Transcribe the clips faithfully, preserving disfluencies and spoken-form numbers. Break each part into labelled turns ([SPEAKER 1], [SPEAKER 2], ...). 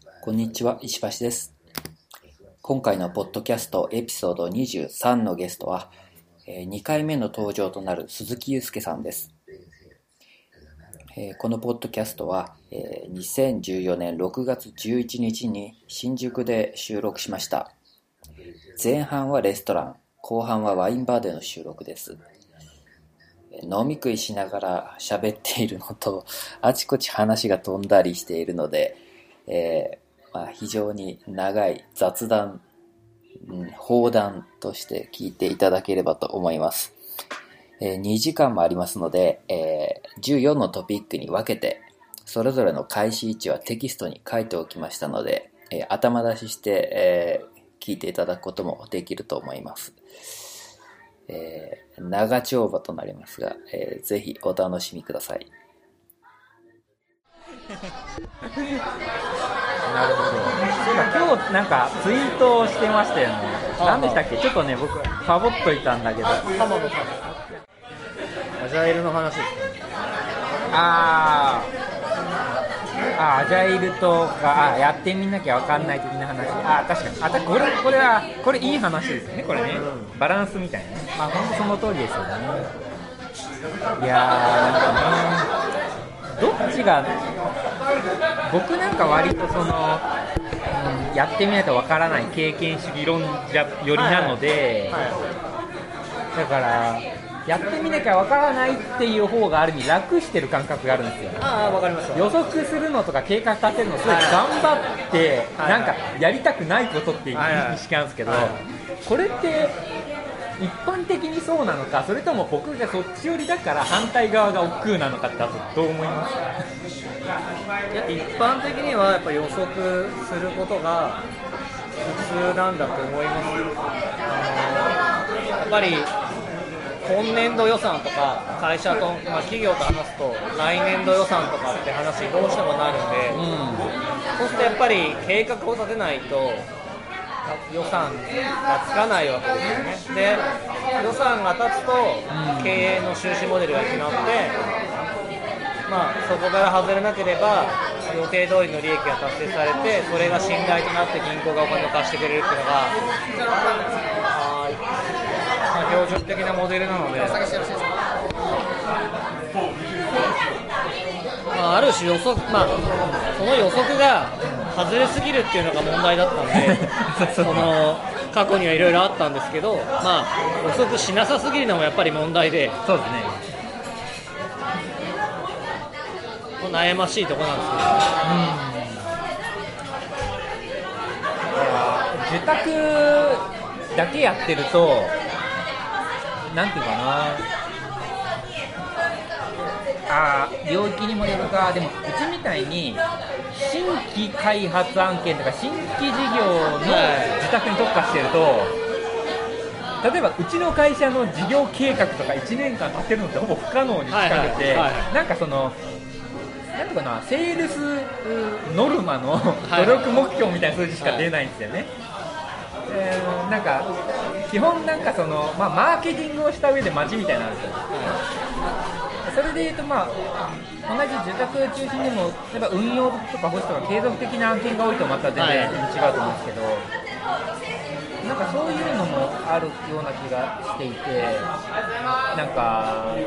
[SPEAKER 1] こんにちは、石橋です。今回のポッドキャストエピソードにじゅうさんのゲストは、にかいめの登場となる鈴木祐介さんです。このポッドキャストはにせんじゅうよねんろくがつじゅういちにちに新宿で収録しました。前半はレストラン、後半はワインバーでの収録です。飲み食いしながら喋っているのと、あちこち話が飛んだりしているので、えーまあ、非常に長い雑談、うん、放談として聞いていただければと思います。えー、にじかんもありますので、えー、じゅうよんのトピックに分けて、それぞれの開始位置はテキストに書いておきましたので、えー、頭出しして、えー、聞いていただくこともできると思います。えー、長丁場となりますが、えー、ぜひお楽しみください。
[SPEAKER 2] なるほど。そうか、今日なんかツイートをしてましたよね。何でしたっけ？ちょっとね、僕ファボっといたんだけど。
[SPEAKER 3] 浜野さん。アジャイルの話ですね。
[SPEAKER 2] あー。あ、アジャイルとか、あ、やってみなきゃ分かんない的な話。あ、確かに。あ、これこれはこれいい話ですよね。これね、うん、バランスみたいなね。まあ本当その通りですよね。いやー、なんかね。どっちが僕なんか割とその、うん、やってみないとわからない経験主義論者寄りなので、はいはいはい、だからやってみなきゃわからないっていう方がある意味楽してる感覚があるんですよ。
[SPEAKER 3] ああ、わかります。
[SPEAKER 2] 予測するのとか計画立てるのすごい頑張って、はいはい、なんかやりたくないことっていう意識なんですけど、はいはい、これって一般的にそうなのか、それとも僕がそっち寄りだから反対側が億劫なのかってどう思いますか？
[SPEAKER 3] いや、一般的にはやっぱ予測することが普通なんだと思います。あのやっぱり今年度予算とか会社と、まあ、企業と話すと来年度予算とかって話どうしてもなるんで、うん、そうするとやっぱり計画を立てないと予算がつかないわけですよね。で、予算が立つと経営の収支モデルが決まって、まあ、そこから外れなければ予定通りの利益が達成されて、それが信頼となって銀行がお金を貸してくれるっていうのが、あ、まあ、標準的なモデルなので、まあ、ある種予測、まあ、その予測が外れすぎるっていうのが問題だったんでその過去にはいろいろあったんですけど、まあ、予測しなさすぎるのもやっぱり問題で、
[SPEAKER 2] そうですね、
[SPEAKER 3] 悩ましいところなんですけど、
[SPEAKER 2] うん、受託だけやってるとなんていうかなあ、領域にもよるか。でもうちみたいに新規開発案件とか新規事業の受託に特化してると、例えばうちの会社の事業計画とかいちねんかん立てるのってほぼ不可能に近くて、はいはいはい、なんかそのなんとかな、セールスノルマの努力目標みたいな数字しか出ないんですよね。はいはい、えー、なんか基本なんかその、まあ、マーケティングをした上で待ちみたいなんですよ。はい、それでいうと、まあ、同じ受託中心でもやっぱ運用とか保守とか継続的な案件が多いとまた全然違うと思うんですけど、はい、なんかそういうのもあるような気がしていて、なんか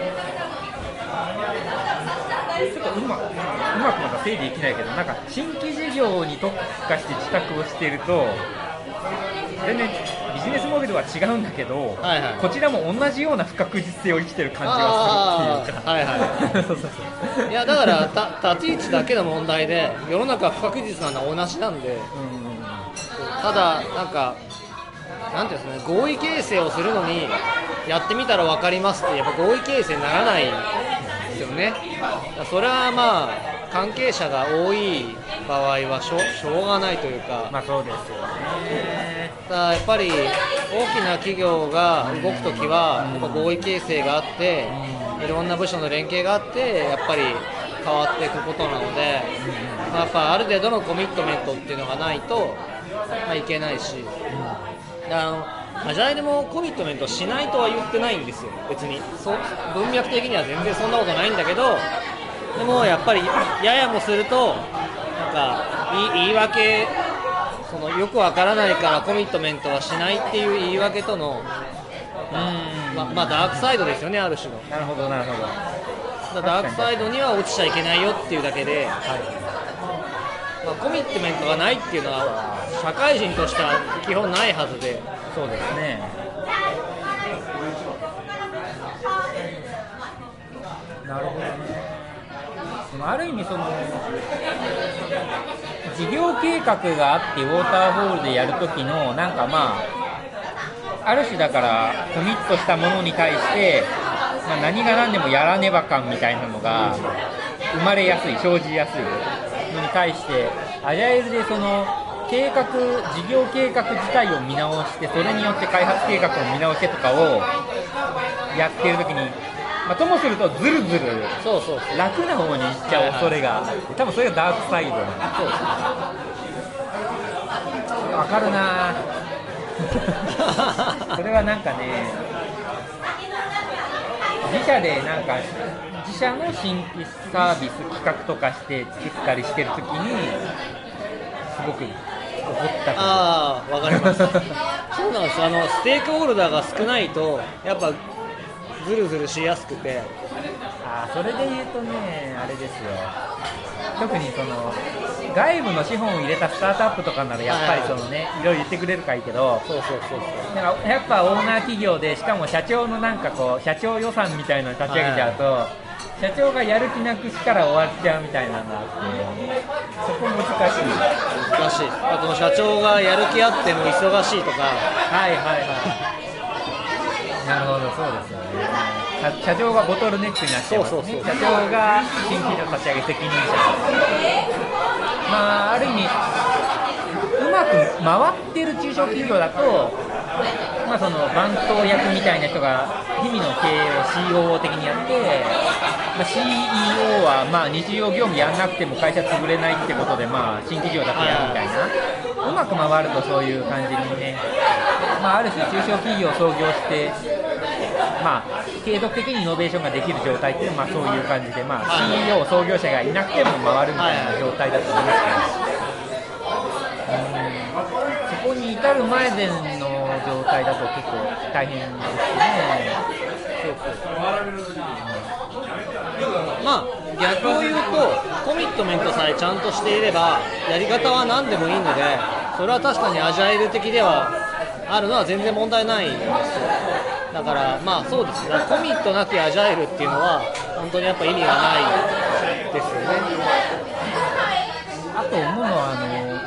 [SPEAKER 2] ちょっとうまく、うまくまた整理できないけど、なんか新規事業に特化して自宅をしていると全然ビジネスモデルは違うんだけど、はいはい、こちらも同じような不確実性を生きてる感じがするっていうか、はいはいそうそうそう、
[SPEAKER 3] いやだからた立ち位置だけの問題で世の中は不確実なのは同じなんで、うん、ただなんかなんていうんですかね、合意形成をするのにやってみたら分かりますってやっぱ合意形成にならないですよね。それはまあ関係者が多い場合はしょ、しょうがないというか、
[SPEAKER 2] まあそうですよね。
[SPEAKER 3] だやっぱり大きな企業が動くときはやっぱ合意形成があって、いろんな部署の連携があってやっぱり変わっていくことなので、まあ、やっぱある程度のコミットメントっていうのがないと、まあ、いけないし、あのアジャイルもコミットメントしないとは言ってないんですよ。別にそ文脈的には全然そんなことないんだけど、でもやっぱりややもするとか言い、言い訳、そのよくわからないからコミットメントはしないっていう言い訳との、
[SPEAKER 2] うーん、
[SPEAKER 3] ままあ、ダークサイドですよね、ある種の。
[SPEAKER 2] なるほどなるほど。
[SPEAKER 3] だダークサイドには落ちちゃいけないよっていうだけで、はい、まあ、コミットメントがないっていうのは社会人としては基本ないはずで。
[SPEAKER 2] そうですね。なるほどね。でもある意味その事業計画があってウォーターホールでやるときのなんかまあある種だからコミットしたものに対して、まあ、何が何でもやらねば感みたいなのが生まれやすい、生じやすいのに対してアジャイルでその計画、事業計画自体を見直してそれによって開発計画を見直してとかをやっているときに、まあ、ともするとずるずる
[SPEAKER 3] そうそうそう
[SPEAKER 2] 楽な方に行っちゃう恐れが、多分それがダークサイドなんです。そうですね。わかるなそれはなんかね、自社でなんか自社の新規サービス企画とかして作ったりしてるときにすごく怒ったこと。
[SPEAKER 3] ああ、わかりますそうなんです。あのステークホルダーが少ないとやっぱズルズルしやすくて、
[SPEAKER 2] あそれで言うとね、あれですよ、特にその外部の資本を入れたスタートアップとかならやっぱりそのね、いろいろ言ってくれるからいいけど、
[SPEAKER 3] そうそうそうそう、
[SPEAKER 2] だからやっぱオーナー企業でしかも社長のなんかこう社長予算みたいなの立ち上げちゃうと、はい、社長がやる気なくしたら終わっちゃうみたいなのがあって、そこ難しい
[SPEAKER 3] 難しい。あと社長がやる気あっても忙しいとか、
[SPEAKER 2] はいはいはいなるほど、そうですよね。社長がボトルネックになっちゃいますね。そうそうそう、社長が新規の立ち上げ責任者、まあある意味うまく回ってる中小企業だと、まあ、その番頭役みたいな人が日々の経営を シーオーオー 的にやって、まあ、シーイーオー はまあ日常業務やんなくても会社潰れないってことで、まあ新企業だけやるみたいな、うまく回るとそういう感じにね、まあ、ある種中小企業を創業して、まあ、継続的にイノベーションができる状態っていうのはまあそういう感じで、まあ、シーイーオー 創業者がいなくても回るみたいな状態だと思いますけど、うん、そこに至る前での状態だと結構大変ですね。そうそう、
[SPEAKER 3] まあ逆を言うとコミットメントさえちゃんとしていればやり方は何でもいいので、それは確かにアジャイル的ではあるのは全然問題ないんですよ。だからまあそうですね、コミットなきアジャイルっていうのは本当にやっぱ意味がないですよね。
[SPEAKER 2] あと思うのはあの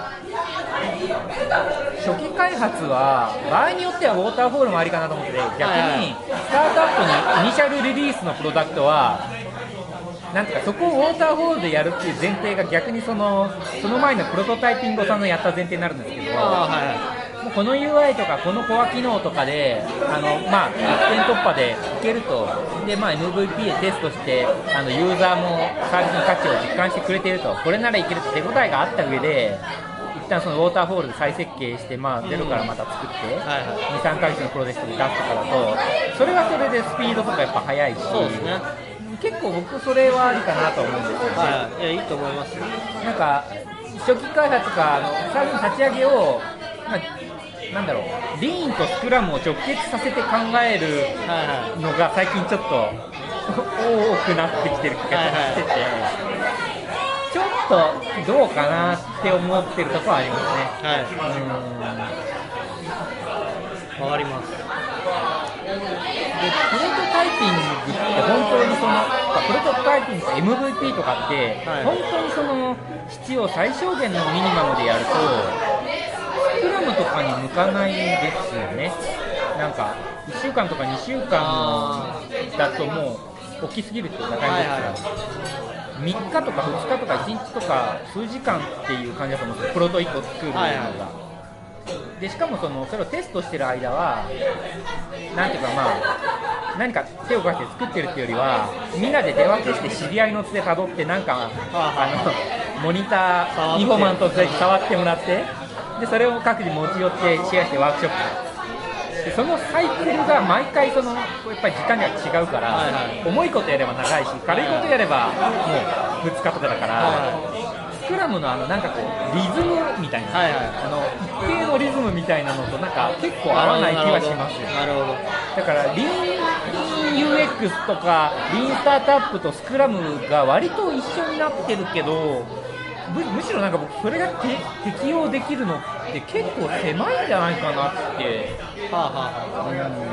[SPEAKER 2] 初期開発は場合によってはウォーターフォールもありかなと思ってて、逆にスタートアップにイニシャルリリースのプロダクトはなんていうか、そこをウォーターホールでやるっていう前提が逆にそのその前のプロトタイピングさんのやった前提になるんですけど、
[SPEAKER 3] あ、はい、
[SPEAKER 2] もうこの ユーアイ とかこのコア機能とかであの、まあ、一点突破でいけると、で、まあ、エムブイピー でテストしてあのユーザーもサービスの価値を実感してくれていると、これならいけるって手応えがあった上で一旦そのウォーターホールで再設計して、まあ、ゼロからまた作って、うん、はいはい、にさんかげつのプロジェクトで出すとかだとそれはそれでスピードとかやっぱ速いし、
[SPEAKER 3] そうですね、
[SPEAKER 2] 結構僕それはありかなと思うんですよね。
[SPEAKER 3] はい、いや、いいと思います。
[SPEAKER 2] なんか初期開発かあのサービスの立ち上げを、まあ、なんだろう、リーンとスクラムを直結させて考えるのが最近ちょっと多くなってきてる気がしてて、はいはい、ちょっとどうかなって思ってるところはありますね。はい、
[SPEAKER 3] うーん、わかります。
[SPEAKER 2] でプロトタイピングって本当にそのプロトタイピングと エムブイピー とかって、はい、本当にその必要最小限のミニマムでやるとスクラムとかに向かないですよね。なんかいっしゅうかんとかにしゅうかんだともう大きすぎるっていうか、はいはい、みっかとかふつかとかいちにちとか数時間っていう感じだと思うんですよ、プロトいっこ作るのが、はいはい、でしかもそのそれをテストしてる間はなんていうか、まあ何か手をかけて作ってるっていうよりはみんなで手分けして知り合いのつでたどってなんかあのモニターインフォマントで触ってもらって、でそれを各自持ち寄ってシェアしてワークショップで、そのサイクルが毎回そのやっぱり時間が違うから、はいはい、重いことやれば長いし軽いことやればもうふつかとかだから、はいはい、 スクラムのあのなんかこうリズムみたいな、はいはい、あの一定のリズムみたいなのとなんか結構合わない気はしますよ。
[SPEAKER 3] なるほど。
[SPEAKER 2] だからリーン ユーエックス とかリーンスタートアップとスクラムが割と一緒になってるけど、む, むしろなんか僕それが適用できるのって結構狭いんじゃないかなって、はあはあ、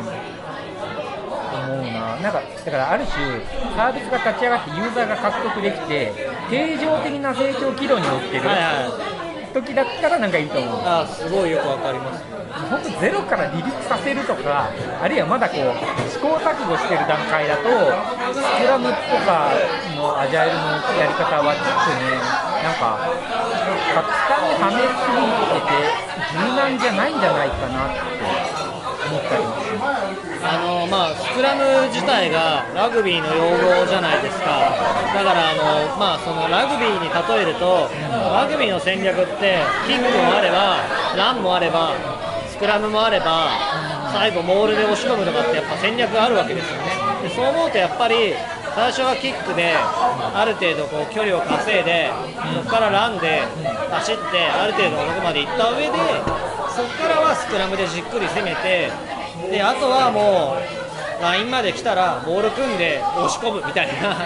[SPEAKER 2] うん、思うな。なんかだからある種サービスが立ち上がってユーザーが獲得できて定常的な成長軌道に乗ってる、はいはい時だったらなんかいいと思う。
[SPEAKER 3] あ、すごいよくわかります、ね。
[SPEAKER 2] 本当ゼロから離陸させるとか、あるいはまだこう試行錯誤してる段階だとスクラムとかのアジャイルのやり方はちょっとね、なんか簡単にはめすぎてて柔軟じゃないんじゃないかなって思ったりもします。
[SPEAKER 3] あのまあ、スクラム自体がラグビーの用語じゃないですか。だからあの、まあ、そのラグビーに例えると、うん、ラグビーの戦略ってキックもあればランもあればスクラムもあれば、うん、最後モールで押し込むとかってやっぱ戦略があるわけですよね。でそう思うとやっぱり最初はキックである程度こう距離を稼いで、そこからランで走ってある程度のところまで行った上で、そこからはスクラムでじっくり攻めて、であとはもうラインまで来たらボール組んで押し込むみたいなただ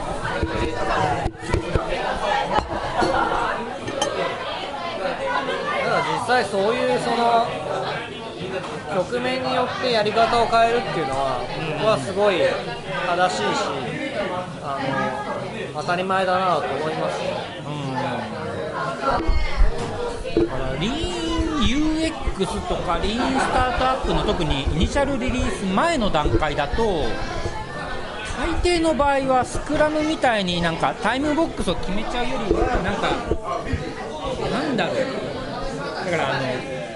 [SPEAKER 3] 実際そういうその局面によってやり方を変えるっていうのは僕はすごい正しいし、あの当たり前だなと思いますね。
[SPEAKER 2] うん、だからリーン ユーエックス とかリーンスタートアップの特にイニシャルリリース前の段階だと大抵の場合はスクラムみたいになんかタイムボックスを決めちゃうよりはなんかなんだろう、だからあの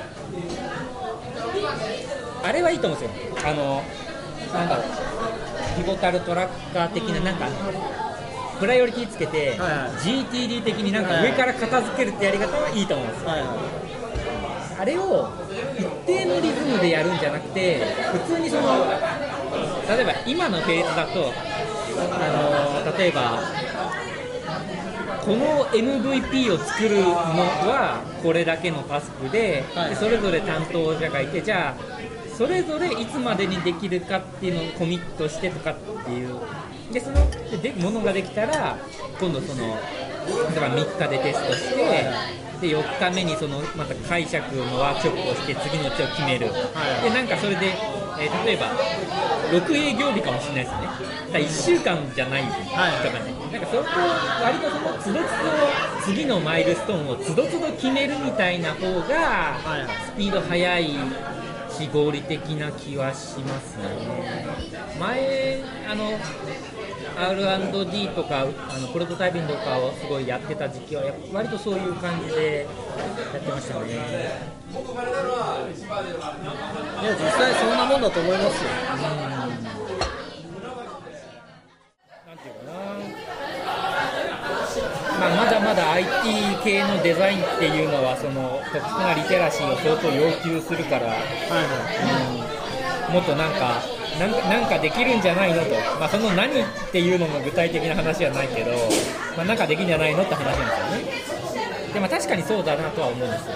[SPEAKER 2] あれはいいと思うんですよ。あのなんだろう、ピボタルトラッカー的ななんかプライオリティつけて、はいはい、ジーティーディー 的になんか上から片付けるってやり方はいいと思うんですよ。はいはい、あれを一定のリズムでやるんじゃなくて、普通にその例えば今のフェーズだと、あの例えばこの エムブイピー を作るのはこれだけのタスクで、はい、でそれぞれ担当者がいて、じゃあそれぞれいつまでにできるかっていうのをコミットしてとかっていう、でそのでものができたら今度その例えばみっかでテストして、でよっかめにそのまた解釈のワークショップをして次のうちを決める、はい、でなんかそれで、えー、例えばろく営業日かもしれないですね。だからいっしゅうかんじゃないとかね、はい、なんかそれと割とそのつどつど次のマイルストーンをつどつど決めるみたいな方がスピード速いし合理的な気はしますね。前あの アールアンドディー とかあのプロトタイピングとかをすごいやってた時期はやっぱ割とそういう感じでやってましたね。
[SPEAKER 3] いや実際そんなもんだと思いますよ。うん、
[SPEAKER 2] なんていうかな、まあ、まだまだ アイティー 系のデザインっていうのはその特殊なリテラシーを相当要求するから、はいはい、うん、もっとなんかなんか、なんかできるんじゃないのと、まあ、その何っていうのも具体的な話はないけど、まあ、なんかできるんじゃないのって話なんですよね。でも確かにそうだなとは思うんですよ。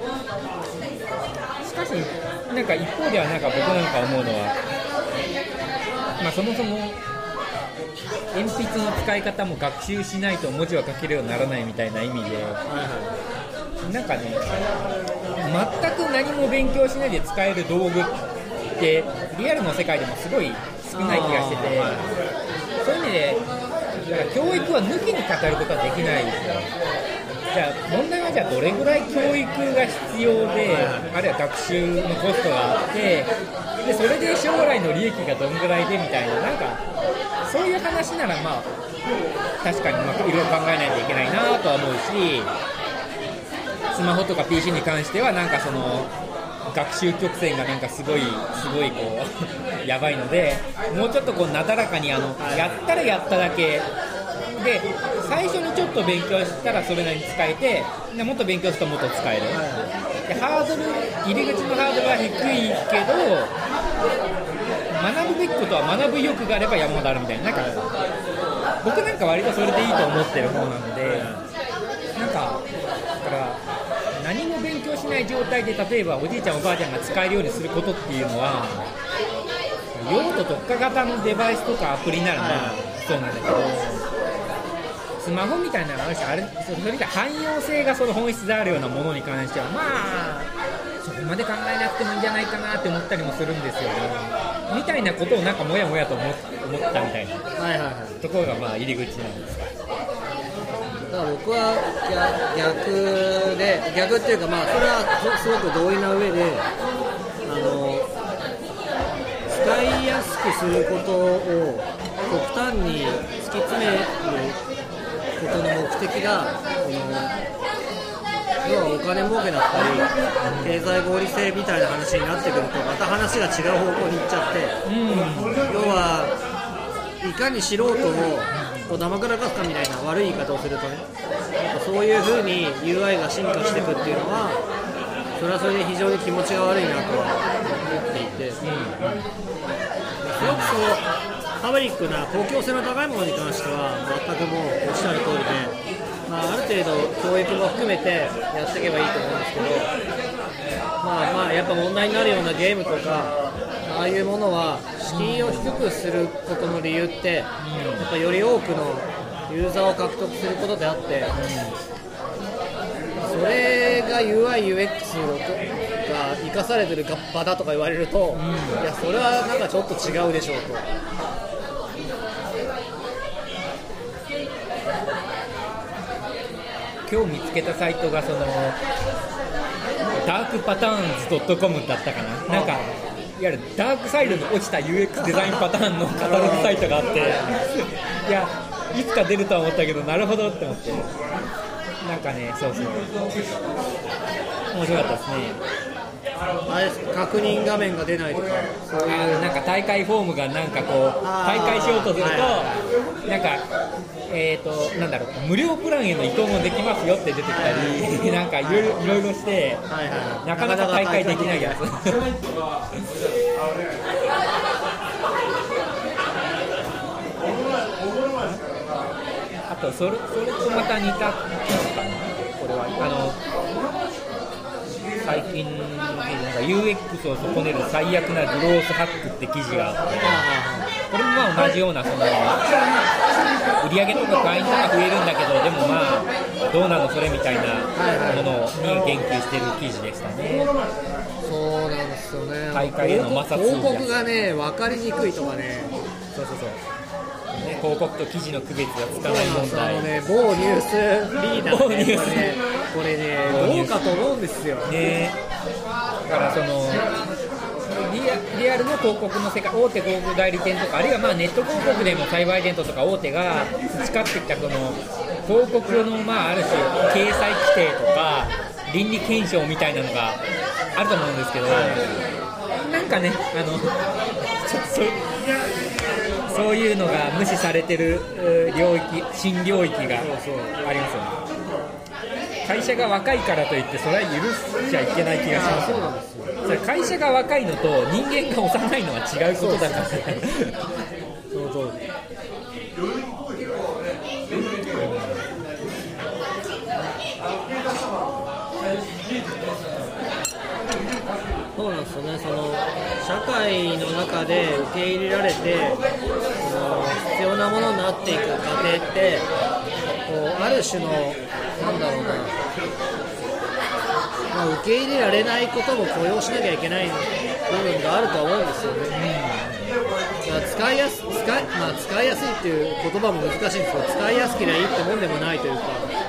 [SPEAKER 2] しかしなんか一方ではなんか僕なんか思うのは、まあ、そもそも鉛筆の使い方も学習しないと文字は書けるようにならないみたいな意味で、なんかね、全く何も勉強しないで使える道具ってリアルの世界でもすごい少ない気がしてて、そういう意味でだから教育は抜きに語ることはできないですよ。じゃあ問題はじゃあどれぐらい教育が必要で、あるいは学習のコストがあって、でそれで将来の利益がどんぐらいでみたいな、なんかそういう話ならまあ確かにまあいろいろ考えないといけないなとは思うし、スマホとか ピーシー に関してはなんかその学習曲線がなんかすごいすごいこうやばいので、もうちょっとこうなだらかにあのやったらやっただけで、最初にちょっと勉強したらそれなりに使えて、でもっと勉強するともっと使える。でハードル入り口のハードルは低いけど、学ぶべきことは学ぶ意欲があれば山ほどあるみたいな、なんか僕なんか割とそれでいいと思ってる方なので、なから何も勉強しない状態で例えばおじいちゃんおばあちゃんが使えるようにすることっていうのは用途特化型のデバイスとかアプリならまあそうなんだけど、スマホみたいなのあるし、あれそれで汎用性がその本質であるようなものに関してはまあそこまで考えなくてもいいんじゃないかなって思ったりもするんですよねみたいなことをなんかもやもやと思思ったみたいな、はいはいはい、ところがまあ入り口なんですか。
[SPEAKER 3] だから僕は逆で逆っていうかまあそれはすごく同意な上であの使いやすくすることを極端に突き詰めることの目的がこの要はお金儲けだったり経済合理性みたいな話になってくるとまた話が違う方向に行っちゃって、うん、要はいかに素人をこう生からかすかみたいな悪い言い方をするとねなんかそういう風に ユーアイ が進化していくっていうのはそれはそれで非常に気持ちが悪いなとは思っていて、うん、すごくそうパブリックな公共性の高いものに関しては全くもうおっしゃる通りで、まあ、ある程度教育も含めてやっていけばいいと思うんですけど、まあまあやっぱ問題になるようなゲームとかああいうものは敷居を低くすることの理由ってやっぱより多くのユーザーを獲得することであって、それが ユーアイユーエックス が生かされてる場だとか言われると、いやそれはなんかちょっと違うでしょうと。
[SPEAKER 2] 今日見つけたサイトがそのダークパターンズ .com だったかな、なんかいわゆるダークサイドに落ちた ユーエックス デザインパターンのカタログサイトがあっていやいつか出るとは思ったけどなるほどって思って、なんかねそうそう面白かったですね。
[SPEAKER 3] あれですか、確認画面が出ないとか
[SPEAKER 2] そういうなんか大会フォームがなんかこう大会しようとすると、はい、なんかえーとなんだろう無料プランへの移行もできますよって出てきたりなんかいろいろいろいろして、はいはい、なかなか大会できないやつあとそれ、それとまた似た記事かな、これはあの最近なんか ユーエックス を損ねる最悪なグロースハックって記事があって、これもまあ同じようなその売上とか会員とか増えるんだけどでもまあどうなのそれみたいなものに言及してる記事でしたね。
[SPEAKER 3] そうなんですよね。
[SPEAKER 2] 大会への摩擦
[SPEAKER 3] 広告がね分かりにくいとかね、
[SPEAKER 2] そうそうそうね、広告と記事の区別がつかない問題。
[SPEAKER 3] あのね、某ニュースリーダーね、これね、これねどうかと思うんですよ。ね、
[SPEAKER 2] だからそのリ ア, リアルの広告の世界、大手広告代理店とか、あるいはまあネット広告でもサイバーエージェントとか大手が培ってきたこの広告のまあある種掲載規定とか倫理検証みたいなのがあると思うんですけど、なんかねあのちょっとそうそういうのが無視されてる領域、新領域がありますよね。会社が若いからといってそれは許しちゃいけない気がします。そうなんですよ。それ会社が若いのと人間が幼いのは違うことだから。そうそう
[SPEAKER 3] そうなんですよね。その社会の中で受け入れられてその必要なものになっていく過程ってこうある種のなんだろうな、まあ、受け入れられないことも許容しなきゃいけない部分があるとは思うんですよね。だから使いやす、使い、まあ、使いやすいっていう言葉も難しいんですけど、使いやすければいいってもんでもないというか、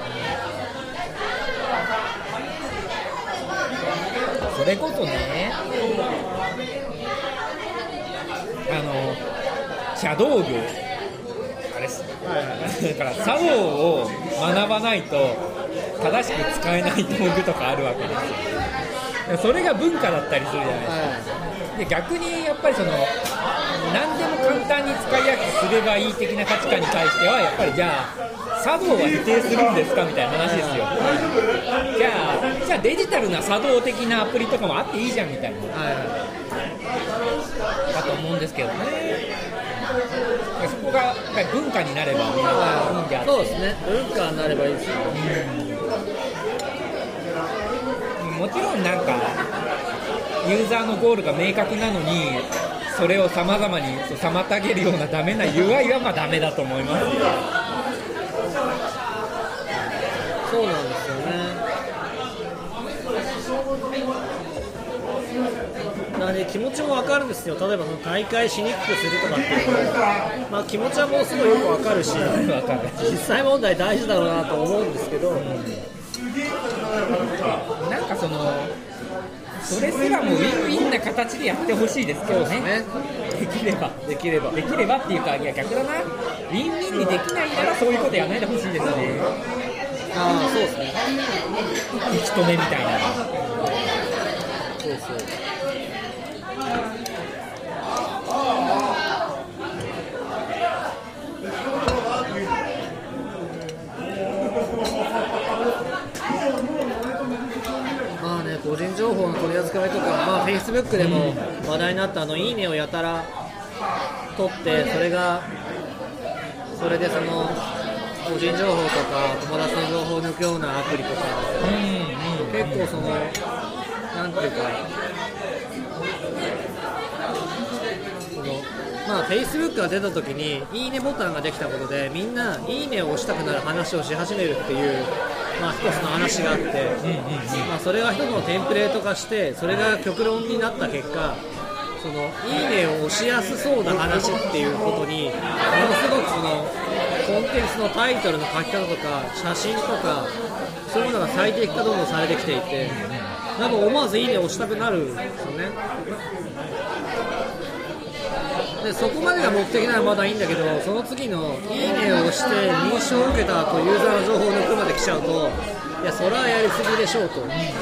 [SPEAKER 2] それこそね、あの茶道具あれっす、はいはい、だから茶道を学ばないと正しく使えない道具とかあるわけですよ。それが文化だったりするじゃないですか、はい、で逆にやっぱりその何でも簡単に使いやすくすればいい的な価値観に対してはやっぱりじゃあ茶道は否定するんですかみたいな話ですよ。じゃあ、じゃあデジタルな茶道的なアプリとかもあっていいじゃんみたいな、はい、だと思うんですけどね。そこがやっぱり文化になればいいんであって、
[SPEAKER 3] そうですね、文化になればいいですよ、
[SPEAKER 2] もちろんなんかユーザーのゴールが明確なのにそれをさまざまに妨げるようなダメな ユーアイ はまあダメだと思います。
[SPEAKER 3] そうなんですよね。なので気持ちも分かるんですよ。例えばその大会しにくくするとかっていうのも、まあ、気持ちはもうすごいよく分かるし実際問題大事だろうなと思うんですけど、うん、
[SPEAKER 2] なんかそのそれすらもウィンウィンな形でやってほしいですけどね。できれば
[SPEAKER 3] できれば
[SPEAKER 2] できればっていうか、いや逆だな、ウィンウィンにできないならそういうことやらないでほしいですね。
[SPEAKER 3] ああ、そうですね。
[SPEAKER 2] 引き止めみたいな。
[SPEAKER 3] そうそう。まあね、個人情報の取り扱いとか、まあ Facebook でも話題になったあのいいねをやたら取って、それがそれでその個人情報とか友達の情報を抜くようなアプリとか、うんうん、結構そのなんていうか、そのまあ Facebook が出た時にいいねボタンができたことでみんないいねを押したくなる話をし始めるっていう、まあ一つの話があって、うんうんうん、まあそれが一つのテンプレート化してそれが極論になった結果、そのいいねを押しやすそうな話っていうことにものすごくそのコンテンツのタイトルの書き方とか写真とかそういうものが最適化どんどんされてきていて、なんか思わずいいねを押したくなるんですよね。でそこまでが目的ならまだいいんだけど、その次のいいねを押して認証を受けた後ユーザーの情報を抜くまで来ちゃうと、いやそれはやりすぎでしょうと、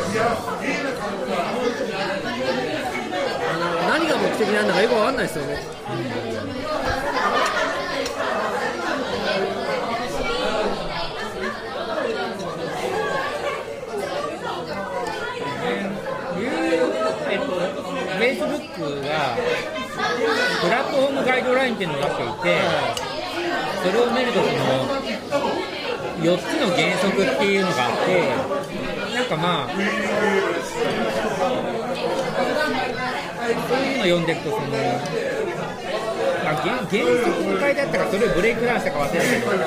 [SPEAKER 3] あの何が目的なんだかよく分かんないですよね。
[SPEAKER 2] Facebook がプラットフォームガイドラインっていうのを出していて、それを見るとそのよっつの原則っていうのがあって、なんかまあそういうのを読んでいくとその、まあ、原, 原則に書いてあったかそれをブレイクダウンしたか忘れたけど、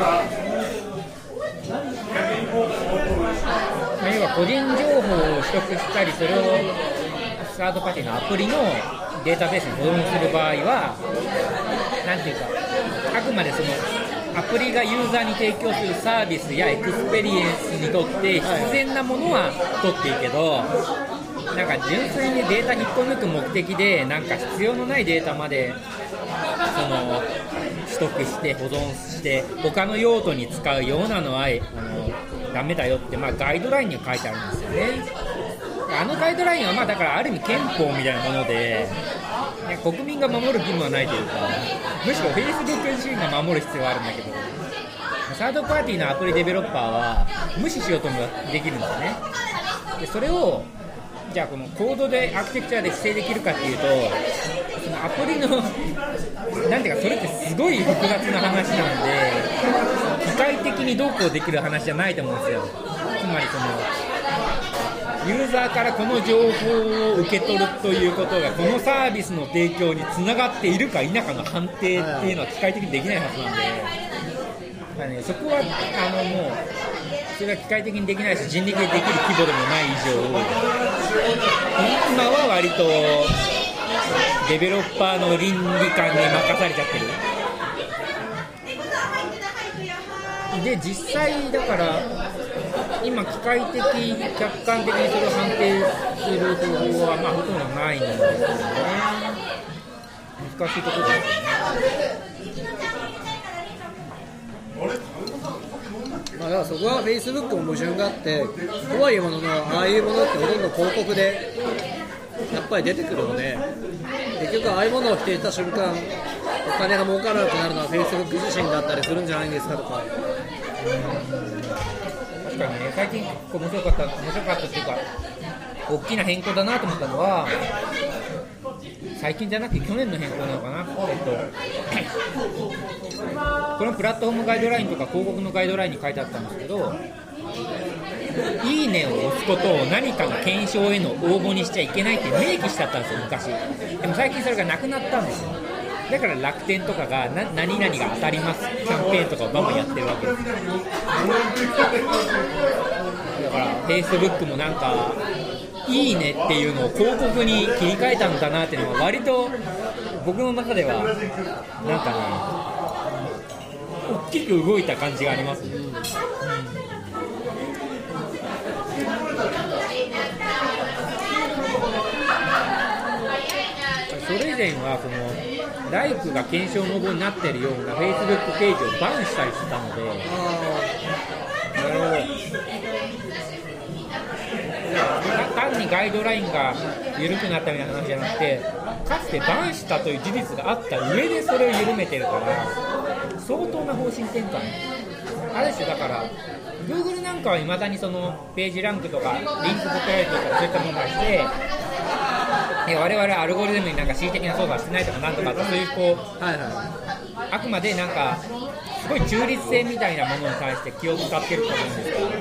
[SPEAKER 2] 要は個人情報を取得したりそれをサードパーティーのアプリのデータベースに保存する場合は、なんていうか、あくまでそのアプリがユーザーに提供するサービスやエクスペリエンスにとって必然なものは取っていいけど、なんか純粋にデータ引っこ抜く目的でなんか必要のないデータまでその取得して保存して他の用途に使うようなのはあのダメだよって、まあ、ガイドラインに書いてあるんですよね。あのガイドラインはまあだからある意味憲法みたいなもので、ね、国民が守る義務はないというか、むしろ Facebook 自身が守る必要はあるんだけど、サードパーティーのアプリデベロッパーは無視しようともできるんですね。でそれをじゃあこのコードでアーキテクチャで規制できるかっていうと、そのアプリのなんていうかそれってすごい複雑な話なんで機械的にどうこうできる話じゃないと思うんですよ。つまりそのユーザーからこの情報を受け取るということがこのサービスの提供につながっているか否かの判定っていうのは機械的にできないはずなんで、まあね、そこはあのもうそれは機械的にできないし人力でできる規模でもない以上、今は割とデベロッパーの倫理観に任されちゃってる。で実際だから今機械的客観的にそれを判定する方法はまあほとんどないんですよね。難しいところですよね。
[SPEAKER 3] まあ、だからそこは Facebook も矛盾があって、とはいえもののああいうものってほとんど広告でやっぱり出てくるので、結局ああいうものを否定した瞬間お金が儲からなくなるのは Facebook 自身だったりするんじゃないんですかとか。
[SPEAKER 2] 確かにね、最近面白かった面白かったっていうか大きな変更だなと思ったのは、最近じゃなくて去年の変更なのかな、えっとこのプラットフォームガイドラインとか広告のガイドラインに書いてあったんですけど、 いいねを押すことを何かの検証への応募にしちゃいけないって明記しちゃったんですよ昔。でも最近それがなくなったんですよ。だから楽天とかがな何々が当たりますキャンペーンとかをバンバンやってるわけです。だから Facebook もなんかいいねっていうのを広告に切り替えたのかなっていうのは割と僕の中ではなんかね大きく動いた感じがありますね、うんうん、それ以前はそのライクが検証の応募になっているような Facebook ページをバンしたりしてたので、あなるほど、単にガイドラインが緩くなったみたいな話じゃなくて、かつてバンしたという事実があった上でそれを緩めてるから相当な方針転換ある種。だから Google なんかはいまだにそのページランクとかリンクポピュラリティとかそういったものがして我々アルゴリズムになんか恣意的な操作はしてないとかなんとかそういうこう、はいはい、あくまでなんかすごい中立性みたいなものに対して気を使ってると思うんですけど、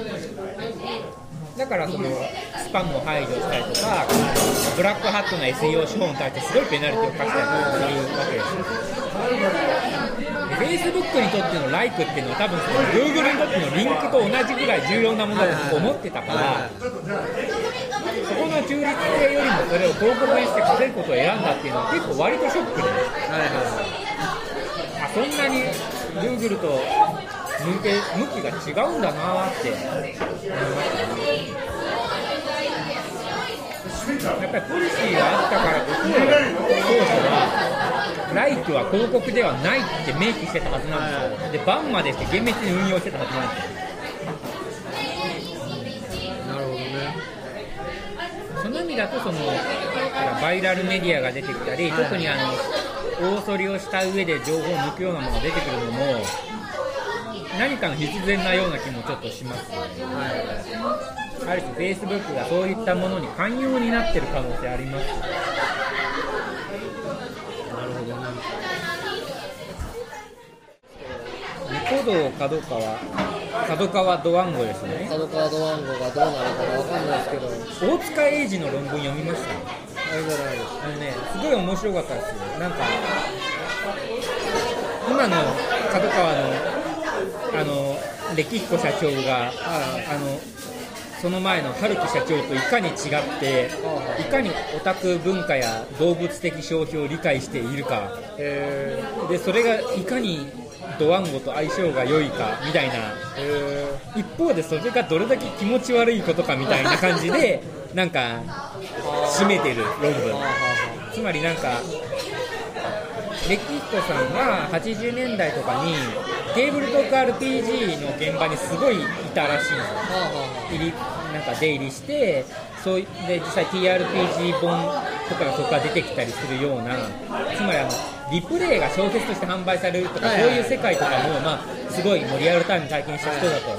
[SPEAKER 2] だからそのスパムを排除したりとかブラックハットな エスイーオー 手法に対してすごいペナルティを課したりとかするわけです。Facebook にとってのライクっていうのは多分その Google にとってのリンクと同じぐらい重要なものだと思ってたから、そこの中立性よりもそれを広告にして稼ぐことを選んだっていうのは結構割とショックで、あそんなに Google と向け向きが違うんだなって思いましたね。やっぱりポリシーがあったからこそ当初はライクは広告ではないって明記してたはずなんですよ。でバンまでして厳密に運用してたはずなんですよ。
[SPEAKER 3] なるほどね。
[SPEAKER 2] その意味だとそのバイラルメディアが出てきたり、特にあの大そりをした上で情報を抜くようなものが出てくるのも何かの必然なような気もちょっとしますよね。はい、ある種 Facebook がそういったものに寛容になってる可能性あります。
[SPEAKER 3] なるほどね。
[SPEAKER 2] ニコ動角川角川ドワンゴですね。
[SPEAKER 3] 角川ドワンゴがどうなるかわかんないですけど、
[SPEAKER 2] 大塚英二の論文読みました。
[SPEAKER 3] あれじゃないです。
[SPEAKER 2] あのね、すごい面白かったですよ。なんか今の角川のあの歴彦社長が、あのその前の春樹社長といかに違って、いかにオタク文化や動物的消費を理解しているか、えー、でそれがいかにドワンゴと相性が良いかみたいな、えー、一方でそれがどれだけ気持ち悪いことかみたいな感じでなんか締めてる論文。つまりなんかレキットさんがはちじゅうねんだいとかにテーブルトーク アールピージー の現場にすごいいたらしいんですよ。入りなんか出入りしてそうで実際 ティーアールピージー 本とかがそこから出てきたりするような、つまりあのリプレイが小説として販売されるとか、はいはい、そういう世界とかも、まあ、すごいもうリアルタイムに体験した人だと、はい、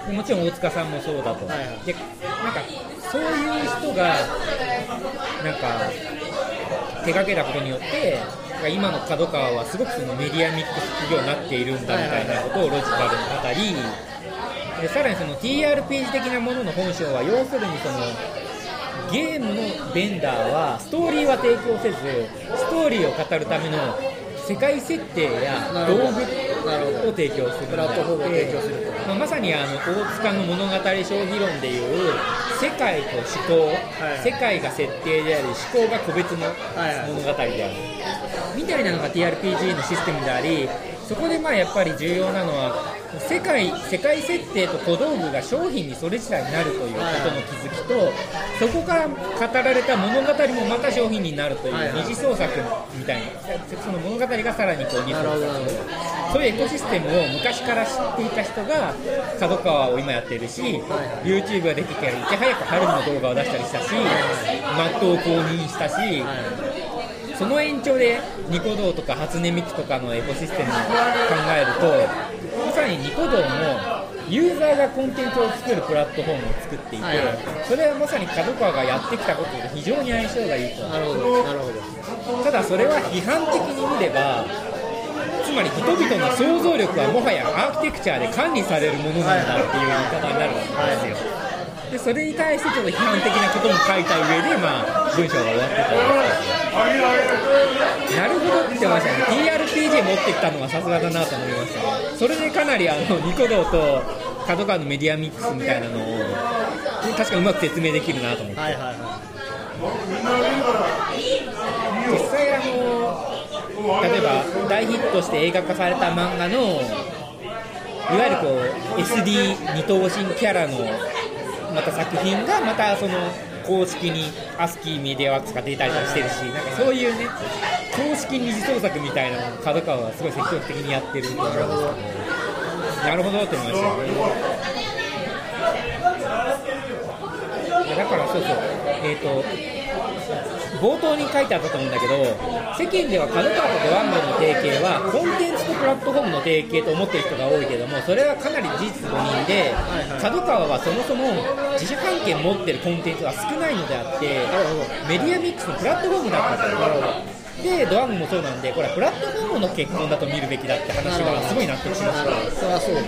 [SPEAKER 2] もちろん大塚さんもそうだと、はいはい、でなんかそういう人がなんか手掛けたことによって今の角川はすごくそのメディアミックス企業になっているんだみたいなことをロジカルに語り、でさらにその ティーアールピージー 的なものの本性は要するにそのゲームのベンダーはストーリーは提供せずストーリーを語るための世界設定や道具を提供するプラットフォームを提供する、まあ、まさにあの大塚の物語消費論でいう世界と思考、はい、世界が設定であり思考が個別の物語である、はいはい、みたいなのが ティーアールピージー のシステムであり、そこでまあやっぱり重要なのは世界、世界設定と小道具が商品にそれ自体になるということの気づきと、そこから語られた物語もまた商品になるという二次創作みたいな、その物語がさらにこう二次創作、そういうエコシステムを昔から知っていた人が角川を今やってるし、YouTube が出てきたらいち早く春の動画を出したりしたし、マットを公認したし、その延長でニコ動とか初音ミクとかのエコシステムを考えると、まさにニコ動もユーザーがコンテンツを作るプラットフォームを作っていて、はい、それはまさに角川がやってきたことと非常に相性がいいと。なるほど、なるほど。ただそれは批判的に見れば、つまり人々の想像力はもはやアーキテクチャで管理されるものなんだっていう言い方になるわけですよ。でそれに対してちょっと批判的なことも書いた上で、まあ、文章が終わってたんですなるほどって言ってましたね。 ティーアールピージー 持ってきたのはさすがだなと思いましたね。それでかなりあのニコ動と角川のメディアミックスみたいなのを確かにうまく説明できるなと思って、はいはいはい、実際あの例えば大ヒットして映画化された漫画のいわゆるこう エスディー 二頭身キャラのまた作品がまたその公式にアスキーメディアワークスが出たりとかしてるし、なんかそういうね公式二次創作みたいなのを角川はすごい積極的にやってると思うんですけど、なるほどって思いましたよね。だからそうそう、えーと冒頭に書いてあったと思うんだけど、世間では角川とドワンゴの提携はコンテンツとプラットフォームの提携と思っている人が多いけども、それはかなり事実誤認で、角川はそもそも自社関係持ってるコンテンツが少ないのであって、メディアミックスのプラットフォームだったと。でドワンゴもそうなんで、これはプラットフォームの結婚だと見るべきだって話がすごい納得しました。それはそう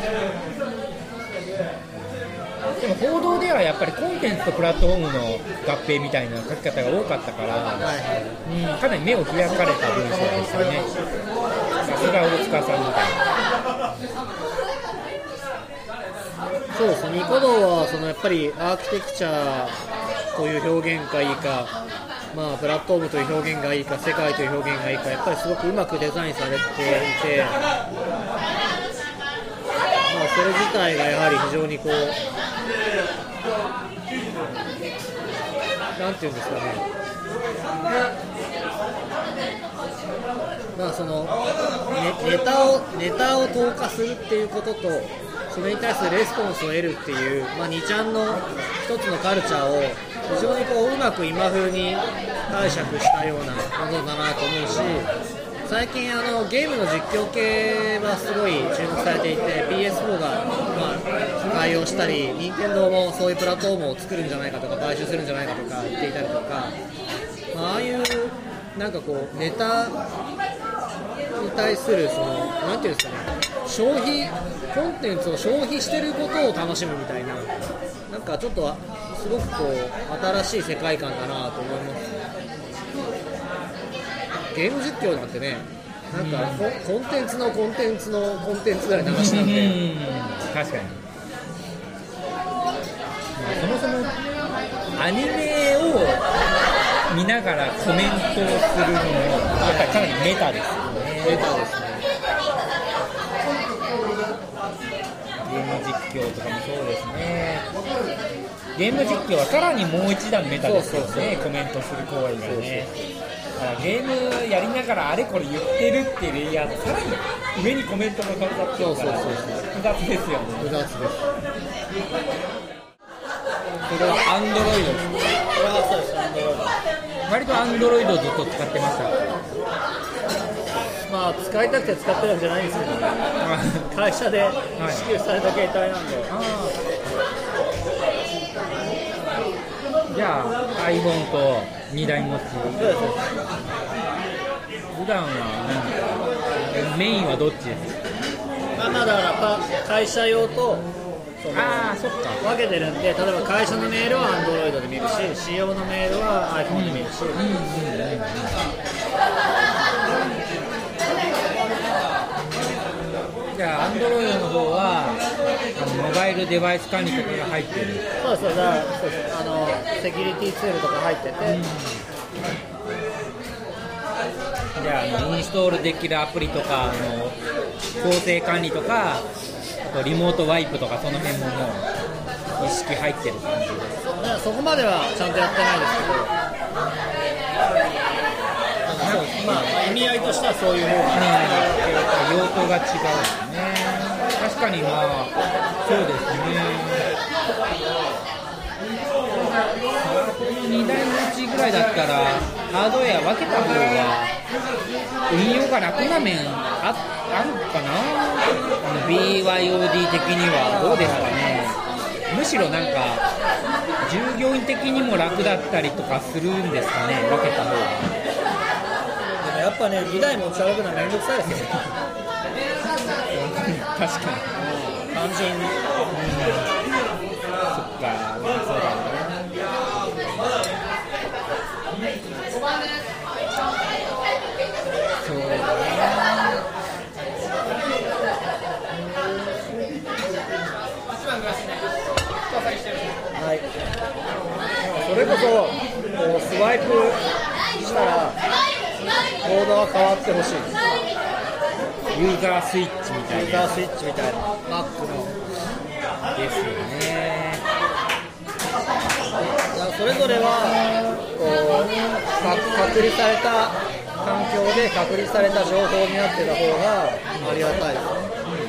[SPEAKER 2] でも報道ではやっぱりコンテンツとプラットフォームの合併みたいな書き方が多かったから、はいうん、かなり目を開かれた文章でしたね。さすが大塚さんみたいな。
[SPEAKER 3] そうですね、ニコ動はそのやっぱりアーキテクチャという表現がいいか、まあ、プラットフォームという表現がいいか、世界という表現がいいか、やっぱりすごくうまくデザインされていて、まあ、それ自体がやはり非常にこうなんていうんですかね、まあそのネ、ネタをネタを投下するっていうことと、それに対するレスポンスを得るっていう、まあ、にちゃんの一つのカルチャーを非常にこううまく今風に解釈したようなものだなと思うし、最近あのゲームの実況系はすごい注目されていて、 ピーエスフォー が、まあ、対応したり、任天堂もそういうプラットフォームを作るんじゃないかとか買収するんじゃないかとか言っていたりとか、まあ、ああいうなんかこうネタに対するそのなんていうんですかね、消費コンテンツを消費してることを楽しむみたいな、なんかちょっとすごくこう新しい世界観だなと思います。ゲーム実況なんてね、なんかコンテンツのコンテンツのコンテンツぐらい流しなんで、
[SPEAKER 2] うん確かに、まあ、そもそもアニメを見ながらコメントをするのもやっぱりかなりメタですよね。
[SPEAKER 3] メタですね。
[SPEAKER 2] ゲーム実況とかもそうですね。ゲーム実況はさらにもう一段メタですよね。そうそうそう、コメントする行為がね。ゲームやりながらあれこれ言ってるっていうレイヤーとさらに上にコメントがかかってるから複雑ですよね。
[SPEAKER 3] 複雑です。こ
[SPEAKER 2] れはアンドロイドです。
[SPEAKER 3] これはそうです、アンドロイド。
[SPEAKER 2] 割とアンドロイドをずっと使ってました。
[SPEAKER 3] まあ使いたくて使ってるんじゃないんですけど、ね、会社で支給された携帯なんで、はい、
[SPEAKER 2] じゃあ iPhone とにだい持ち。普段は何かメインはどっちですか？
[SPEAKER 3] まあまあだから会社用とその
[SPEAKER 2] あそっか
[SPEAKER 3] 分けてるんで、例えば会社のメールは Android で見るし、私用のメールは iPhone で見るし、うんうんうんうん、じゃあ Android の方はあのモバイルデバイス管理とかが入ってる。そうです、そうだからそうです、あのセキュリティツールとか入ってて、うん、じゃあ、あのインストールできるアプリとかの構成管理とか、あとリモートワイプとかその辺ももう意識入ってる感じです。 そ, そこまではちゃんとやってないですけど、まあ、意味合いとしてはそういう方が、ね、用途が違うんですね。確かにまあそうですね。にだい持ちぐらいだったらハードウェア分けた方が運用が楽な面 あ, あるかな。 ビーワイオーディー 的にはどうですかね。むしろなんか従業員的にも楽だったりとかするんですかね、分けた方が。でもやっぱね、にだい持ち歩くのはめんどくさいですよね。
[SPEAKER 2] 確かに
[SPEAKER 3] 単純に、うん、
[SPEAKER 2] そっか、そうだね。そうだね。
[SPEAKER 3] はい、それこそこうスワイプしたらコードが変わってほしい。
[SPEAKER 2] ユーザースイッチみたいな。
[SPEAKER 3] ユーザースイッチみたいな Mac の
[SPEAKER 2] ですよね。
[SPEAKER 3] それぞれはこう隔離された環境で隔離された情報になってた方がありがたいです。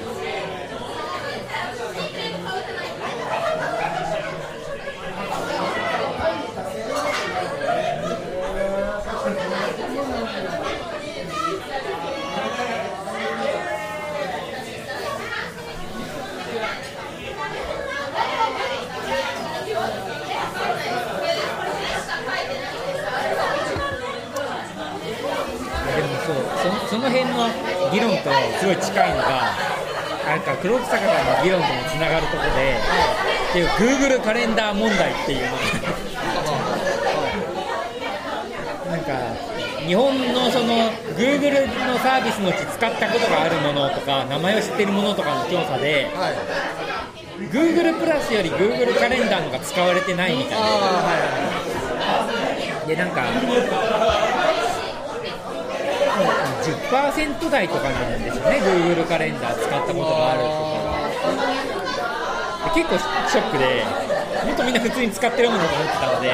[SPEAKER 2] その辺の議論とすごい近いのが、なんか黒木坂さんの議論ともつながるところで、っていう Google カレンダー問題っていうのなんか日本のその Google のサービスのうち使ったことがあるものとか名前を知っているものとかの調査で、はい、Google プラスより Google カレンダーのが使われてないみたいな。でなんかじゅっパーセント 台とかなんですよね、Google カレンダー使ったことがあるとか。結構ショックで、もっとみんな普通に使ってるものと思ってたので、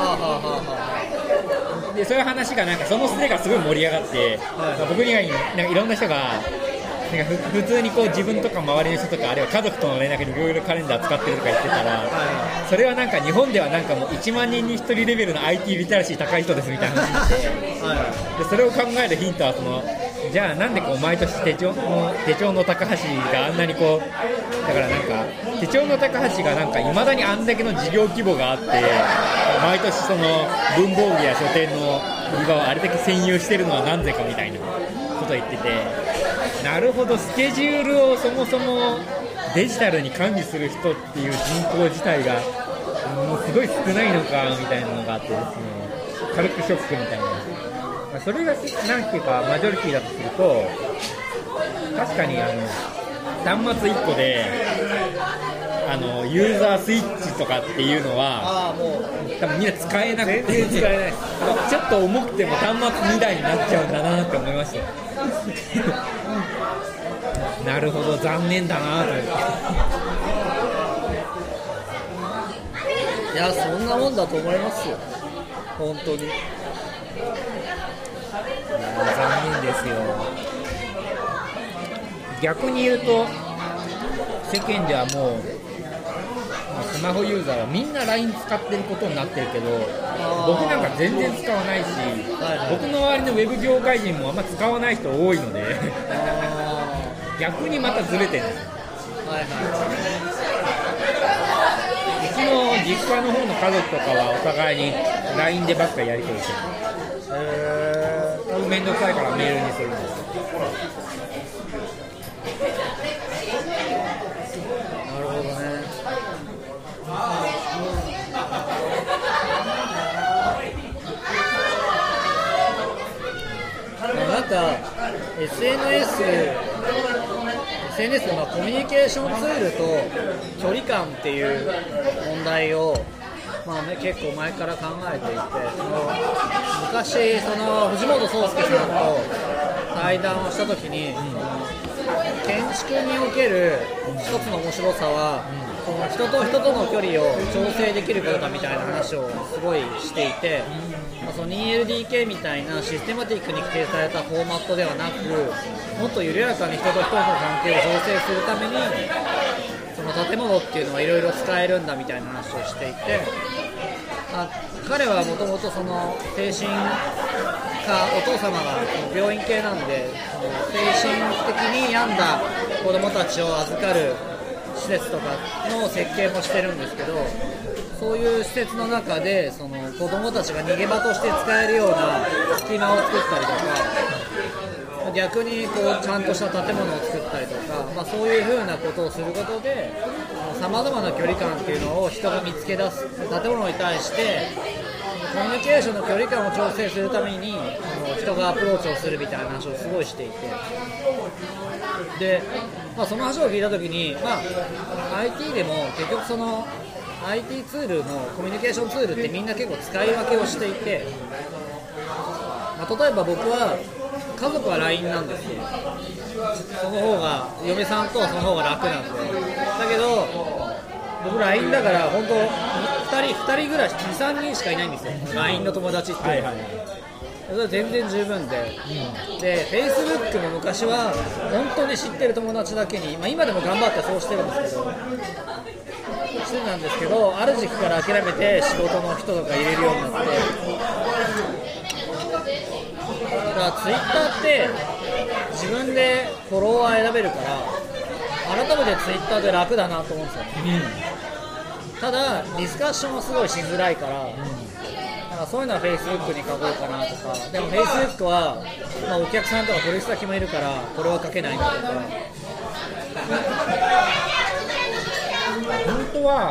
[SPEAKER 2] でそういう話がなんかそのスレがすごい盛り上がって、はい、僕以外になんかいろんな人がなんか普通にこう自分とか周りの人とかあるいは家族との連絡に Google カレンダー使ってるとか言ってたら、はい、それはなんか日本ではなんかもういちまんにんにひとりレベルの アイティー リテラシー高い人ですみたいな話で、はい、でそれを考えるヒントはそのじゃあなんでこう毎年手帳の手帳の高橋があんなにこうだからなんか手帳の高橋がなんかいまだにあんだけの事業規模があって毎年その文房具や書店の売り場をあれだけ占有してるのはなんでかみたいなことを言ってて、なるほどスケジュールをそもそもデジタルに管理する人っていう人口自体がもうすごい少ないのかみたいなのがあってですね、軽くショックみたいな。それがなんていうかマジョリティだとすると確かにあの端末いっこであのユーザースイッチとかっていうのはもう多分みんな使えなくて全然使えないちょっと重くても端末にだいになっちゃうんだなって思いましたなるほど残念だなと思って
[SPEAKER 3] いやそんなもんだと思いますよ本当に。
[SPEAKER 2] 残念ですよ。逆に言うと世間ではもうスマホユーザーはみんな ライン 使ってることになってるけど僕なんか全然使わないし、はいはい、僕の周りのウェブ業界人もあんま使わない人多いので逆にまたずれてるんですよ、はいはい、うちの実家の方の家族とかはお互いに ライン でばっかりやり取りしてる。へー、めんどくさいからメールにするんです。
[SPEAKER 3] なるほどね。なんか エスエヌエス エスエヌエス のコミュニケーションツールと距離感っていう問題をまあね、結構前から考えていて、その昔その藤本壮介さんと対談をしたときに、うん、建築における一つの面白さは、うん、その人と人との距離を調整できることだみたいな話をすごいしていて、うんまあ、その ツーエルディーケー みたいなシステマティックに規定されたフォーマットではなく、もっと緩やかに人と人との関係を調整するためにその建物っていうのはいろいろ使えるんだみたいな話をしていて、あ彼はもともとその精神科、お父様が病院系なんでその精神的に病んだ子どもたちを預かる施設とかの設計もしてるんですけど、そういう施設の中でその子どもたちが逃げ場として使えるような隙間を作ったりとか、 逆にこうちゃんとした建物を作ったりとか、まあ、そういう風なことをすることでさまざまな距離感っていうのを人が見つけ出す、建物に対してコミュニケーションの距離感を調整するためにあの人がアプローチをするみたいな話をすごいしていて、で、まあ、その話を聞いたときに、まあ、アイティー でも結局その アイティー ツールのコミュニケーションツールってみんな結構使い分けをしていて、まあ、例えば僕は家族は ライン なんですよ。その方が嫁さんとはその方が楽なんで、だけど僕 ライン だから本当ふたりふたりぐらい にさんにんしかいないんですよ ライン の友達っていうのは、はいはい、それは全然十分で、うん、で Facebook も昔は本当に知ってる友達だけに、まあ、今でも頑張ってそうしてるんですけどしてたんですけど、ある時期から諦めて仕事の人とか入れるようになって、だから Twitter って自分でフォロワー選べるから改めて Twitter で楽だなと思うんですよね、うん、ただディスカッションはすごいしづらいから、うん、なんかそういうのは Facebook に書こうかなとか、でも Facebook は、まあ、お客さんとか取引先もいるからこれは書けないなとか、
[SPEAKER 2] 本当は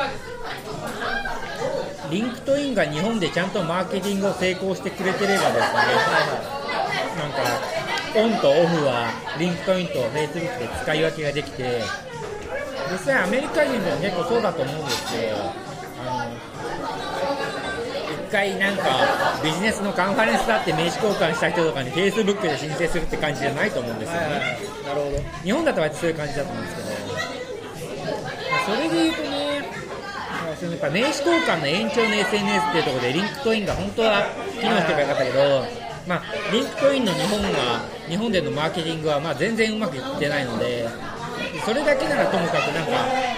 [SPEAKER 2] リンクトインが日本でちゃんとマーケティングを成功してくれてればですね、なんかオンとオフはリンクトインと Facebook で使い分けができて、実際アメリカ人も結構そうだと思うんですけど、あの一回なんかビジネスのカンファレンスだって名刺交換した人とかに Facebook で申請するって感じじゃないと思うんですよね、はいはいはい、なるほど。日本だとそういう感じだと思うんですけど、それで言うとね、やっぱ名刺交換の延長の エスエヌエス っていうところでリンクトインが本当は機能してればよかったけど、まあ、リンクトインの日本が日本でのマーケティングはまあ全然うまくいってないので、それだけならともかくなんか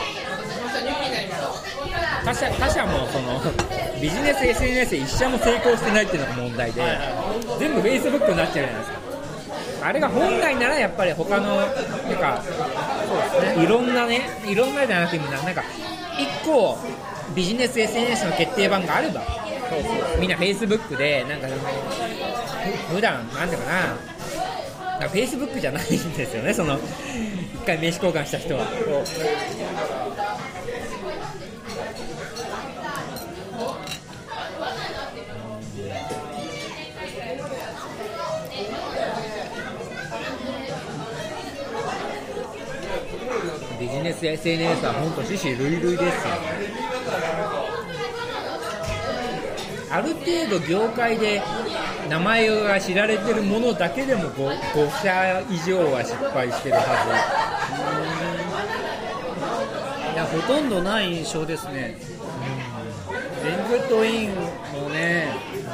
[SPEAKER 2] 他社、他社もそのビジネス エスエヌエス で一社も成功してないっていうのが問題で、全部 Facebook になっちゃうじゃないですか。あれが本来ならやっぱり他のなんかそうですね、いろんなね、いろんなじゃなくてもなんか一個ビジネス エスエヌエス の決定版があれば、そうそうみんな Facebook でなんか普段なんていうかな、なんか Facebook じゃないんですよね、その一回名刺交換した人は。ビジネス エスエヌエス は本当獅子類類ですよ。ある程度業界で名前が知られてるものだけでも 5, ご社以上は失敗してるは
[SPEAKER 3] ず。いや、ほとんどない印象ですね。リンクトインもね、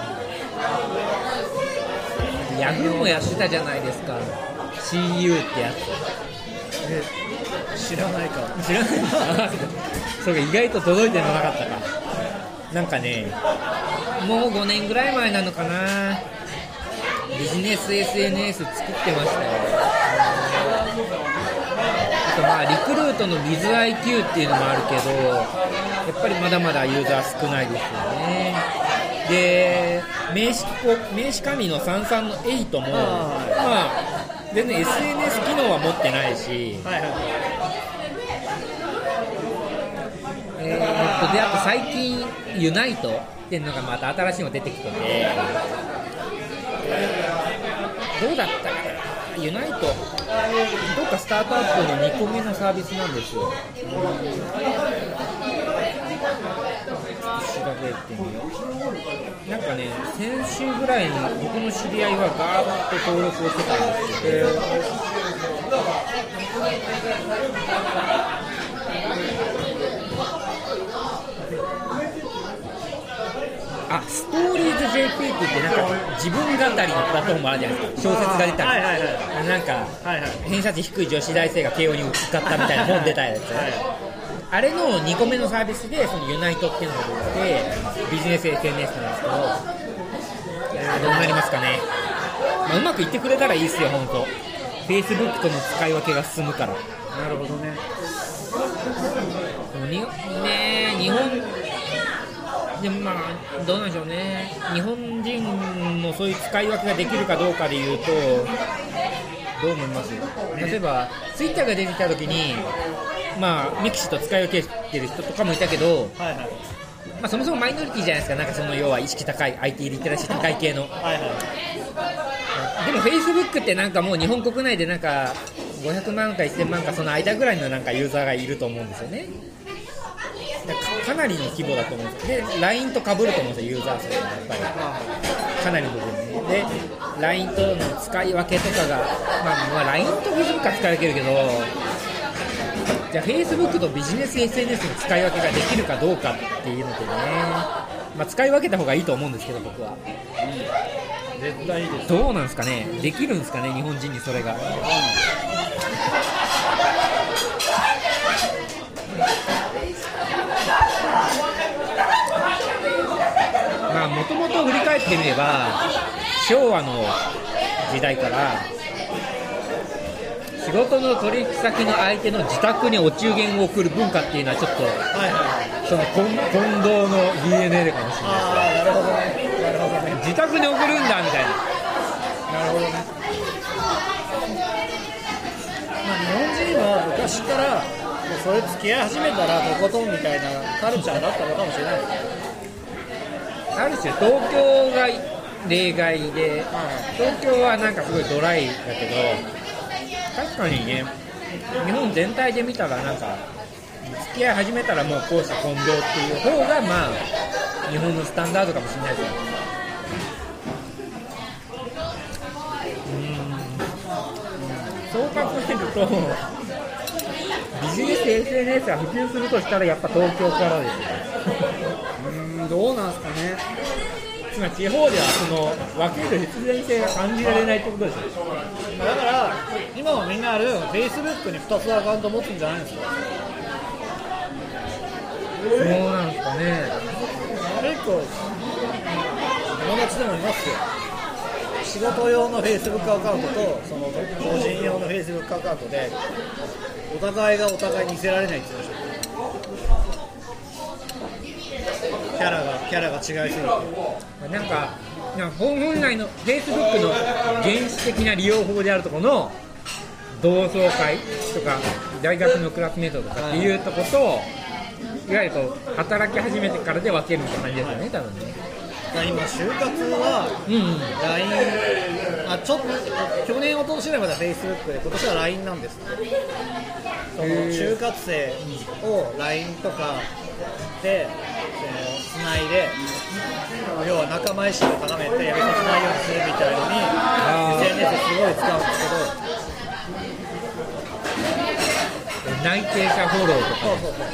[SPEAKER 2] ヤフーもやってたじゃないですか、 シーユー ってやつ。
[SPEAKER 3] え、知らないか。
[SPEAKER 2] 知らないかそうか、意外と届いてなかったか。なんかね、もうごねんぐらい前なのかな、ビジネス エスエヌエス 作ってましたよ。あとまあリクルートの ウィズアイキュー っていうのもあるけど、やっぱりまだまだユーザー少ないですよね。で、名刺、名刺紙のさんさんのはちも、まあ全然 エスエヌエス 機能は持ってないし、はいはい、えー、であと最近ユナイトっていうのがまた新しいの出てきてて、どうだったかな、ユナイトどっかスタートアップのにこめのサービスなんですよ。調べてみよう。なんかね、先週ぐらいに僕の知り合いはガーッと登録をしてたんですけど、あ、ストーリーズ ジェーピー って言ってなんか自分語りのプラットフォームあるじゃないですか。小説が出たり、はいはいはい、なんか、はいはい、偏差値低い女子大生が慶応に受かったみたいな本出たやつ、はい、あれのにこめのサービスでそのユナイトっていうのが出てビジネス エスエヌエス なんですけど、いやどうなりますかね、まあ、うまくいってくれたらいいですよ本当。 Facebook との使い分けが進むから。
[SPEAKER 3] なるほどね。
[SPEAKER 2] にね、日本でもまあどうなんでしょうね、日本人もそういう使い分けができるかどうかでいうとどう思います？例えばツイッターが出てきた時にまあミクシーと使い分けてる人とかもいたけど、はいはい、まあ、そもそもマイノリティじゃないですか。なんかその要は意識高い アイティー リテラシー高い系の、はいはい、でもフェイスブックってなんかもう日本国内でなんかごひゃくまんかせんまんかその間ぐらいのなんかユーザーがいると思うんですよね。か, かなりの規模だと思うんですで ライン と被ると思うんですよ、ユーザー数がやっぱりかなりの部分で、で ライン との使い分けとかが、まあ、まあ ライン と Facebook は使い分けるけど、じゃあ Facebook とビジネス エスエヌエス の使い分けができるかどうかっていうのでね、まあ、使い分けた方がいいと思うんですけど僕は、うん、絶対いいです。どうなんですかね、できるんですかね日本人にそれが、うん、まあもともと振り返ってみれば昭和の時代から仕事の取引先の相手の自宅にお中元を送る文化っていうのはちょっと、はいはい、その混同の ディーエヌエー かもしれないです。あ、なるほどね、なるほどね、自宅に送るんだみたいな。なるほどね。
[SPEAKER 3] まあ、日本人は昔からそれ付き合い始めたらとことんみたいなカルチャーだったのかもしれないですね。
[SPEAKER 2] ある種東京が例外で、東京はなんかすごいドライだけど、確かにね日本全体で見たらなんか付き合い始めたらもう公私混同っていう方がまあ日本のスタンダードかもしれないですよ。うーん、そう考えるとビジネス エスエヌエス が普及するとしたらやっぱ東京からですね。
[SPEAKER 3] うーん、どうなんですかね。
[SPEAKER 2] つまり地方ではその分ける必然性が感じられないってことですよ。
[SPEAKER 3] だから今もみんなある Facebook にふたつアカウント持つんじゃないですか。
[SPEAKER 2] そうなんですかね。
[SPEAKER 3] 結構友達でもいますよ。仕事用の Facebook アカウントとその個人用の Facebook アカウントでお互いがお互いに見せられないって言うんでしょ。キャラがキャラが違いすぎて、
[SPEAKER 2] なんか本来の Facebook の原始的な利用法であるところの同窓会とか大学のクラスメートとかっていうところと、いわゆるこう働き始めてからで分けるみたいな感じですよね、多分ね。
[SPEAKER 3] 今就活は ライン、うん、あちょっと去年おととしぐらいまでは Facebook で今年は ライン なんです。その就活生を ライン とかでつないで、要は仲間意識を高めてやめさせないようにするみたいのに エスエヌエス すごい使うんです
[SPEAKER 2] けど、内定者フォローとか。そうそうそう、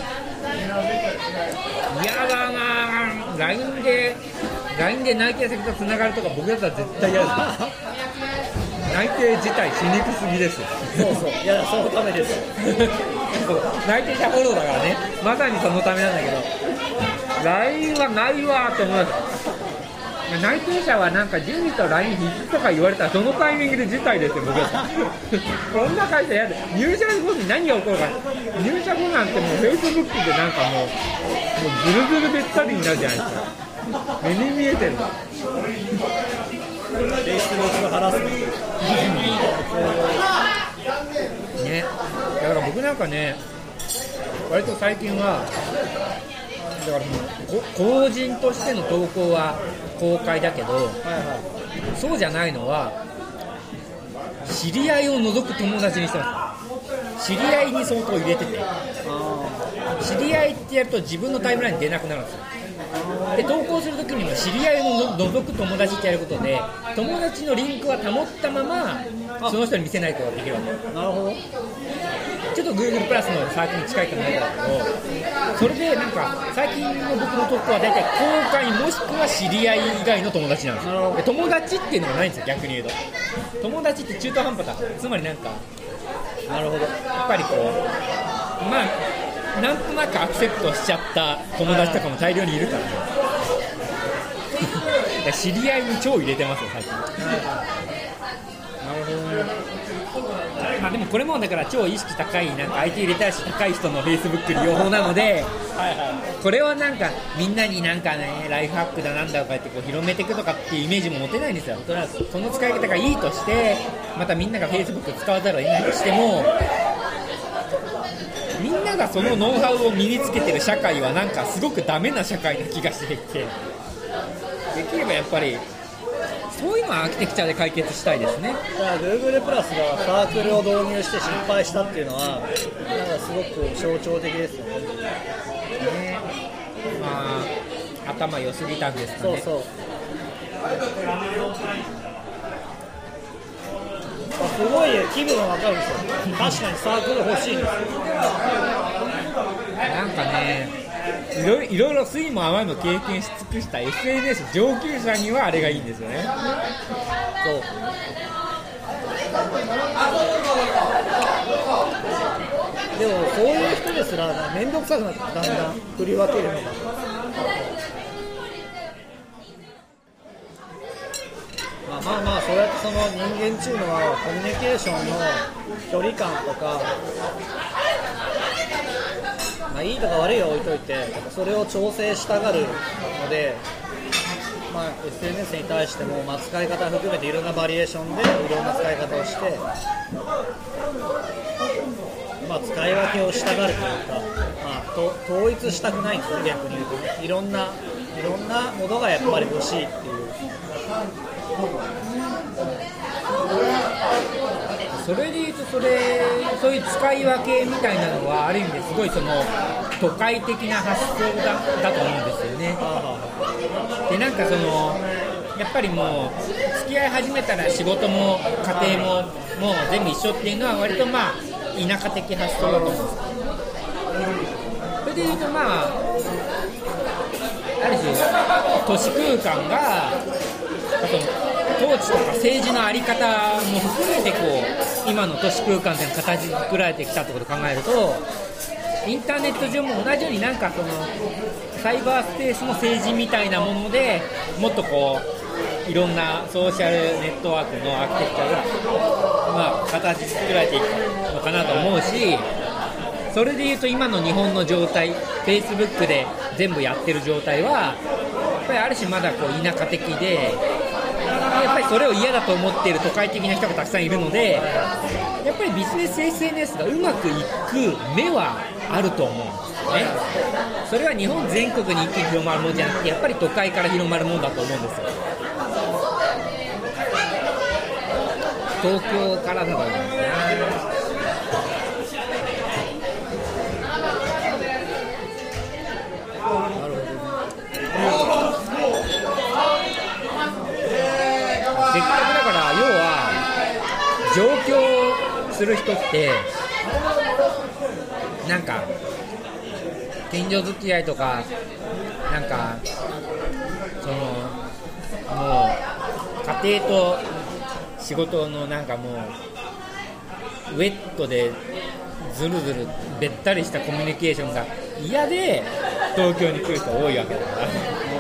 [SPEAKER 2] 嫌だなぁ、ライン で ライン で内定先とつながるとか僕だったら絶対嫌です内定自体しにくすぎです。
[SPEAKER 3] そうそう、いやそのためです
[SPEAKER 2] 内定者フォローだからね、まさにそのためなんだけど ライン はないわと思います。内定者はなんか準備と ライン 必須とか言われたらそのタイミングで辞退ですよ僕はこんな会社やで、入社後に何が起こるか、入社後なんてもう Facebook でなんかもうもうズルズルべったりになるじゃないですか。目に見えてるんだ。
[SPEAKER 3] Facebook のハラスメント
[SPEAKER 2] ね、だから僕なんかね割と最近はだから個人としての投稿は公開だけど、はいはい、そうじゃないのは知り合いを除く友達にしてます。知り合いに相当入れてて、知り合いってやると自分のタイムラインに出なくなるんですよ。で投稿するときにも知り合いを除く友達ってやることで友達のリンクは保ったままその人に見せないことができるわけ。
[SPEAKER 3] なるほど。
[SPEAKER 2] ちょっと Google プラスのサーチに近いかもしれないけど、それでなんか最近の僕の投稿は大体公開もしくは知り合い以外の友達なんですよ。で友達っていうのがないんですよ。逆に言うと友達って中途半端だ。つまりなんかなるほど、やっぱりこうまあなんとなくアクセプトしちゃった友達とかも大量にいるからね知り合いに超入れてますよ最近。なるほどね。 まあ、でもこれもだから超意識高いなんか アイティー リテラシー高い人の Facebook 利用法なのではい、はい、これはなんかみんなになんかねライフハックだなんだとか言ってこう広めていくとかっていうイメージも持てないんですよ。その使い方がいいとしてまたみんなが Facebook 使わざるを得ないとしてもみんながそのノウハウを身につけてる社会はなんかすごくダメな社会な気がしていて、できればやっぱりそういうのはアーキテクチャで解決したいですね。
[SPEAKER 3] だから Google プラスがサークルを導入して失敗したっていうのはなんかすごく象徴的ですよね。
[SPEAKER 2] ね、まあ頭良すぎたんですかね。
[SPEAKER 3] そうそう、すごい気分は分かるんですよ。確かにサークル欲しいんですよ。
[SPEAKER 2] なんかねいろいろいろ酸いも甘いも経験し尽くした エスエヌエス 上級者にはあれがいいんですよね。
[SPEAKER 3] そうでもそういう人ですら面倒くさくなってだんだん振り分けるのがまあまあまあそうやってその人間っていうのはコミュニケーションの距離感とかまあ、いいとか悪いは置いといてそれを調整したがるので、まあ、エスエヌエス に対しても、まあ、使い方含めていろんなバリエーションでいろんな使い方をして、まあ、使い分けをしたがるというか、まあ、と統一したくないんですよ。逆に言うとねいろんないろんなものがやっぱり欲しいっていう
[SPEAKER 2] それでいうとそれそういう使い分けみたいなのはある意味ですごいその都会的な発想だ、だと思うんですよね。でなんかそのやっぱりもう付き合い始めたら仕事も家庭ももう全部一緒っていうのは割とまあ田舎的発想だと思うんです。それでいうとまあある種都市空間があと統治とか政治の在り方も含めてこう今の都市空間での形作られてきたってことを考えるとインターネット上も同じようになんかそのサイバースペースの政治みたいなものでもっとこういろんなソーシャルネットワークのアーキテクチャが、まあ、形作られていくのかなと思うし、それでいうと今の日本の状態 Facebook で全部やってる状態はやっぱりある種まだこう田舎的でやっぱりそれを嫌だと思っている都会的な人がたくさんいるのでやっぱりビジネス エスエヌエス がうまくいく目はあると思うんですよね。それは日本全国に一気に広まるものじゃなくてやっぱり都会から広まるものだと思うんですよ。東京からだと思うんですね。せっかくだから要は上京する人ってなんか近所付き合いとかなんかそのもう家庭と仕事のなんかもうウェットでずるずるべったりしたコミュニケーションが嫌で東京に来る人多いわけだから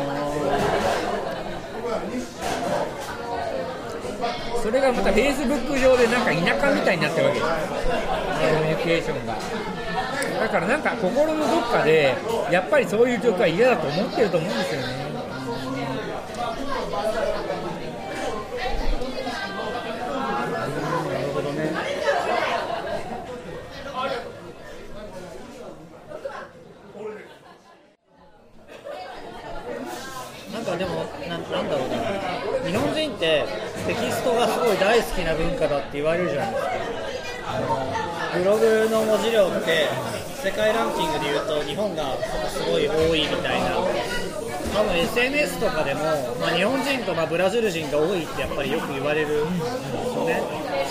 [SPEAKER 2] それがまた Facebook 上でなんか田舎みたいになってるわけですコミュニケーションが。だからなんか心のどっかでやっぱりそういう状況は嫌だと思ってると思うんですよね。
[SPEAKER 3] なるほどね。なんかでも な, なんだろうな日本人ってテキストがすごい大好きな文化だって言われるじゃないですか。あのブログの文字量って世界ランキングでいうと日本がすごい多いみたいな。多分 エスエヌエス とかでも、まあ、日本人とまあブラジル人が多いってやっぱりよく言われるんですよね。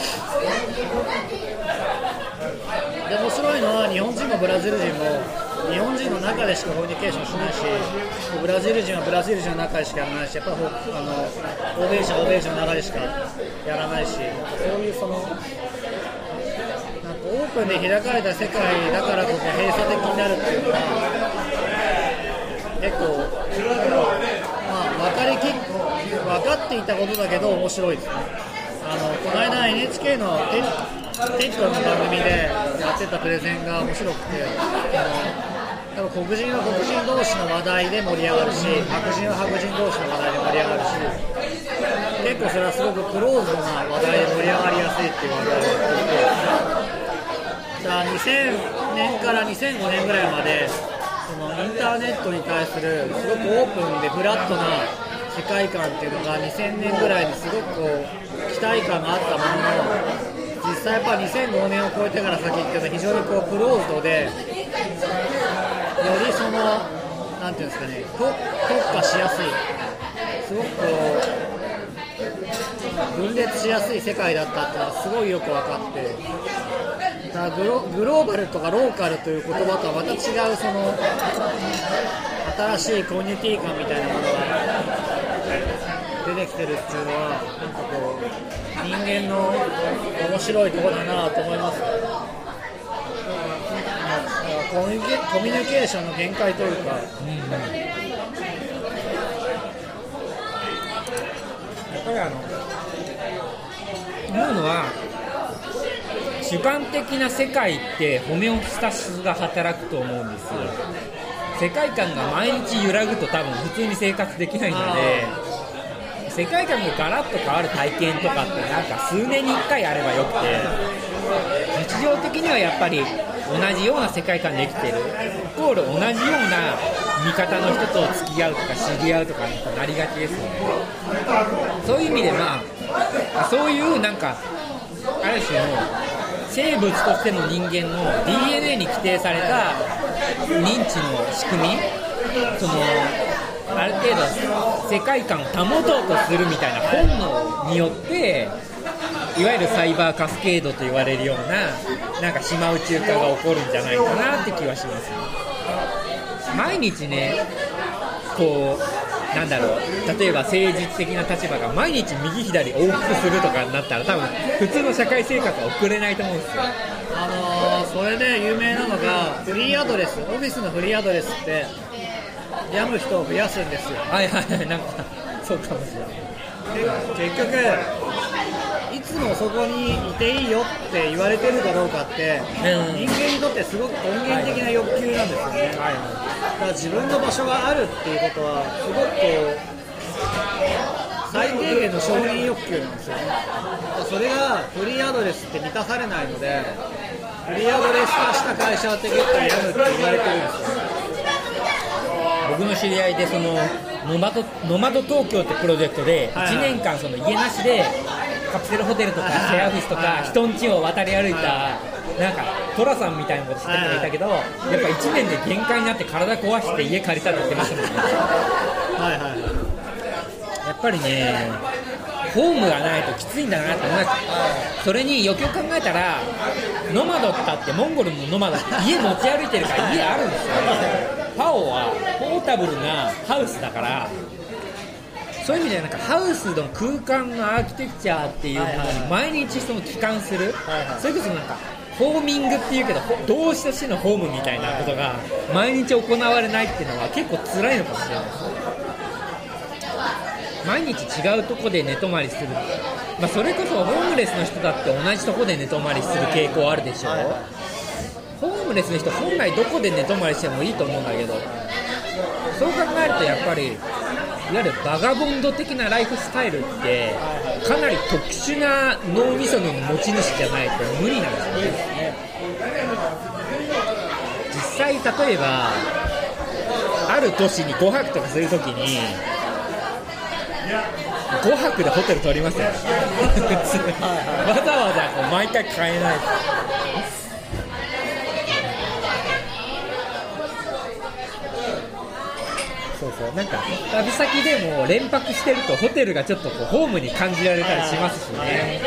[SPEAKER 3] で面白いのは日本人もブラジル人も日本人の中でしかコミュニケーションしないしブラジル人はブラジル人の中でしかやらないしやっぱりあの欧米人は欧米人の中でしかやらないしそういうそのなんかオープンで開かれた世界だからこそ閉鎖的になるっていうのは結構、まあ、分かりき分かっていたことだけど面白いですね。ああのこの間 エヌエイチケー のテテッドの番組でやってたプレゼンが面白くて、あの多分黒人は黒人同士の話題で盛り上がるし、白人は白人同士の話題で盛り上がるし、結構それはすごくクローズドな話題で盛り上がりやすいっていう話題をやっていて、じゃあにせんねんからにせんごねんぐらいまでそのインターネットに対するすごくオープンでフラットな世界観っていうのがにせんねんぐらいにすごくこう期待感があったものの、実際やっぱにせんごねんを超えてから先っていうのは非常にこうクローズドで、よりそのなんていうんですかね、特化しやすい、すごくこう分裂しやすい世界だったっていうのがすごいよく分かって、だからグロ、グローバルとかローカルという言葉とはまた違うその新しいコミュニティ感みたいなものが出てきてるっていうのは、なんかこう人間の面白いところだなと思います。コミュニケ、コミュニケーションの限界というか、うんうん、や
[SPEAKER 2] っぱりあの思うのは、主観的な世界ってホメオスタシスが働くと思うんですよ。世界観が毎日揺らぐと多分普通に生活できないので、世界観がガラッと変わる体験とかってなんか数年にいっかいあればよくて、日常的にはやっぱり同じような世界観で生きてるイコール同じような見方の人と付き合うとか知り合うとかになりがちですよね。そういう意味でまあそういうなんかある種の生物としての人間の ディーエヌエー に規定された認知の仕組み、そのある程度世界観を保とうとするみたいな本能によっていわゆるサイバーカスケードと言われるようななんか島宇宙化が起こるんじゃないかなって気はします。毎日ねこうなんだろう、例えば政治的な立場が毎日右左往復するとかになったら多分普通の社会生活は送れないと思うんですよ。
[SPEAKER 3] あのー、それで有名なのがフリーアドレス、オフィスのフリーアドレスって病む人を増やすんですよ。
[SPEAKER 2] はいはい、なんかそうかもしれない。
[SPEAKER 3] 結局いつもそこにいていいよって言われてるかどうかって、うん、人間にとってすごく根源的な欲求なんですよね、はいはい、だから自分の場所があるっていうことはすごくこう最低限の承認欲求なんですよね。それがフリーアドレスって満たされないので、フリーアドレス化した会社って結構病むって言われてるんですよ。
[SPEAKER 2] 僕の知り合いでそのノマド、ノマド東京ってプロジェクトでいちねんかんその家なしでカプセルホテルとかシェアオフィスとか人ん家を渡り歩いたなんかトラさんみたいなことしてる人がいたけど、やっぱいちねんで限界になって体壊して家借りたって言ってましたもんね。はいはい、やっぱりねホームがないときついんだなって思います。それによくよく考えたらノマドったってモンゴルのノマドって家持ち歩いてるから家あるんですよ。パオはポータブルなハウスだから、そういう意味ではなんかハウスの空間のアーキテクチャーっていうものに毎日その帰還する、はいはい、それこそなんかホーミングっていうけど動詞としてのホームみたいなことが毎日行われないっていうのは結構辛いのかもしれないです。毎日違うとこで寝泊まりする、まあ、それこそホームレスの人だって同じとこで寝泊まりする傾向あるでしょう、はいはい、ホームレスの人本来どこで寝泊まりしてもいいと思うんだけど、そう考えるとやっぱりいわゆるバガボンド的なライフスタイルってかなり特殊な脳みその持ち主じゃないと無理なんですよね。実際例えばある都市にごはくとかするときにごはくでホテル取りますよねわざわざこう毎回買えない。そうそう、なんか旅先でも連泊してるとホテルがちょっとこうホームに感じられたりしますしね。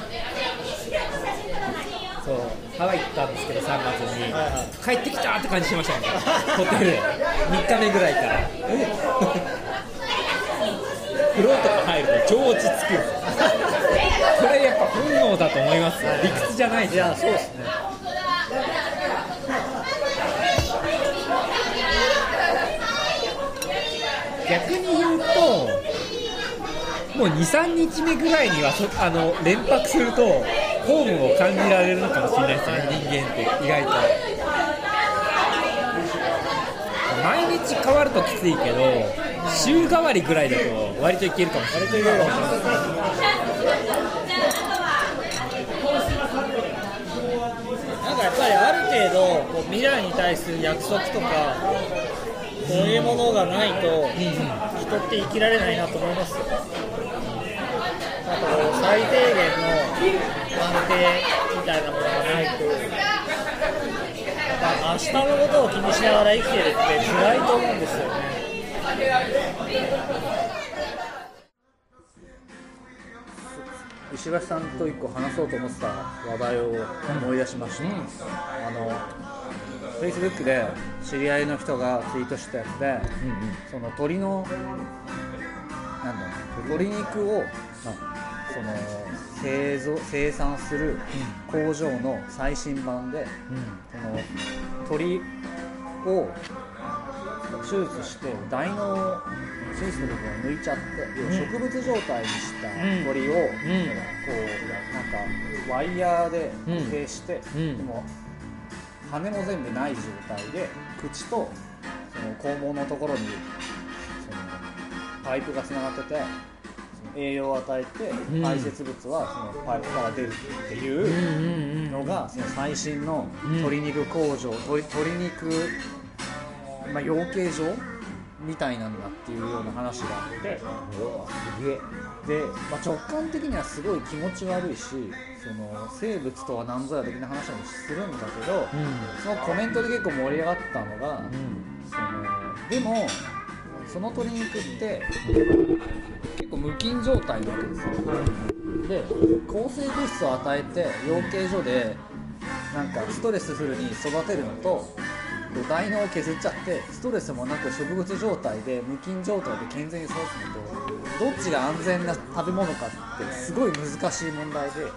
[SPEAKER 2] そう、ハワイ行ったんですけどさんがつに、はいはい、帰ってきたって感じしましたねホテルみっかめぐらいから風呂とか入ると超落ち着くこれやっぱ本能だと思いますよ、理屈じゃないですよ。いや、そうですね。逆に言うともう にさんにちめぐらいにはそあの連泊するとホームを感じられるのかもしれないですね、人間って意外と毎日変わるときついけど週替わりぐらいだと割といけるかもしれない。割といけるかもしれない。
[SPEAKER 3] なんかやっぱりある程度こう未来に対する約束とかそういうものがないと人って生きられないなと思いますよ。あと最低限の安定みたいなものがないと、明日のことを気にしながら生きてるって辛いと思うんですよね。石橋さんと一個話そうと思ってた話題を思い出しました、うん、あの Facebook で知り合いの人がツイートしたやつで、うんうん、その鶏のなんだろう鶏肉を、まあ、その製造生産する工場の最新版で、うん、その鶏を手術して大脳手術の部分を抜いちゃって、うん、植物状態にした鳥を、うん、こうなんかワイヤーで固定して、うん、でも羽も全部ない状態で口とその肛門のところにそのパイプがつながってて栄養を与えて、うん、排泄物はそのパイプから出るっていうのがその最新の鶏肉工場、鶏, 鶏肉、まあ、養鶏場みたいなんだっていうような話があって、すげえで、まあ、直感的にはすごい気持ち悪いし、その生物とは何ぞや的な話もするんだけど、うん、そのコメントで結構盛り上がったのが、うん、そのでもその鶏肉って結構無菌状態なわけですよ。で抗生物質を与えて養鶏所でなんかストレスフルに育てるのと大脳を削っちゃってストレスもなく植物状態で無菌状態で健全に育つのとどっちが安全な食べ物かってすごい難しい問題で、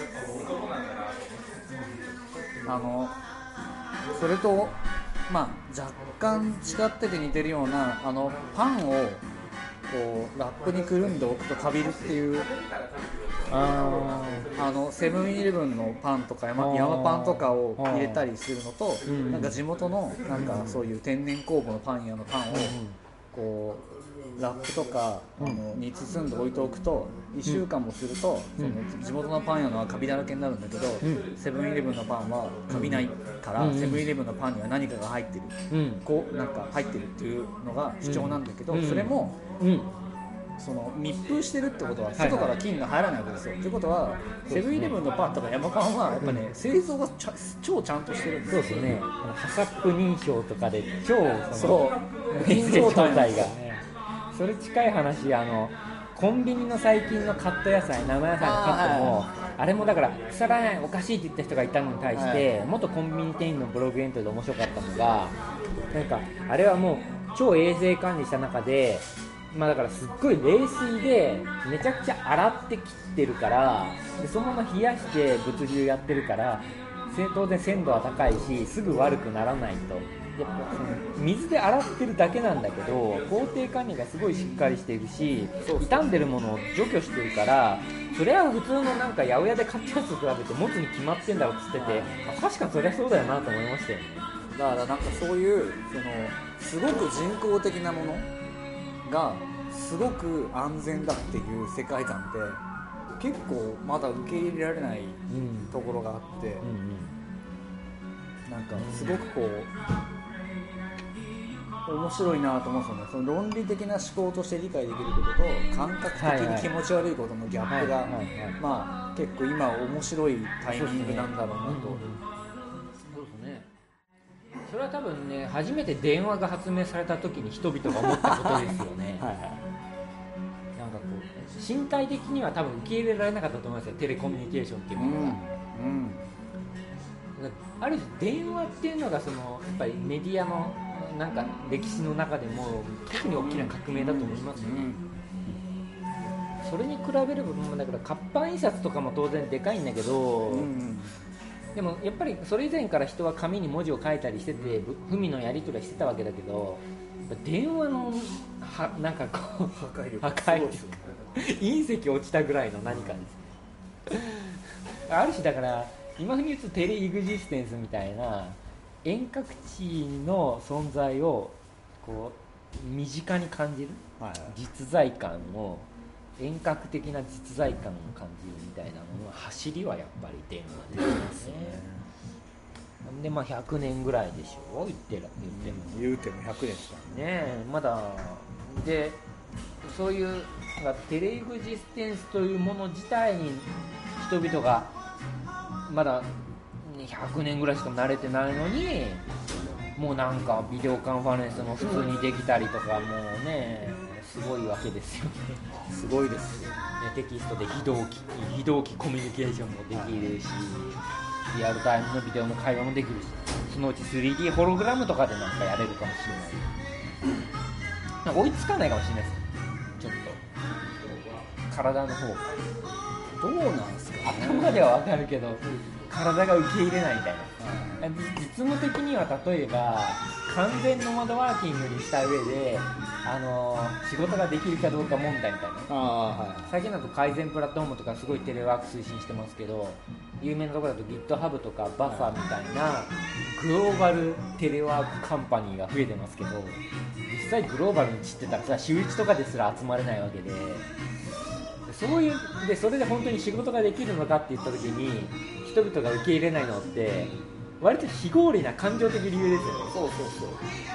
[SPEAKER 3] あのそれとまあ若干違ってて似てるようなあのパンをこうラップにくるんでおくとカビるっていうああのセブンイレブンのパンとか山パンとかを入れたりするのと、なんか地元のなんかそういう天然酵母のパン屋のパンをこうラップとかあのに包んで置いておくといっしゅうかんもするとその地元のパン屋のはカビだらけになるんだけど、セブンイレブンのパンはカビないからセブンイレブンのパンには何かが入ってる、こうなんか入ってるっていうのが主張なんだけど、それもその密封してるってことは外から菌が入らないわけですよ。と、はいはい、いうことはセブンイレブンのパンとか山パンはやっぱね、うん、製造がちゃ超ちゃんとしてるんですよ。
[SPEAKER 2] そうですね。ハサップ認証とかで超
[SPEAKER 3] その無菌状態が、
[SPEAKER 2] ね、それ近い話、あのコンビニの最近のカット野菜、生野菜のカットも あ,、はい、あれもだから腐らないおかしいって言った人がいたのに対して、はい、元コンビニ店員のブログエントで面白かったのが、なんかあれはもう超衛生管理した中で、まあ、だからすっごい冷水でめちゃくちゃ洗って切ってるから、でそのまま冷やして物流やってるから当然鮮度は高いしすぐ悪くならないと。やっぱその水で洗ってるだけなんだけど工程管理がすごいしっかりしているし、傷んでるものを除去してるから、それは普通のなんか八百屋で買ったやつと比べて持つに決まってんだろうっつってて、まあ、確かにそりゃそうだよなと思いましたよね。
[SPEAKER 3] だからなんかそういうそのすごく人工的なものがすごく安全だっていう世界観って結構まだ受け入れられないところがあって、うんうんうん、なんかすごくこう面白いなと思うんですよね。その論理的な思考として理解できることと感覚的に気持ち悪いことのギャップがまあ結構今面白いタイミングなんだろうなと。
[SPEAKER 2] そうですね。それは多分ね、初めて電話が発明された時に人々が思ったことですよね。はいはい、なんかこう身体的には多分受け入れられなかったと思いますよ、テレコミュニケーションっていうものが、うんうん、ある種電話っていうのがそのやっぱりメディアのなんか歴史の中でも特に大きな革命だと思いますよね、うんうん、それに比べればだから活版印刷とかも当然でかいんだけど、うんうん、でもやっぱりそれ以前から人は紙に文字を書いたりしてて文のやり取りしてたわけだけど、 電話のはなんかこう
[SPEAKER 3] 破壊力
[SPEAKER 2] 破壊力
[SPEAKER 3] すごいですよね。
[SPEAKER 2] 隕石落ちたぐらいの何かですある種だから今風に言うとテレエグジステンスみたいな遠隔地の存在をこう身近に感じる、
[SPEAKER 3] はいはい、
[SPEAKER 2] 実在感の遠隔的な実在感を感じるみたいなものは走りはやっぱり電話ですね。でまあひゃくねんぐらいでしょ言ってる言っても
[SPEAKER 3] 言うてもひゃくねんですからね。
[SPEAKER 2] ねえまだでそういうテレエグジステンスというもの自体に人々がまだひゃくねんぐらいしか慣れてないのにもうなんかビデオカンファレンスも普通にできたりとかもうねすごいわけですよね。
[SPEAKER 3] すごいですよ。
[SPEAKER 2] テキストで非同期非同期コミュニケーションもできるしリアルタイムのビデオも会話もできるしそのうち スリーディー ホログラムとかでなんかやれるかもしれないなんか追いつかないかもしれないですちょっと体の方が
[SPEAKER 3] どうなんですか、ね、
[SPEAKER 2] 頭ではわかるけど体が受け入れないみたいな、実務的には例えば完全ノマドワーキングにした上であの仕事ができるかどうか問題みたいな
[SPEAKER 3] あ、はい、
[SPEAKER 2] 最近だと改善プラットフォームとかすごいテレワーク推進してますけど有名なところだと GitHub とか Buffer みたいなグローバルテレワークカンパニーが増えてますけど実際グローバルに散ってたらさ週いちとかですら集まれないわけでそういうでそれで本当に仕事ができるのかって言った時に人々が受け入れないのって割と非合理な感情的理由ですよね。
[SPEAKER 3] そうそうそう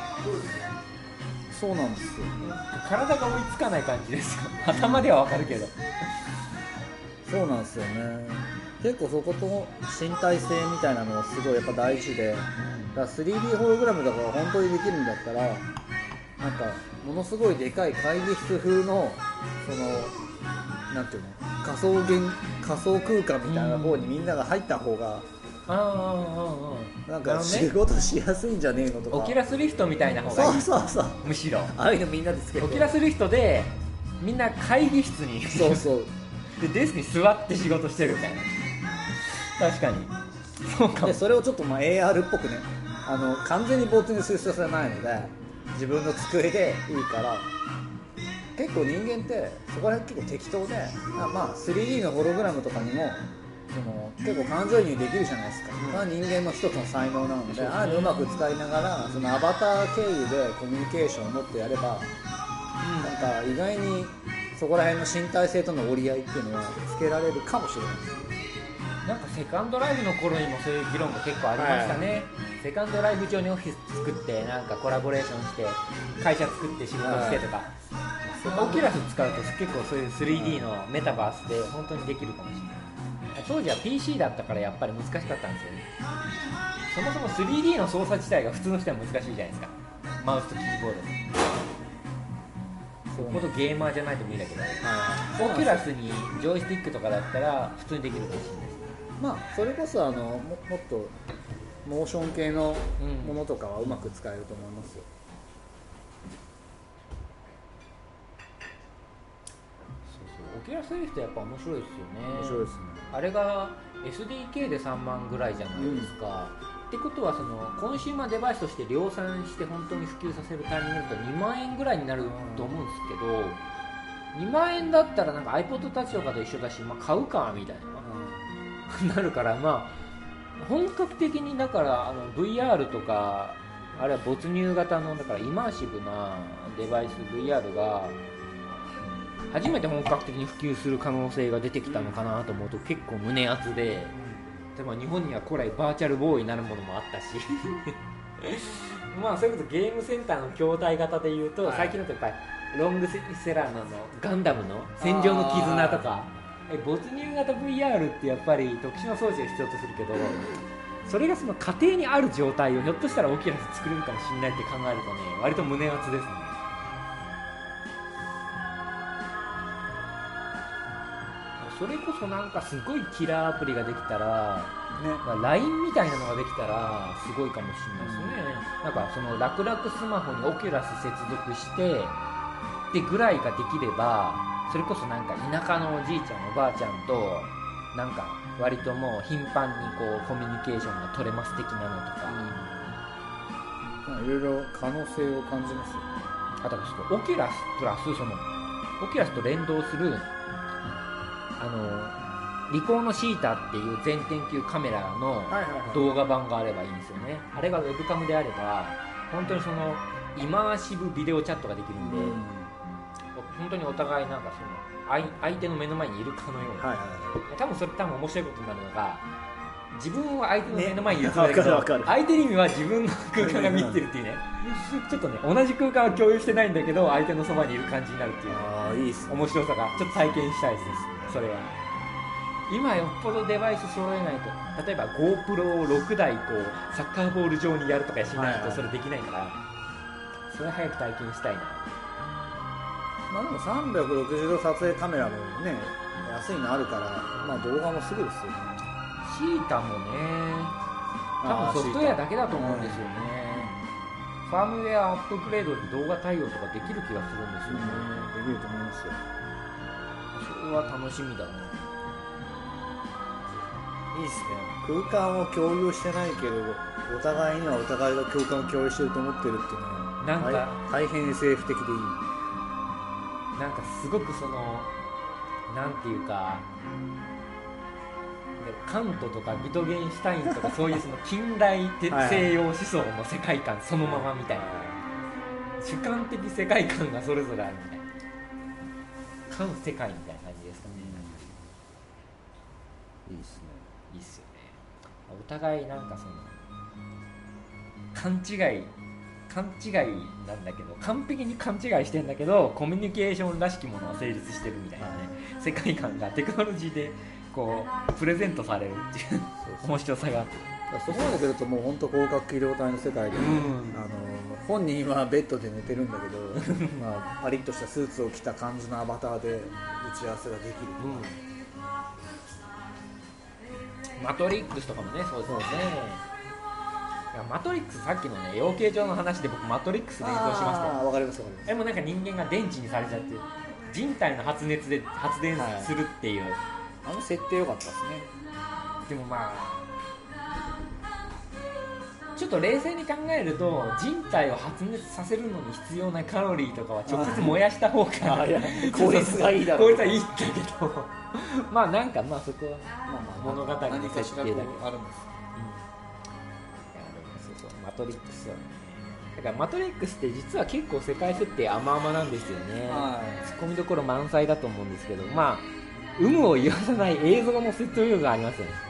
[SPEAKER 3] そうなんですよ。
[SPEAKER 2] 体が追いつかない感じですよ頭ではわかるけど
[SPEAKER 3] そうなんですよね。結構そこと身体性みたいなのがすごいやっぱ大事で、だから スリーディー ホログラムだから本当にできるんだったらなんかものすごいでかい会議室風のそのなんていうの仮想現仮想空間みたいな方にみんなが入った方が、
[SPEAKER 2] ああ
[SPEAKER 3] なんか仕事しやすいんじゃねえのとか、
[SPEAKER 2] オキュラスリフトみたいな方がいい。
[SPEAKER 3] そうそうそう、
[SPEAKER 2] むしろ
[SPEAKER 3] ああいうのみんなでつけて
[SPEAKER 2] オキュラスリフトでみんな会議室に
[SPEAKER 3] そうそう
[SPEAKER 2] でデスクに座って仕事してるみたいな。確かにそうかも。
[SPEAKER 3] でそれをちょっとまあ エーアール っぽくね、あの完全に没入する必要はないので自分の机でいいから、結構人間ってそこら辺結構適当で、まあ スリーディー のホログラムとかにもその結構感情移入できるじゃないですか、うん、まあ、人間の一つの才能なので、ああいうのうまく使いながらそのアバター経由でコミュニケーションを持ってやれば、うん、なんか意外にそこら辺の身体性との折り合いっていうのはつけられるかもしれないです。
[SPEAKER 2] なんかセカンドライフの頃にもそういう議論が結構ありましたね、はい、セカンドライフ上にオフィス作ってなんかコラボレーションして会社作って仕事してとか、はい、オキュラス使うと結構そういう スリーディー のメタバースで本当にできるかもしれない。当時は ピーシー だったからやっぱり難しかったんですよね。そもそも スリーディー の操作自体が普通の人は難しいじゃないですか、マウスとキーボードで。そこゲーマーじゃないと無理だけど、はい、オキュラスにジョイスティックとかだったら普通にできるかもしれないです。
[SPEAKER 3] まあそれこそあの も, もっとモーション系のものとかはうまく使えると思いますよ、
[SPEAKER 2] うん、そうそうオキュラスリフトやっぱ面白いですよね。
[SPEAKER 3] 面白いですね。あ
[SPEAKER 2] れが エスディーケー でさんまんぐらいじゃないですか、うん、ってことはそのコンシューマーデバイスとして量産して本当に普及させるタイミングだとにまんえんぐらいになると思うんですけど、うん、にまんえんだったらなんか iPod Touch とかと一緒だし、まあ、買うかみたいななるから、まあ本格的にだからあの ブイアール とかあるいは没入型のだからイマーシブなデバイス ブイアール が初めて本格的に普及する可能性が出てきたのかなと思うと結構胸熱で、でも日本には古来バーチャルボーイになるものもあったしまあそれこそゲームセンターの筐体型でいうと、はい、最近だとやっぱりロングセラーのガンダムの戦場の絆とかえ没入型 ブイアール ってやっぱり特殊な装置を必要とするけど、それがその家庭にある状態をひょっとしたらオキュラス作れるかもしれないって考えるとね、割と胸熱ですね。それこそなんかすごいキラーアプリができたら、ね、ライン みたいなのができたらすごいかもしれないですね、うん、なんかその楽々スマホにオキュラス接続してでぐらいができれば、それこそなんか田舎のおじいちゃんおばあちゃんとなんか割ともう頻繁にこうコミュニケーションが取れます的なのとか、
[SPEAKER 3] うん、いろいろ可能性を感じますよね。
[SPEAKER 2] あとオキュラスプラスそのオキュラスと連動するあのリコーのシータっていう全天球カメラの動画版があればいいんですよね。あれがウェブカムであれば本当にそのイマーシブビデオチャットができるんで、うん、本当にお互いなんかその 相, 相手の目の前にいるかのような、はいはいはい、多分それ多分面白いことになるのが自分は相手の目の前にいるつもりだけど、ね、相手には自分の空間が見てるっていうねちょっとね同じ空間は共有してないんだけど相手のそばにいる感じになるっていう、ね、
[SPEAKER 3] あいいっすね、
[SPEAKER 2] 面白さがちょっと体験したいです。それは今よっぽどデバイス揃えないと、例えば ゴープロ をろくだいこうサッカーボール上にやるとかしないとそれできないから、はいはい、それ早く体験したいな。
[SPEAKER 3] まあ、でもさんびゃくろくじゅうど撮影カメラもね安いのあるから、まあ、動画もすぐですよね。
[SPEAKER 2] シータもね多分ソフトウェアだけだと思うんですよね。ファームウェアアップグレードで動画対応とかできる気がするんですよね。
[SPEAKER 3] できると思いますよ。
[SPEAKER 2] それは楽しみだな。
[SPEAKER 3] いいですね。空間を共有してないけどお互いにはお互いが空間を共有してると思ってるっていうのはなんか大変 エスエフ 的でいい。
[SPEAKER 2] なんかすごくそのなんていうかカントとかビトゲンシュタインとかそういうその近代西洋思想の世界観そのままみたいな主観的世界観がそれぞれあるみたいな観世界みたいな感じですかね、
[SPEAKER 3] うん、いいっすね。
[SPEAKER 2] いいっすよね。お互いなんかその勘違い勘違いなんだけど完璧に勘違いしてんだけどコミュニケーションらしきものは成立してるみたいなね、はい、世界観がテクノロジーでこうプレゼントされるっていう面白さがあって、
[SPEAKER 3] そこまで来るともう本当広角機動隊の世界で、うん、あの本人はベッドで寝てるんだけどまあパリッとしたスーツを着た感じのアバターで打ち合わせができる、
[SPEAKER 2] うん、マトリックスとかもねそうですね。いやマトリックスさっきのね養鶏場の話で僕マトリックスで演奏しましたよ。
[SPEAKER 3] あ、わかりますわかります。
[SPEAKER 2] でもなんか人間が電池にされちゃって人体の発熱で発電するっていう、はい、
[SPEAKER 3] あの設定良かったですね。
[SPEAKER 2] でもまあちょっと冷静に考えると人体を発熱させるのに必要なカロリーとかは直接燃やした方が
[SPEAKER 3] 効率がいいだろう。
[SPEAKER 2] 効率はいいんだけどまあなんかまあそこは、まあ、まあ物語の設定だけどあるんです。マトリックスはね、だからマトリックスって実は結構世界設定甘々なんですよね。ツッコミどころ満載だと思うんですけど、まあ有無を言わさない映像の説得力がありますよね。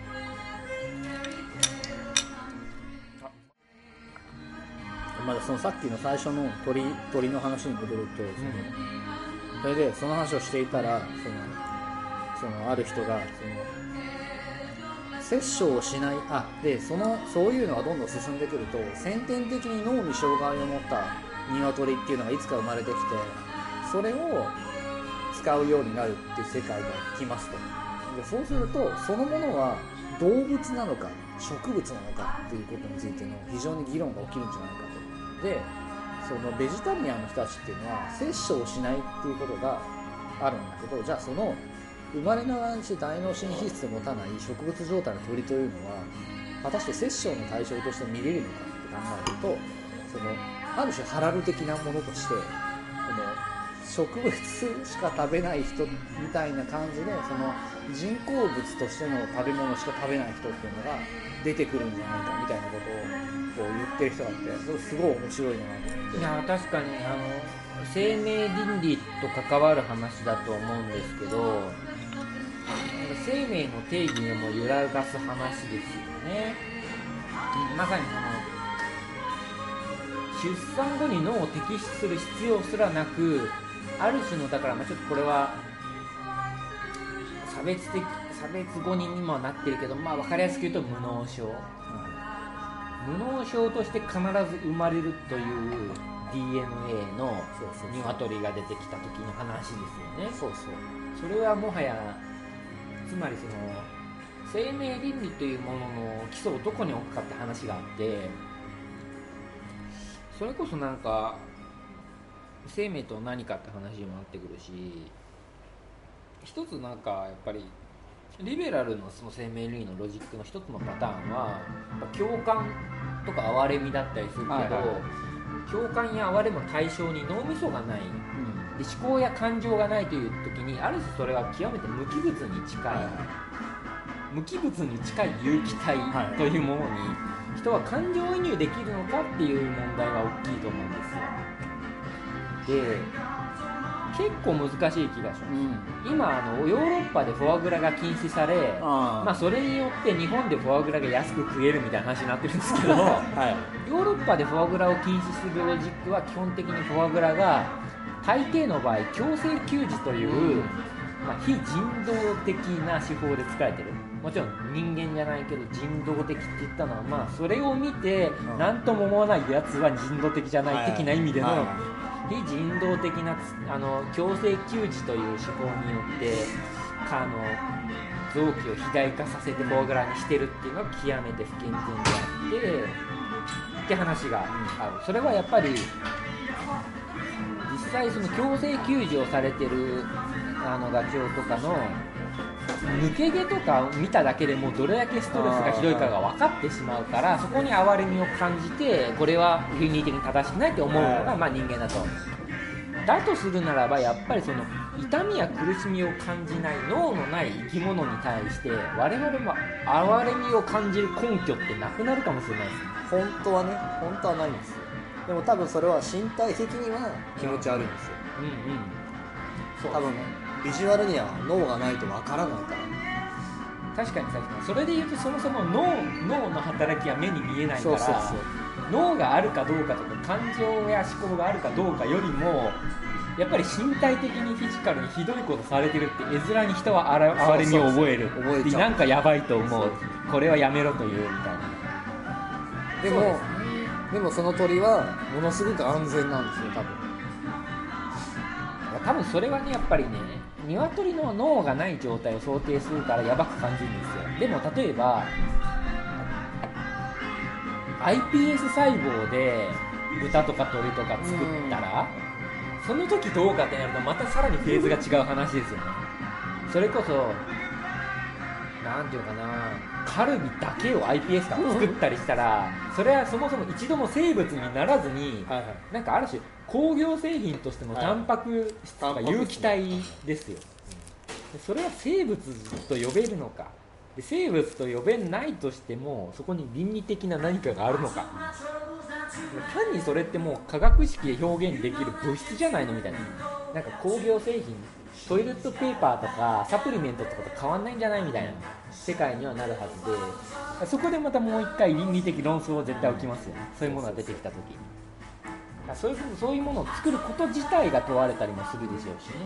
[SPEAKER 3] まだそのさっきの最初の鳥、鳥の話に戻ると、うん、それでその話をしていたらその、そのある人がその殺生をしない、あでそのそういうのがどんどん進んでくると先天的に脳に障害を持った鶏っていうのがいつか生まれてきてそれを使うようになるっていう世界が来ますと。でそうするとそのものは動物なのか植物なのかっていうことについての非常に議論が起きるんじゃないかと。でそのベジタリアンの人たちっていうのは殺生をしないっていうことがあるんだけど、じゃあその生まれながらにして大脳神経質を持たない植物状態の鳥というのは果たして殺生の対象として見れるのかって考えると、そのある種ハラル的なものとしてその植物しか食べない人みたいな感じでその人工物としての食べ物しか食べない人っていうのが出てくるんじゃないかみたいなことをこう言ってる人がいて、それすごい面白いなと思って。
[SPEAKER 2] いや確かにあの生命倫理と関わる話だと思うんですけど、生命の定義にも揺らがす話ですよね。まさにその出産後に脳を摘出する必要すらなく、ある種のだからまあちょっとこれは差別的差別語にもなってるけど、まあ分かりやすく言うと無脳症、うん、無脳症として必ず生まれるという ディーエヌエー の鶏が出てきた時の話ですよね。
[SPEAKER 3] そうそう
[SPEAKER 2] それはもはやつまりその生命倫理というものの基礎をどこに置くかって話があって、それこそなんか生命と何かって話にもなってくるし、一つなんかやっぱりリベラルのその生命倫理のロジックの一つのパターンは共感とか哀れみだったりするけど、 共感や哀れも対象に脳みそがない、うん、で思考や感情がないという時にある種それは極めて無機物に近い、はい、無機物に近い有機体というものに人は感情移入できるのかっていう問題が大きいと思うんですよ。で結構難しい気がします、うん、今あのヨーロッパでフォアグラが禁止され、あ、まあ、それによって日本でフォアグラが安く食えるみたいな話になってるんですけど、はい、ヨーロッパでフォアグラを禁止するロジックは基本的にフォアグラが大抵の場合強制給仕という、うん、まあ、非人道的な手法で作られてる。もちろん人間じゃないけど人道的って言ったのは、まあ、それを見て何とも思わないやつは人道的じゃない的な意味での、はいはい、非人道的なあの強制給仕という手法によってあの臓器を肥大化させてフォアグラにしてるっていうのは極めて不健全であってって話がある。それはやっぱり実際その強制給仕をされてるあのガチョウとかの抜け毛とか見ただけでもどれだけストレスがひどいかが分かってしまうから、そこに哀れみを感じてこれは倫理的に正しくないと思うのがまあ人間だと。だとするならばやっぱりその痛みや苦しみを感じない脳のない生き物に対して我々も哀れみを感じる根拠ってなくなるかもしれないですね。
[SPEAKER 3] 本当はね、本当はないんですよ。でも多分それは身体的には気持ち悪いんですよ。うんうん、そう多分ビジュアルには脳がないとわからないから。
[SPEAKER 2] 確かに確かに。それで言うとそもそも脳、脳の働きは目に見えないから、そうそうそう、脳があるかどうかとか感情や思考があるかどうかよりもやっぱり身体的にフィジカルにひどいことされてるって絵面に人は哀れみを覚える。そうそうそう、覚えちゃう。なんかやばいと思う。そうそうそう、これはやめろというみたいな。
[SPEAKER 3] でも、ね、でもその鳥はものすごく安全なんですよ多分。
[SPEAKER 2] 多分それはねやっぱりね鶏の脳がない状態を想定するからやばく感じるんですよ。でも例えば アイピーエス 細胞で豚とか鳥とか作ったらその時どうかってなるとまたさらにフェーズが違う話ですよね。それこそなんていうかな、カルビだけを アイピーエス から作ったりしたらそれはそもそも一度も生物にならずに、はいはい、なんかある種工業製品としてのタンパク質とか有機体ですよ。それは生物と呼べるのか、で生物と呼べないとしてもそこに倫理的な何かがあるのか、単にそれってもう化学式で表現できる物質じゃないのみたいな、なんか工業製品トイレットペーパーとかサプリメントとかと変わんないんじゃないみたいな世界にはなるはずで、そこでまたもう一回倫理的論争は絶対起きますよね。そういうものが出てきた時にそういう、そういうものを作ること自体が問われたりもするでしょうしね。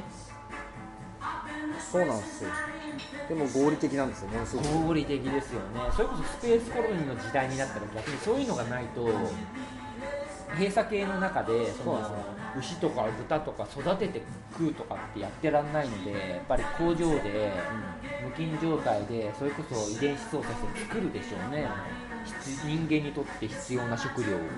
[SPEAKER 3] そうなんですよ。でも合理的なんですよ。ものすごく
[SPEAKER 2] 合理的ですよね。それこそスペースコロニーの時代になったら逆にそういうのがないと閉鎖系の中でその牛とか豚とか育てて食うとかってやってらんないので、やっぱり工場で無菌状態でそれこそ遺伝子操作して作るでしょうね。人間にとって必要な食料を、うん、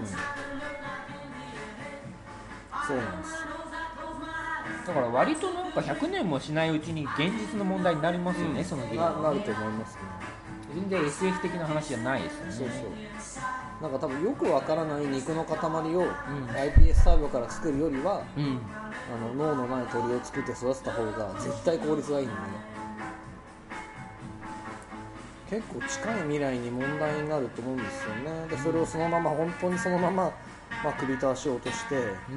[SPEAKER 3] そうなんです。
[SPEAKER 2] だから割となんかひゃくねんもしないうちに現実の問題になりますよね、うん、その
[SPEAKER 3] 原因はなると思いますね。
[SPEAKER 2] 全然 エスエフ 的な話じゃないですよね。
[SPEAKER 3] そうそう、なんか多分よくわからない肉の塊を アイピーエス 細胞から作るよりは、うん、あの脳のない鳥を作って育てた方が絶対効率がいいんで、結構近い未来に問題になると思うんですよね。でそれをそのまま本当にそのまま、まあ、首と足を落として、うん、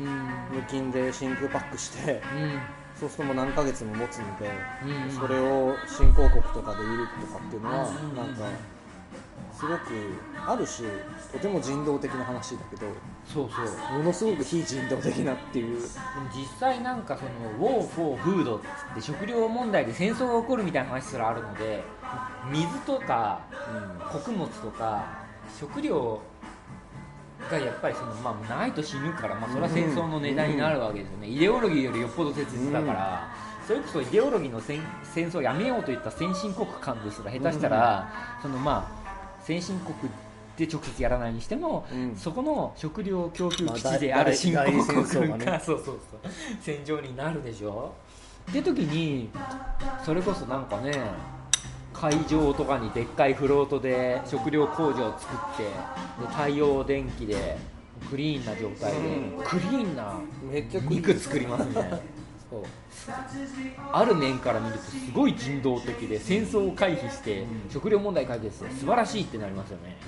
[SPEAKER 3] 無菌で真空パックして、うん、そうするともう何ヶ月も持つので、うん、それを新興国とかで売るとかっていうのは、うん、なんかすごくある種とても人道的な話だけど、
[SPEAKER 2] そうそう
[SPEAKER 3] ものすごく非人道的なっていう。でも
[SPEAKER 2] 実際なんかそのウォー・フォー・フードって食料問題で戦争が起こるみたいな話すらあるので、水とか、うん、穀物とか食料がやっぱりその、まあ、ないと死ぬから、まあ、それは戦争の値段になるわけですよね、うん、イデオロギーよりよっぽど切実だから、うん、それこそイデオロギーの戦、戦争をやめようといった先進国間ですら下手したら、うん、そのまあ先進国で直接やらないにしても、うん、そこの食料供給基地である新興国が、ね、そうそうそう戦場になるでしょって時にそれこそなんかね海上とかにでっかいフロートで食料工場を作ってで太陽電気でクリーンな状態で、
[SPEAKER 3] うん、
[SPEAKER 2] クリーンな
[SPEAKER 3] めっちゃ
[SPEAKER 2] 肉作りますみたいなそうある面から見るとすごい人道的で戦争を回避して食料問題解決して素晴らしいってなりますよね。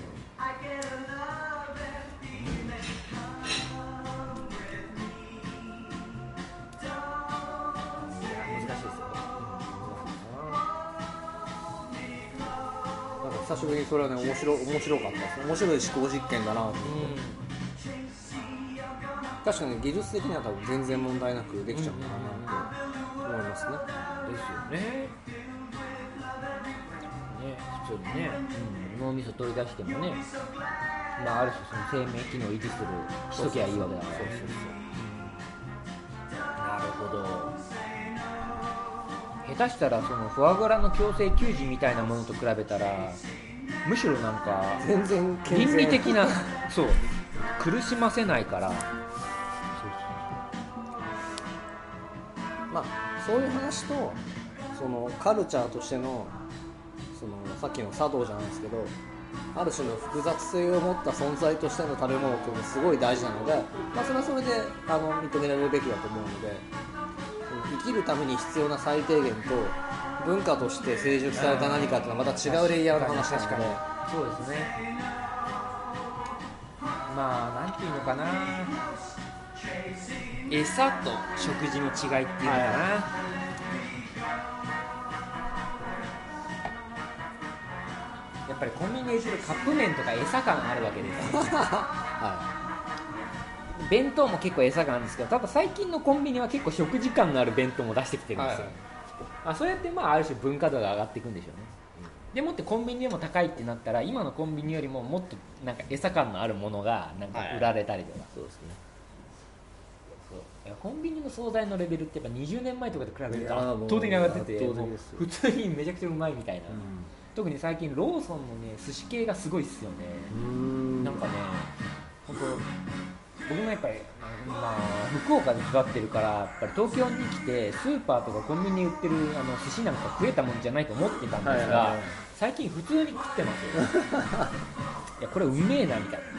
[SPEAKER 3] 久しぶりにそれはね面白面白かったです。面白い思考実験だなと思って、うん、確かに技術的には多分全然問題なくできちゃうのかなと思いますね。
[SPEAKER 2] ですよね。ね普通にね、うん、脳みそ取り出してもね、まあ、ある種その生命機能を維持するしときゃいいわけだから。そうそうそう、なるほど。下手したらそのフォアグラの強制給餌みたいなものと比べたらむしろなんか
[SPEAKER 3] 全然
[SPEAKER 2] 倫理的なそう苦しませないから。そう
[SPEAKER 3] そうまあそういう話とそのカルチャーとしてのそのさっきの茶道じゃないですけどある種の複雑性を持った存在としての食べ物っていうのがすごい大事なので、まあ、それはそれであの認められるべきだと思うので生きるために必要な最低限と文化として成熟された何かっていうのはまた違うレイヤーの話なので。
[SPEAKER 2] そうですね。まあなんていうのかな、餌と食事の違いっていうのかな、はい、やっぱりコンビニで売ってるカップ麺とか餌感あるわけです、はい、弁当も結構餌感あるんですけど、ただ最近のコンビニは結構食事感のある弁当も出してきてるんですよ、はい、あそうやってまあある種文化度が上がっていくんでしょうね、うん、でもってコンビニでも高いってなったら今のコンビニよりももっとなんか餌感のあるものがなんか売られたりとか、はい、そうですね。そういやコンビニの惣菜のレベルってやっぱにじゅうねんまえとかと比べると圧倒的に上がっててもう普通にめちゃくちゃうまいみたいな、うん、特に最近ローソンのね寿司系がすごいっすよね。うーんなんかね本当僕もやっぱり、まあ、福岡で育ってるからやっぱり東京に来てスーパーとかコンビニに売ってるあの寿司なんか食えたもんじゃないと思ってたんですが、はいはいはい、最近普通に食ってますよいやこれうめえなみたいな、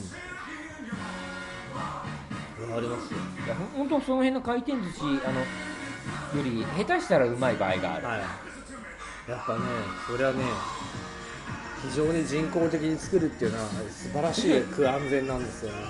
[SPEAKER 2] うん、ありますよ。いや本当その辺の回転寿司あのより下手したらうまい場合がある、はい、
[SPEAKER 3] やっぱねそれはね非常に人工的に作るっていうのは素晴らしいく安全なんですよね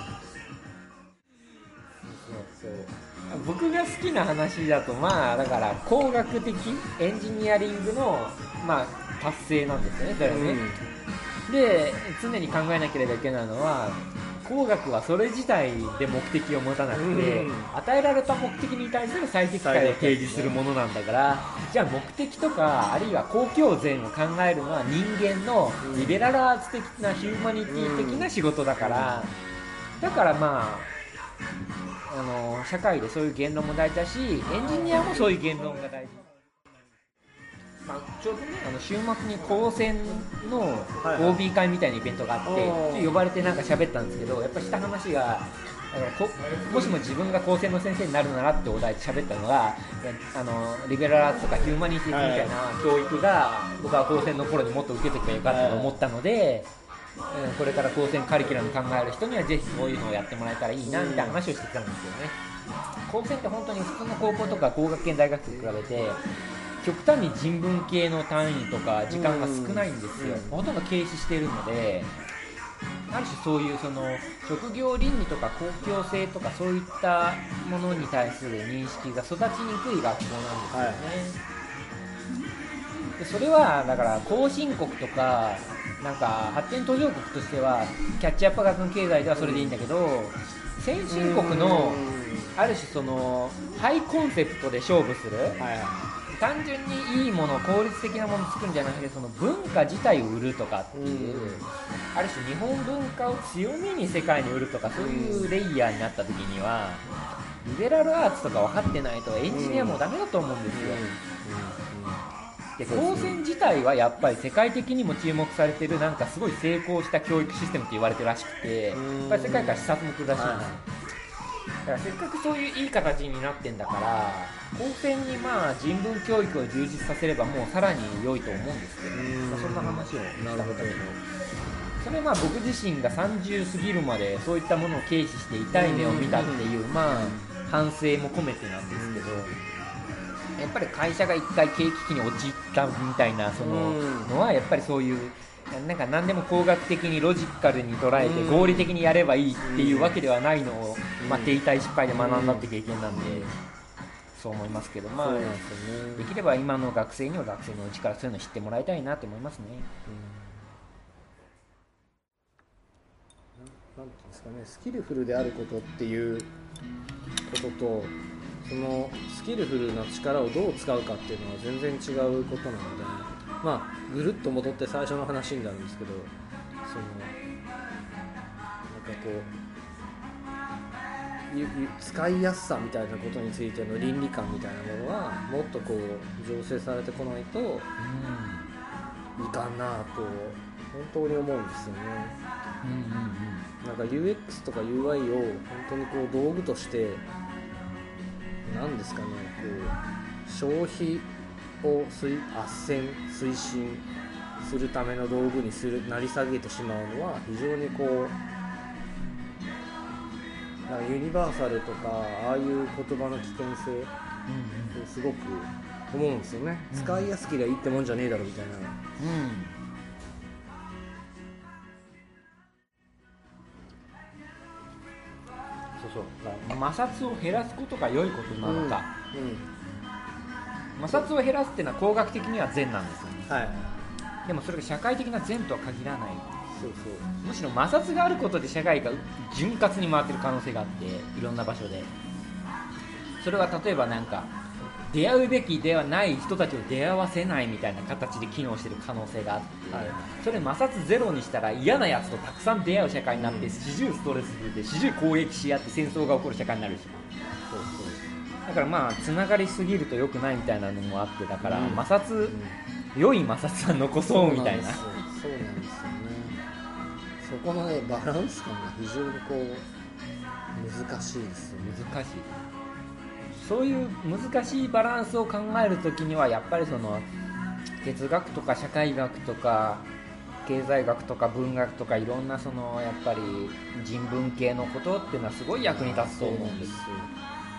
[SPEAKER 2] そうそう僕が好きな話だとまあだから工学的エンジニアリングのまあ達成なんですよねそれはね、うん、で常に考えなければいけないのは工学はそれ自体で目的を持たなくて、うん、与えられた目的に対する最適解を提示するものなんだから、じゃあ目的とかあるいは公共善を考えるのは人間のリベラルアーツ的なヒューマニティ的な仕事だから、だからまああの社会でそういう言論も大事だしエンジニアもそういう言論が大事。まあ、ちょうどねあの週末に高専の オービー 会みたいなイベントがあって、はいはい、呼ばれてなんか喋ったんですけどやっぱした話がこもしも自分が高専の先生になるならってお題で喋ったのがあのリベラルアーツとかヒューマニティみたいな教育が僕は高専の頃にもっと受けておけばよかったと思ったので、はい、これから高専カリキュラム考える人にはぜひそういうのをやってもらえたらいいなみたいな話をしてきたんですよね。高専って本当に普通の高校とか工学系大学と比べて極端に人文系の単位とか時間が少ないんですよ、ほとんど軽視しているのである種そういうその職業倫理とか公共性とかそういったものに対する認識が育ちにくい学校なんですよね、はい、でそれはだから後進国とかなんか発展途上国としてはキャッチアップ型の経済ではそれでいいんだけど先進国のある種そのハイコンセプトで勝負する、はい単純にいいもの効率的なものを作るんじゃなくてその文化自体を売るとかっていう、うん、ある種日本文化を強みに世界に売るとかそういうレイヤーになった時にはリベラルアーツとか分かってないとエンジニアもダメだと思うんですよ、うんうんうん、で高専自体はやっぱり世界的にも注目されてるなんかすごい成功した教育システムって言われてるらしくてやっぱり世界から視察も来るらしいんですよ、だからせっかくそういういい形になってんだから高専にまあ人文教育を充実させればもうさらに良いと思うんですけど、まあ、そんな話をしたことだけどそれはまあ僕自身がさんじゅう過ぎるまでそういったものを軽視して痛い目を見たっていう、まあ反省も込めてなんですけど、やっぱり会社が一回景気期に陥ったみたいなそののはやっぱりそういうなんか何でも工学的にロジカルに捉えて合理的にやればいいっていうわけではないのを、まあ、手痛い失敗で学んだって経験なんで、そう思いますけど、まあできれば今の学生には学生のうちからそういうの知ってもらいたいなと思いますね。
[SPEAKER 4] なんていうんですかね、スキルフルであることっていうことと、そのスキルフルな力をどう使うかっていうのは全然違うことなので、まあぐるっと戻って最初の話になるんですけど、そのなんかこうゆゆ使いやすさみたいなことについての倫理観みたいなものはもっとこう醸成されてこないといかんなと本当に思うんですよね。うんうんうん、なんか ユーエックス とか ユーアイ を本当にこう道具としてなんですかね、こう消費を推斡旋推進するための道具にするなり下げてしまうのは非常にこうなんかユニバーサルとかああいう言葉の危険性をすごく思うんですよね、うん、使いやすけりゃいいってもんじゃねえだろみたいな、うん、
[SPEAKER 2] そうそう摩擦を減らすことが良いことなのか、うんうん、摩擦を減らすっていうのは工学的には善なんですよね、はい、でもそれが社会的な善とは限らない。そうそう、むしろ摩擦があることで社会が潤滑に回ってる可能性があって、いろんな場所でそれは例えばなんか出会うべきではない人たちを出会わせないみたいな形で機能している可能性があって、はい、それ摩擦ゼロにしたら嫌なやつとたくさん出会う社会になって、うん、始終ストレスで始終攻撃し合って戦争が起こる社会になるし、そうそうだからまあつながりすぎると良くないみたいなのもあって、だから、うん、摩擦、うん、良い摩擦は残そうみたいな。
[SPEAKER 4] そうなんですよね。そこのねバランス感が非常にこう難しいですよね。
[SPEAKER 2] 難しい。そういう難しいバランスを考えるときにはやっぱりその哲学とか社会学とか経済学とか文学とかいろんなそのやっぱり人文系のことっていうのはすごい役に立つと思うんです。そうなん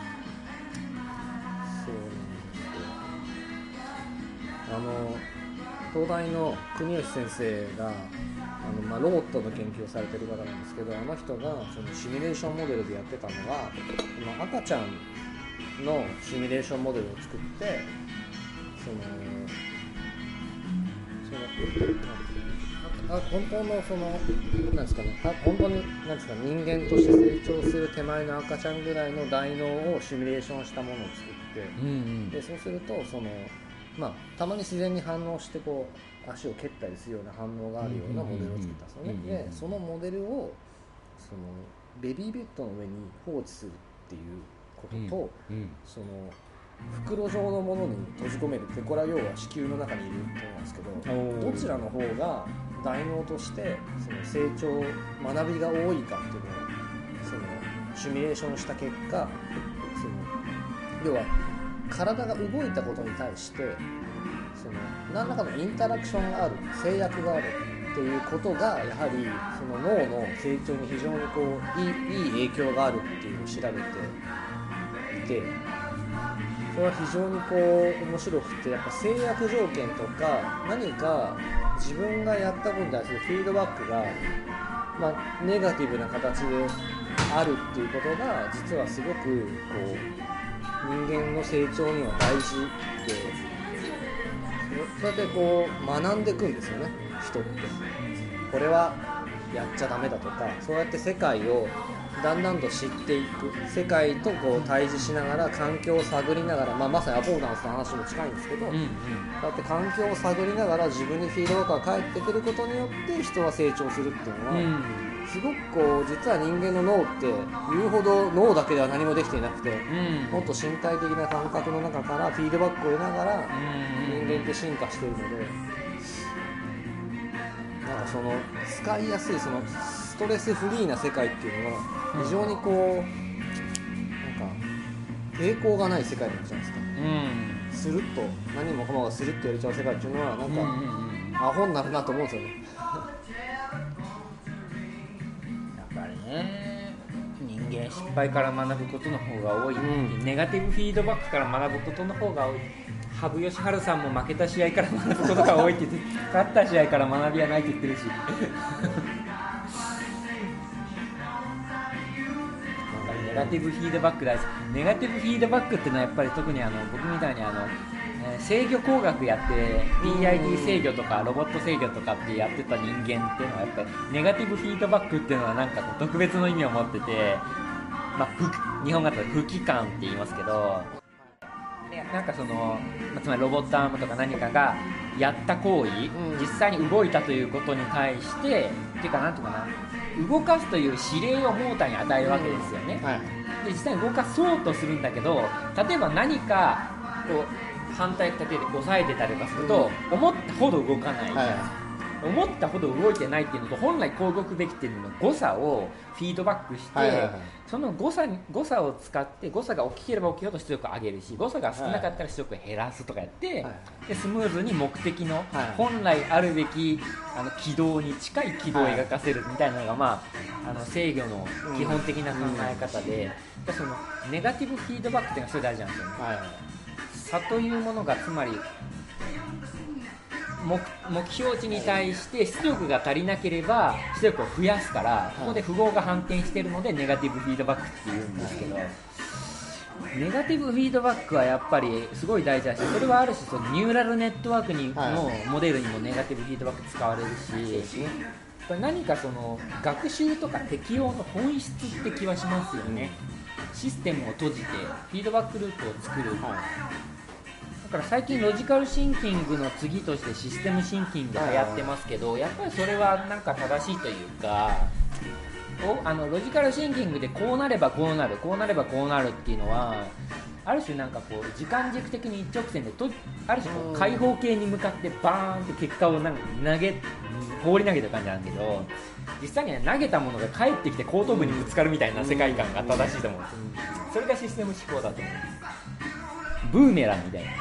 [SPEAKER 4] ですよ。あの東大の国吉先生があの、まあ、ロボットの研究をされてる方なんですけど、あの人がそのシミュレーションモデルでやってたのは赤ちゃんのシミュレーションモデルを作って、そのそのあ本当のそのなんですかね、あ本当になんですか人間として成長する手前の赤ちゃんぐらいの大脳をシミュレーションしたものを作って、うんうん、でそうするとそのまあ、たまに自然に反応してこう足を蹴ったりするような反応があるようなモデルを作ったんですよね。でそのモデルをそのベビーベッドの上に放置するっていうことと、うんうん、その袋状のものに閉じ込めるって、これは要は子宮の中にいると思うんですけど、どちらの方が大脳としてその成長学びが多いかっていうのをそのシミュレーションした結果、その要は体が動いたことに対してその何らかのインタラクションがある、制約があるっていうことがやはりその脳の成長に非常にこういい、いい影響があるっていうのを調べていて、それは非常にこう面白くて、やっぱ制約条件とか何か自分がやったことに対するフィードバックが、まあ、ネガティブな形であるっていうことが実はすごくこう人間の成長には大事で、そうやってこう学んでいくんですよね、人って。これはやっちゃダメだとか、そうやって世界をだんだんと知っていく、世界とこう対峙しながら環境を探りながら、まあ、まさにアフォーダンスの話も近いんですけど、うんうん、そうやって環境を探りながら自分にフィードバックが返ってくることによって人は成長するっていうのは、うんすごくこう実は人間の脳って言うほど脳だけでは何もできていなくて、うん、もっと身体的な感覚の中からフィードバックを得ながら人間って進化しているので、なんかその使いやすいそのストレスフリーな世界っていうのは非常にこうなんか抵抗がない世界なんじゃないですか、うん、スルッと何もかもがスルッとやれちゃう世界っていうのはなんかアホになるなと思うんですよね。
[SPEAKER 2] ね。人間失敗から学ぶことの方が多い、うん、ネガティブフィードバックから学ぶことの方が多い。羽生善治さんも負けた試合から学ぶことが多いって言って勝った試合から学びはないって言ってるしネガティブフィードバック大事。ネガティブフィードバックっていうのはやっぱり特にあの僕みたいにあの制御工学やって ピーアイディー 制御とかロボット制御とかってやってた人間っていうのはやっぱりネガティブフィードバックっていうのはなんかこう特別の意味を持ってて、まあ、日本語だと不機関って言いますけど、なんかそのつまりロボットアームとか何かがやった行為、うん、実際に動いたということに対してっていうかなんていうかな、動かすという指令をモーターに与えるわけですよね、うんはい、で実際に動かそうとするんだけど、例えば何かこう反対立てて押さえてたりとかすると、うん、思ったほど動かない、はい、思ったほど動いてないっていうのと本来こう動くべきっていうのの誤差をフィードバックして、はいはいはい、その誤差に誤差を使って誤差が大きければ大きいほど出力を上げるし、誤差が少なかったら出力を減らすとかやって、はい、でスムーズに目的の本来あるべきあの軌道に近い軌道を描かせるみたいなのが、まあ、あの制御の基本的な考え方で、うん、そのネガティブフィードバックっていうのはそれ大事なんですよね、はいはい、差というものがつまり 目, 目標値に対して出力が足りなければ出力を増やすから、はい、ここで符号が反転しているのでネガティブフィードバックっていうんですけど、はい、ネガティブフィードバックはやっぱりすごい大事だし、それはある種そのニューラルネットワークにのモデルにもネガティブフィードバック使われるし、やっぱり何かその学習とか適応の本質って気はしますよね。システムを閉じてフィードバックループを作る、はい、だから最近ロジカルシンキングの次としてシステムシンキングが流行ってますけど、はいはい、やっぱりそれはなんか正しいというか、おあのロジカルシンキングでこうなればこうなるこうなればこうなるっていうのはある種なんかこう時間軸的に一直線でとある種こう開放形に向かってバーンって結果をなんか投げ放り投げた感じなんだけど、実際には投げたものが返ってきて後頭部にぶつかるみたいな世界観が正しいと思うんですよ。それがシステム思考だと思うんです。ブーメランみたいな、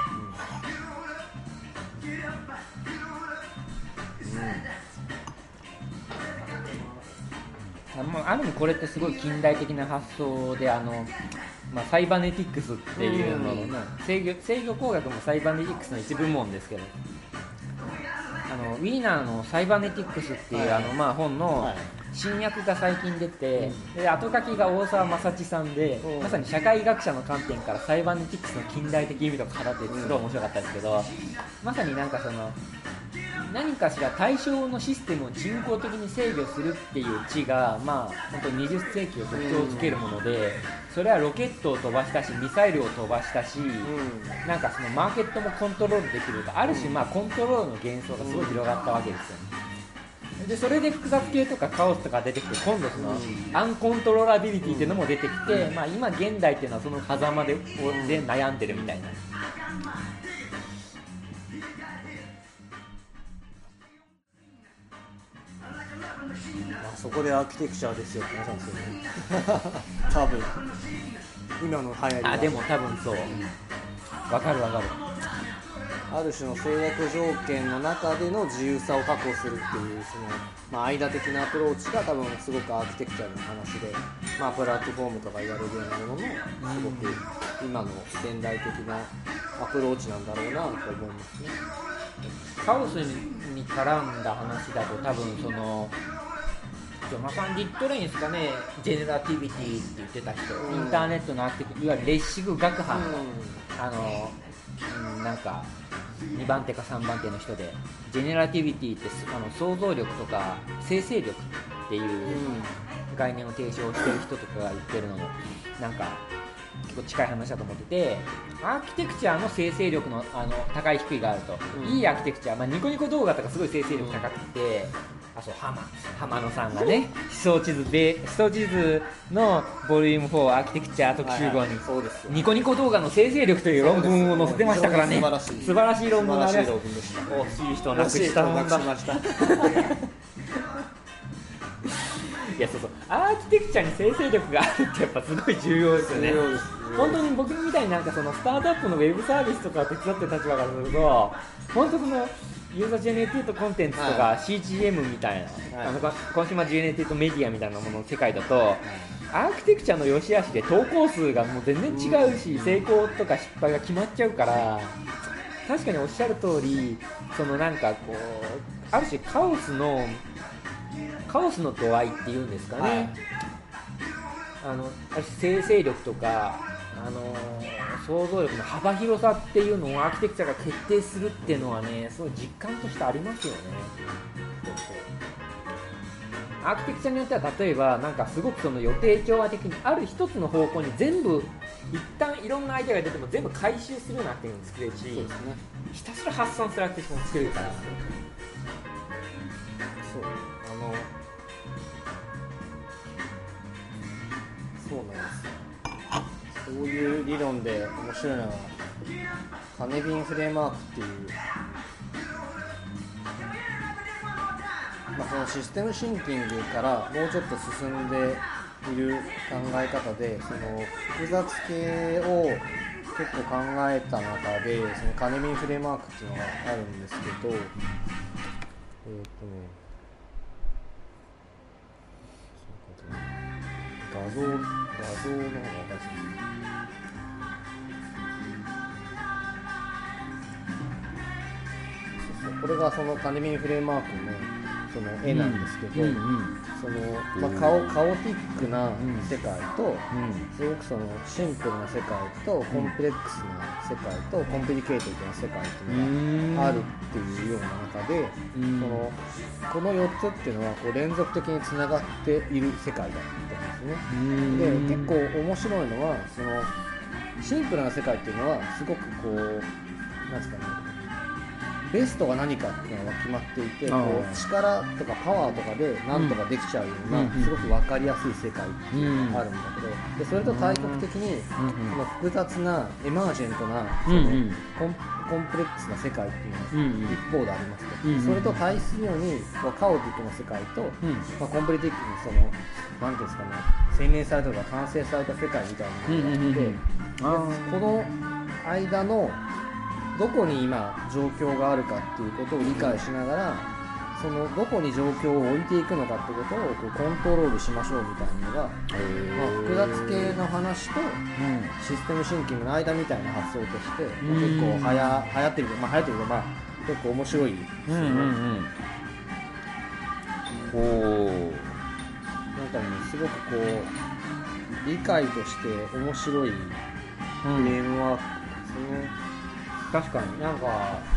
[SPEAKER 2] うん、ある意味これってすごい近代的な発想で、あのまあ、サイバネティックスっていうのの、うん、制御、制御工学もサイバネティックスの一部門ですけど、あのウィーナーのサイバネティックスっていう、はい、あのまあ、本の新訳が最近出て、うん、で後書きが大沢正知さんで、うん、まさに社会学者の観点からサイバネティックスの近代的意味とか語ってすごい面白かったんですけど、まさになんかその何かしら対象のシステムを人工的に制御するっていう知が、まあ、本当ににじゅっせいきを特徴づけるもので、それはロケットを飛ばしたしミサイルを飛ばしたし、なんかそのマーケットもコントロールできると、ある種まあコントロールの幻想がすごい広がったわけですよね。でそれで複雑系とかカオスとか出てきて、今度そのアンコントローラビリティっていうのも出てきて、まあ、今現代っていうのはその狭間でで悩んでるみたいな。
[SPEAKER 4] そこでアーキテクチャですよって話なんですよね多分今の流行りは。
[SPEAKER 2] あでも多分そう、わかるわかる。
[SPEAKER 4] ある種の制約条件の中での自由さを確保するっていうその、まあ、間的なアプローチが多分すごくアーキテクチャの話で、まあ、プラットフォームとか言われるようなもののすごく今の現代的なアプローチなんだろうなと思いますね。
[SPEAKER 2] カオスに絡んだ話だと多分そのジョナサン・ディットレインですかね、ジェネラティビティって言ってた人、うん、インターネットのアクティブ、いわゆるレッシグ学派の、うん、あの、うん、なんかにばん手かさんばん手の人で、ジェネラティビティってあの想像力とか生成力っていう概念を提唱してる人とかが言ってるのもなんか結構近い話だと思ってて、アーキテクチャの生成力の、あの高い低いがあると、うん、いいアーキテクチャ、まあ、ニコニコ動画とかすごい生成力高くて、あそう浜浜野さんがね思想地図で思想地図のボリュームフォーアーキテクチャ特集号に、はいはい、ニコニコ動画の生成力という論文を載せてましたからね。素晴らしい素晴らしい論文があります。惜しい人をなくしたもんだ。いやそうそう、アーキテクチャに生成力があるってやっぱすごい重要ですよね。本当に僕みたいになんかそのスタートアップのウェブサービスとかを手伝ってる立場からすると、本当そのユーザージェネレティッドコンテンツとか、はい、シージーエム みたいな、はい、あのコンシューマージェネレティッドメディアみたいなものの世界だと、はい、アーキテクチャの良し悪しで投稿数がもう全然違うし、成功とか失敗が決まっちゃうから、確かにおっしゃる通り、そのなんかこうある種カオスのカオスの度合いっていうんですかね、はい、あのある種生成力とか、あのー、想像力の幅広さっていうのをアーキテクチャが決定するっていうのはね、すごい実感としてありますよね。そうそうアーキテクチャによっては例えばなんかすごくその予定調和的にある一つの方向に全部一旦いろんなアイデアが出ても全部回収するようなアクティブも作れるし、そうですね、ひたすら発散するアクティブも作れるから、
[SPEAKER 4] そうあのそうなんですよ。そういう理論で面白いのはカネビンフレームワークっていう、まあ、そのシステムシンキングからもうちょっと進んでいる考え方で、その複雑系を結構考えた中で、そのカネビンフレームワークっていうのがあるんですけど、えーとね画像画像の方が分かりやすいですね。これがそのカネビンフレームワークのその絵なんですけど、うんうんうん、そのまあ、カオ、カオティックな世界と、うん、すごくそのシンプルな世界と、コンプレックスな世界と、コンプリケートな世界っていうのがあるっていうような中で、うん、そのこのよっつっていうのはこう連続的につながっている世界だったんですね。うん、で結構面白いのは、そのシンプルな世界っていうのはすごくこうなんですかね、ベストが何かっていうのが決まっていて、こう力とかパワーとかで何とかできちゃうような、うん、すごく分かりやすい世界っていうのがあるんだけど、でそれと対極的に、うん、その複雑なエマージェントなその、うん、コン、コンプレックスな世界っていうのが一方でありますと、うん、それと対するようにこうカオティックな世界と、うんまあ、コンプレティックなそのなんていうんですかね、洗練されたとか完成された世界みたいなのがあって、この間のどこに今状況があるかっていうことを理解しながら、そのどこに状況を置いていくのかってことをこうコントロールしましょうみたいなのが、まあ、複雑系の話とシステムシンキングの間みたいな発想として、うん、結構はや流行ってる、まあ、流行ってるけど、まあ、結構面白いですよね。うんうんうん、おなんかね、すごくこう理解として面白いフレームワークですね。
[SPEAKER 2] 確かになんかだ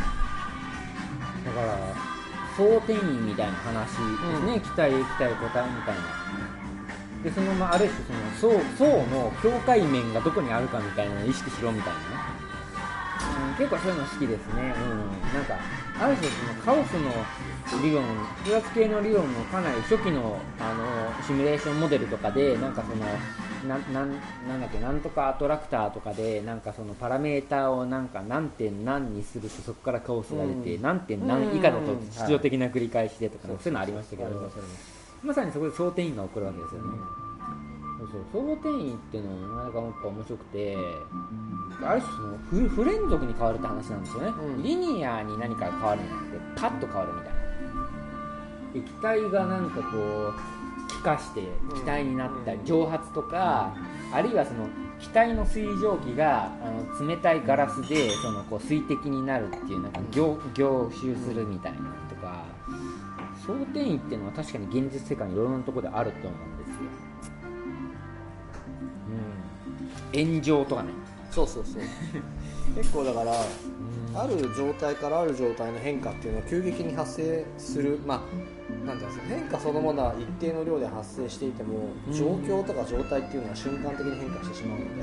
[SPEAKER 2] から総転員みたいな話ですね、うん、期待期待答えみたいなで、そのまあある種その層の境界面がどこにあるかみたいなのを意識しろみたいなね、うん、結構そういうの好きですね。うん、なんかある種そのカオスの理論、複雑系の理論のかなり初期のあのシミュレーションモデルとかで、なんかそのな, な, なんだっけなんとかアトラクターとかでなんかそのパラメーターをなんか何点何にするとそこからカオスが出て、うん、何点何以下だと秩序的な繰り返しでとか、そういうのありましたけど、まさにそこで総転移が起こるわけですよね。そうそう総転移っていうのもなかなかやっぱ面白くて、ある種その 不, 不連続に変わるって話なんですよね。うん、リニアに何かが変わるんじゃなくてパッと変わるみたいな。液体がなんかこう気化して気体になったり、蒸発とか、あるいはその気体の水蒸気があの冷たいガラスでそのこう水滴になるっていうなんか 凝, 凝集するみたいなとか、総転移っていうのは確かに現実世界にいろんなところであると思うんですよ。うん、炎上とかね。
[SPEAKER 4] そうそうそう結構だから、ある状態からある状態の変化っていうのは急激に発生する、まあなんていうんですか、変化そのものは一定の量で発生していても、うん、状況とか状態っていうのは瞬間的に変化してしまうので、うんうん、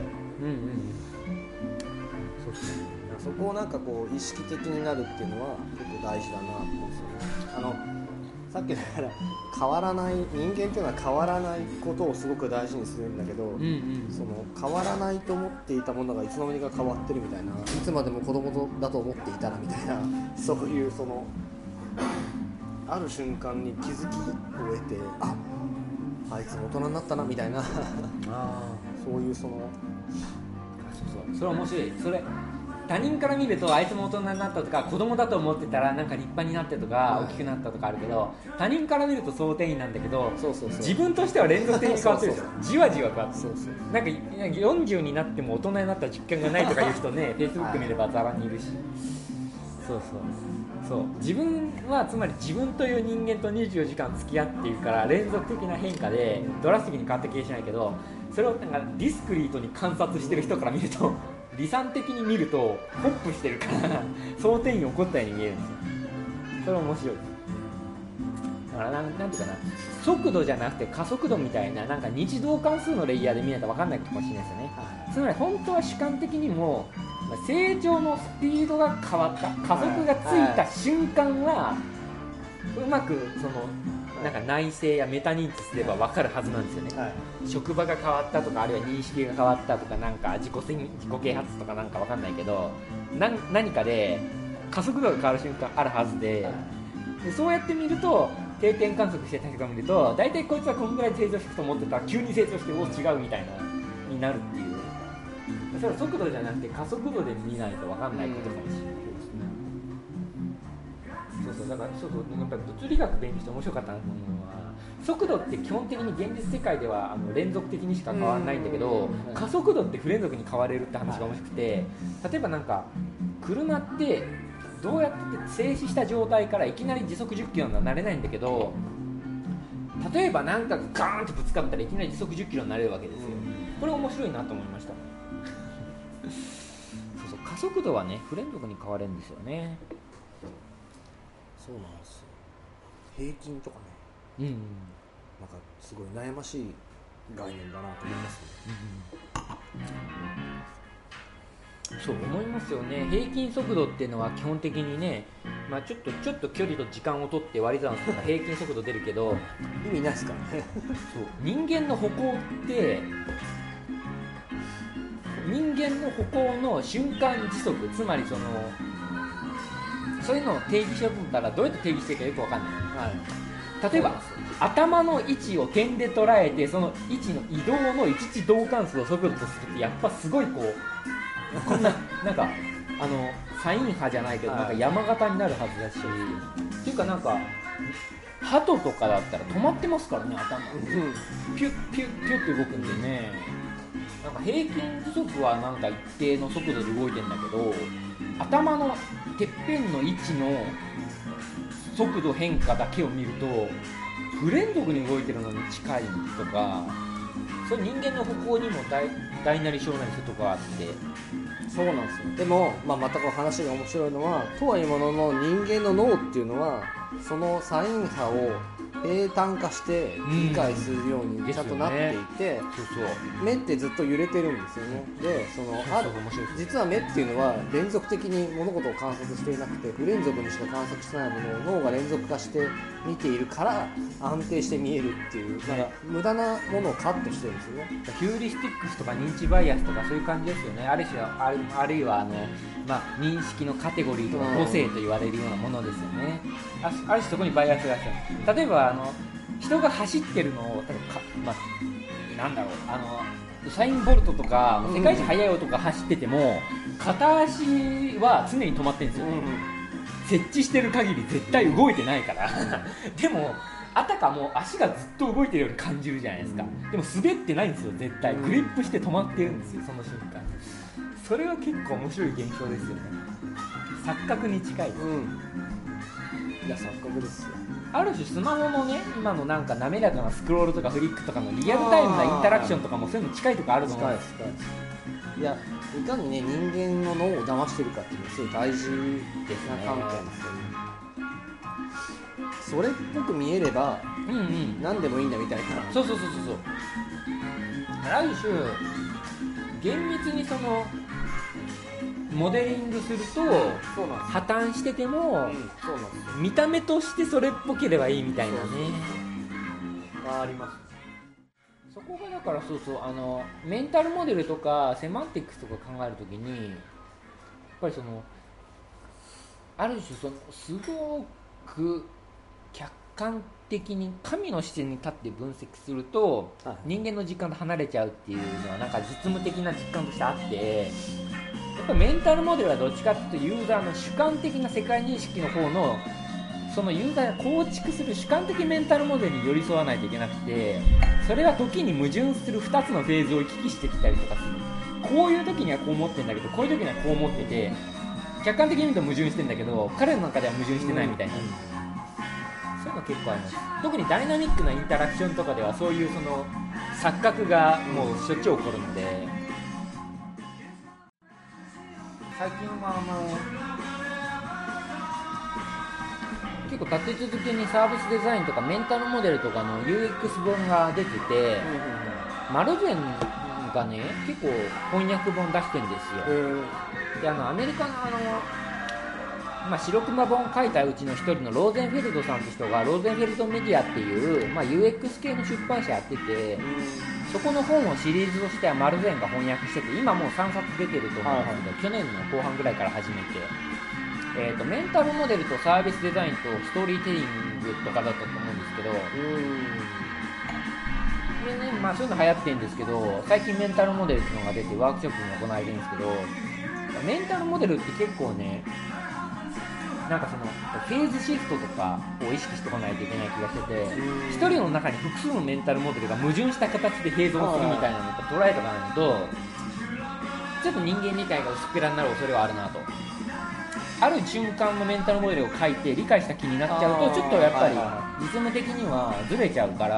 [SPEAKER 4] そうですね、そこをなんかこう意識的になるっていうのは結構大事だなと思うんですよね。あのさっきだから変わらない人間っていうのは変わらないことをすごく大事にするんだけど、うんうん、その変わらないと思っていたものがいつの間にか変わってるみたいな、いつまでも子供だと思っていたらみたいな、そういうそのある瞬間に気づきを得て、ああいつも大人になったなみたいなあそういうその
[SPEAKER 2] そうそう、それ面白い。それ他人から見るとあいつも大人になったとか子供だと思ってたらなんか立派になってとか、はい、大きくなったとかあるけど、他人から見ると想定員なんだけど、そうそうそう、自分としては連続的に変わってるでしょ。そうそうそう、じわじわ変わって、そうそう、なんかよんじゅうになっても大人になった実感がないとかいう人ねFacebook 見ればざらにいるし、そうそうそう、自分はつまり自分という人間とにじゅうよじかん付き合っているから連続的な変化でドラスティックに変わった気がしないけど、それをなんかディスクリートに観察してる人から見ると理算的に見るとホップしてるから想定員起こったように見えるんですよ。それ面白い。だからなん、なんていうかな、速度じゃなくて加速度みたいな、なんか日動関数のレイヤーで見ないと分かんないかもしれないですよね、はい、つまり本当は主観的にも成長のスピードが変わった、加速がついた瞬間はうまくそのなんか内省やメタ認知すれば分かるはずなんですよね、はい、職場が変わったとか、あるいは認識が変わったとか、なんか自己自己啓発とかなんか分かんないけど、な何かで加速度が変わる瞬間あるはず で, でそうやって見ると定点観測してた人が見ると大体こいつはこんぐらい成長していくと思ってたら急に成長してお違うみたいなになるっていう、それは速度じゃなくて加速度で見ないと分かんないことかもしれない。そうそう、だからそうそう、やっぱり物理学勉強して面白かったなと思うのは、速度って基本的に現実世界ではあの連続的にしか変わらないんだけど、加速度って不連続に変われるって話が面白くて、例えばなんか車ってどうやって静止した状態からいきなり時速じゅっキロにはなれないんだけど、例えばなんかガーンとぶつかったらいきなり時速じゅっキロになれるわけですよ。これ面白いなと思いました。そうそう、加速度はね不連続に変われるんですよね。
[SPEAKER 4] そうなんですよ。平均とかね、うん、なんかすごい悩ましい概念だなと思いますね、
[SPEAKER 2] うん、そう思いますよね。平均速度っていうのは基本的にね、まあ、ちょっとちょっと距離と時間を取って割り算すると平均速度出るけど
[SPEAKER 4] 意味ないですからね。
[SPEAKER 2] そう、人間の歩行って人間の歩行の瞬間時速、つまりそのそういうのを定義しようと思ったらどうやって定義していいかよく分かんない、はい、例えば頭の位置を点で捉えてその位置の移動の一時同関数を速度とするってやっぱすごいこうこんななんかあのサイン波じゃないけどなんか山形になるはずだし、っていうかなんか鳩とかだったら止まってますからね、頭ピュッピュッピュッって動くんでね、なんか平均時速はなんか一定の速度で動いてんだけど、頭のてっぺんの位置の速度変化だけを見ると不連続に動いてるのに近いとか、それ人間の歩行にも 大, 大なり小なりするとかあって、
[SPEAKER 4] そうなんですよ。でも、まあ、またこの話が面白いのは、とはいうものの人間の脳っていうのはそのサイン波を平坦化して理解するようにちゃんとなっていて、うんね、そうそう目ってずっと揺れてるんですよね。でそのある実は目っていうのは連続的に物事を観察していなくて不連続にしか観測してないものを脳が連続化して見ているから安定して見えるっていう、だから無駄なものをカットしてるんですよね。
[SPEAKER 2] ヒューリスティックスとか認知バイアスとかそういう感じですよね。ある種ある、あるいはあの、まあ、認識のカテゴリーとか母性と言われるようなものですよね。あ, ある種そこにバイアスがあって、例えばあの人が走ってるのをか、まあ、なんだろう、あのウサイン・ボルトとか世界一速い男が走ってても片足は常に止まってるんですよね、うん、設置してる限り絶対動いてないからでもあたかも足がずっと動いてるように感じるじゃないですか、うん、でも滑ってないんですよ絶対、グリップして止まってるんですよその瞬間。それは結構面白い現象ですよね。錯覚に近い、うん、
[SPEAKER 4] いや錯覚ですよ。
[SPEAKER 2] ある種スマホのね今のなんか滑らかなスクロールとかフリックとかのリアルタイムなインタラクションとかもそういうの近いところあると思うんですよ。
[SPEAKER 4] いやいかにね人間の脳を騙してるかっていうのはすごい大事な観点ですよね。それっぽく見えれば、うんうん、何でもいいんだみたいな。
[SPEAKER 2] そうそうそうそうそう。ある種厳密にそのモデリングすると破綻してても、うん、そうなんですよ。見た目としてそれっぽければいいみたいなね。
[SPEAKER 4] あ, あります。
[SPEAKER 2] そこがだからそうそうあのメンタルモデルとかセマンティクスとか考えるときにやっぱりそのある種そのすごく客観的に神の視点に立って分析すると、はい、人間の実感と離れちゃうっていうのはなんか実務的な実感としてあって。やっぱメンタルモデルはどっちかっていうとユーザーの主観的な世界認識の方のそのユーザーが構築する主観的メンタルモデルに寄り添わないといけなくて、それは時に矛盾するふたつのフェーズを行き来してきたりとかする。こういう時にはこう思ってるんだけど、こういう時にはこう思ってて、客観的に見ると矛盾してるんだけど彼の中では矛盾してないみたいな、うん、そういうの結構あります。特にダイナミックなインタラクションとかではそういうその錯覚がもうしょっちゅう起こるので、最近はあの結構立て続けにサービスデザインとかメンタルモデルとかの ユーエックス 本が出てて、マルゼンがね結構翻訳本出してるんですよ。であのアメリカのあの、まあ、白熊本書いたうちの一人のローゼンフェルドさんって人がローゼンフェルドメディアっていう、まあ、ユーエックス 系の出版社やってて、そこの本をシリーズとしてはマルゼンが翻訳してて今もうさんさつ出てると思うんですけど、はいはい、去年の後半ぐらいから始めて、えーと、メンタルモデルとサービスデザインとストーリーテリングとかだったと思うんですけど、でね、まあ、そういうの流行ってるんですけど、最近メンタルモデルっていうのが出てワークショップも行われるんですけど、メンタルモデルって結構ね、なんかそのフェーズシフトとかを意識してこないといけない気がしてて、一人の中に複数のメンタルモデルが矛盾した形で併存するみたいなのを捉えとかないと、ちょっと人間理解が薄っぺらになる恐れはあるなと。ある瞬間のメンタルモデルを書いて理解した気になっちゃうと、ちょっとやっぱりリズム的にはずれちゃうから、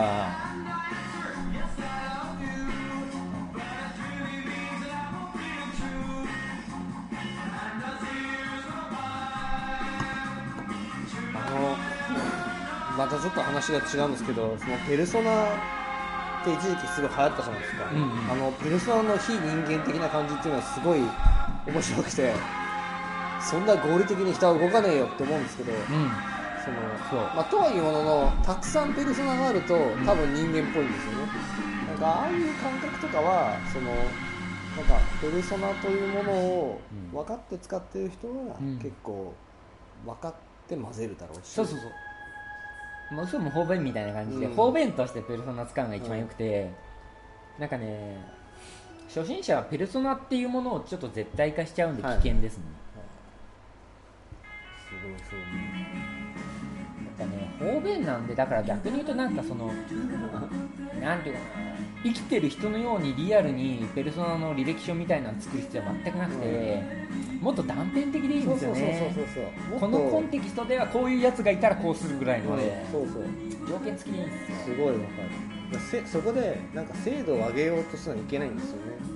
[SPEAKER 4] またちょっと話が違うんですけど、そのペルソナって一時期すごい流行ったじゃないですか、うんうん、あのペルソナの非人間的な感じっていうのはすごい面白くて、そんな合理的に人は動かねえよって思うんですけど、うん、そのそうまあ、とはいうもののたくさんペルソナがあると多分人間っぽいんですよね、うん、なんかああいう感覚とかはそのなんかペルソナというものを分かって使っている人は結構分かって混ぜるだろうし、
[SPEAKER 2] そうそうそうもうそれも方便みたいな感じで、うん、方便としてペルソナ使うのが一番良くて、うん、なんかね初心者はペルソナっていうものをちょっと絶対化しちゃうんで危険ですね、はいはい、すごいそうね、なんかね方便なんで、だから逆に言うとなんかそのなんていうかな、生きてる人のようにリアルにペルソナの履歴書みたいなの作る必要は全くなくて、うん、もっと断片的でいいんですよね。このコンテキストではこういうやつがいたらこうするぐらいので、うん、そうそう条件付きでいいんですよ。
[SPEAKER 4] すごいわかる。そこでなんか精度を上げようとするのはいけないんですよね、うん、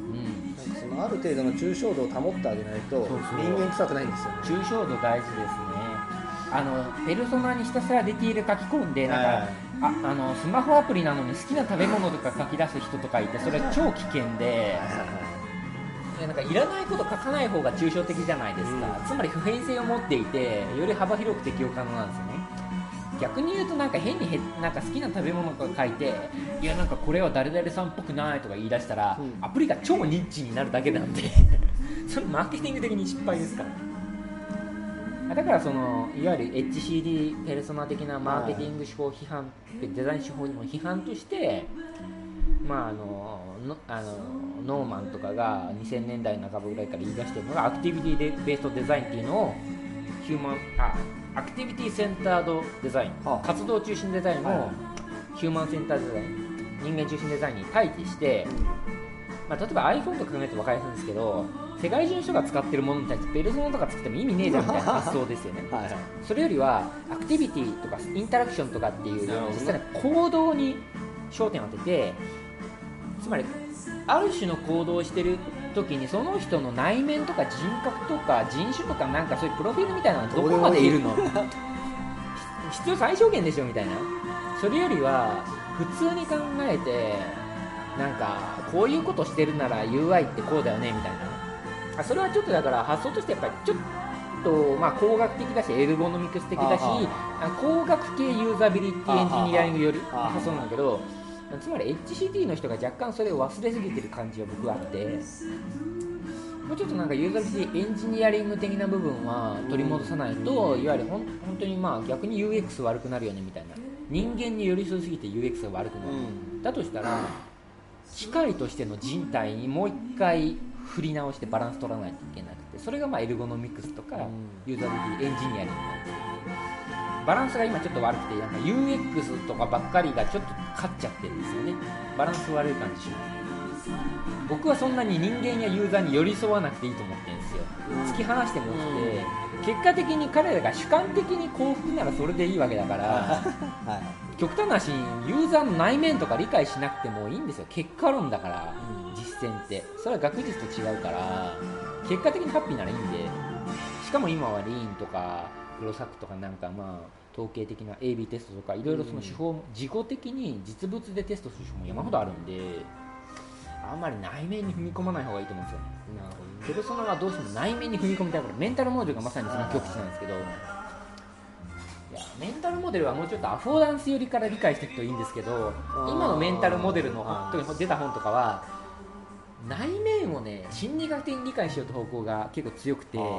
[SPEAKER 4] なんかそのある程度の抽象度を保ってあげないと人間臭くないんですよね。
[SPEAKER 2] 抽象度大事ですね。あのペルソナにひたすらディティール書き込んでなんか、はい、ああのスマホアプリなのに好きな食べ物とか書き出す人とかいて、それは超危険で、でなんかいらないこと書かない方が抽象的じゃないですか、うん、つまり普遍性を持っていてより幅広く適用可能なんですよね。逆に言うとなんか変にへなんか好きな食べ物とか書いて、いやなんかこれは誰々さんっぽくないとか言い出したら、うん、アプリが超ニッチになるだけなんでそれマーケティング的に失敗ですからね。だからそのいわゆる エイチシーディー ペルソナ的なマーケティング手法批判、デザイン手法の批判として、まあ、あののあのノーマンとかがにせんねんだいなかばぐらいから言い出しているのがアクティビティベーストデザインっていうのをヒューマンあアクティビティセンタードデザイン、はあ、活動中心デザインをヒューマンセンターデザイン、人間中心デザインに対峙して、うんまあ、例えば iPhone とか考えると分かりやすいんですけど、世界中の人が使ってるものに対してペルソナとか作っても意味ねえじゃんみたいな発想ですよねはい、はい、それよりはアクティビティとかインタラクションとかっていう実際の行動に焦点を当てて、つまりある種の行動をしてる時にその人の内面とか人格とか人種とかなんかそういうプロフィールみたいなのどこまでいるの必要最小限でしょみたいな、それよりは普通に考えてなんかこういうことしてるなら ユーアイ ってこうだよねみたいな、それはちょっとだから発想としてやっぱりちょっとまあ工学的だしエルゴノミクス的だし工学系ユーザビリティエンジニアリングより発想なんだけど、つまり エイチシーディー の人が若干それを忘れすぎてる感じは僕はあって、もうちょっとなんかユーザビリティエンジニアリング的な部分は取り戻さないと、いわゆるほん本当にまあ逆に ユーエックス 悪くなるよねみたいな、人間に寄り添いすぎて ユーエックス が悪くなる、うん、だとしたら機械としての人体にもう一回振り直してバランス取らないといけなくて、それがまあエルゴノミクスとか、
[SPEAKER 4] うん、
[SPEAKER 2] ユーザビリティエンジニアリングなんですけど、バランスが今ちょっと悪くて、なんか ユーエックス とかばっかりがちょっと勝っちゃってるんですよね。バランス悪い感じします。僕はそんなに人間やユーザーに寄り添わなくていいと思ってるんですよ。突き放してもよくて、結果的に彼らが主観的に幸福ならそれでいいわけだから、はい、極端な話、ユーザーの内面とか理解しなくてもいいんですよ。結果論だから、うん、実践ってそれは学術と違うから、結果的にハッピーならいいんで。しかも今はリーンとかプロサクとかなんかまあ統計的な エービー テストとかいろいろその手法も自己的に実物でテストする手法も山ほどあるんで、あんまり内面に踏み込まない方がいいと思うんですよね。なるほど。ペルソナはどうしても内面に踏み込みたいから、メンタルモデルがまさにその極致なんですけど、いやメンタルモデルはもうちょっとアフォーダンス寄りから理解していくといいんですけど、今のメンタルモデルの特に出た本とかは内面をね心理学的に理解しようと方向が結構強くて、うん、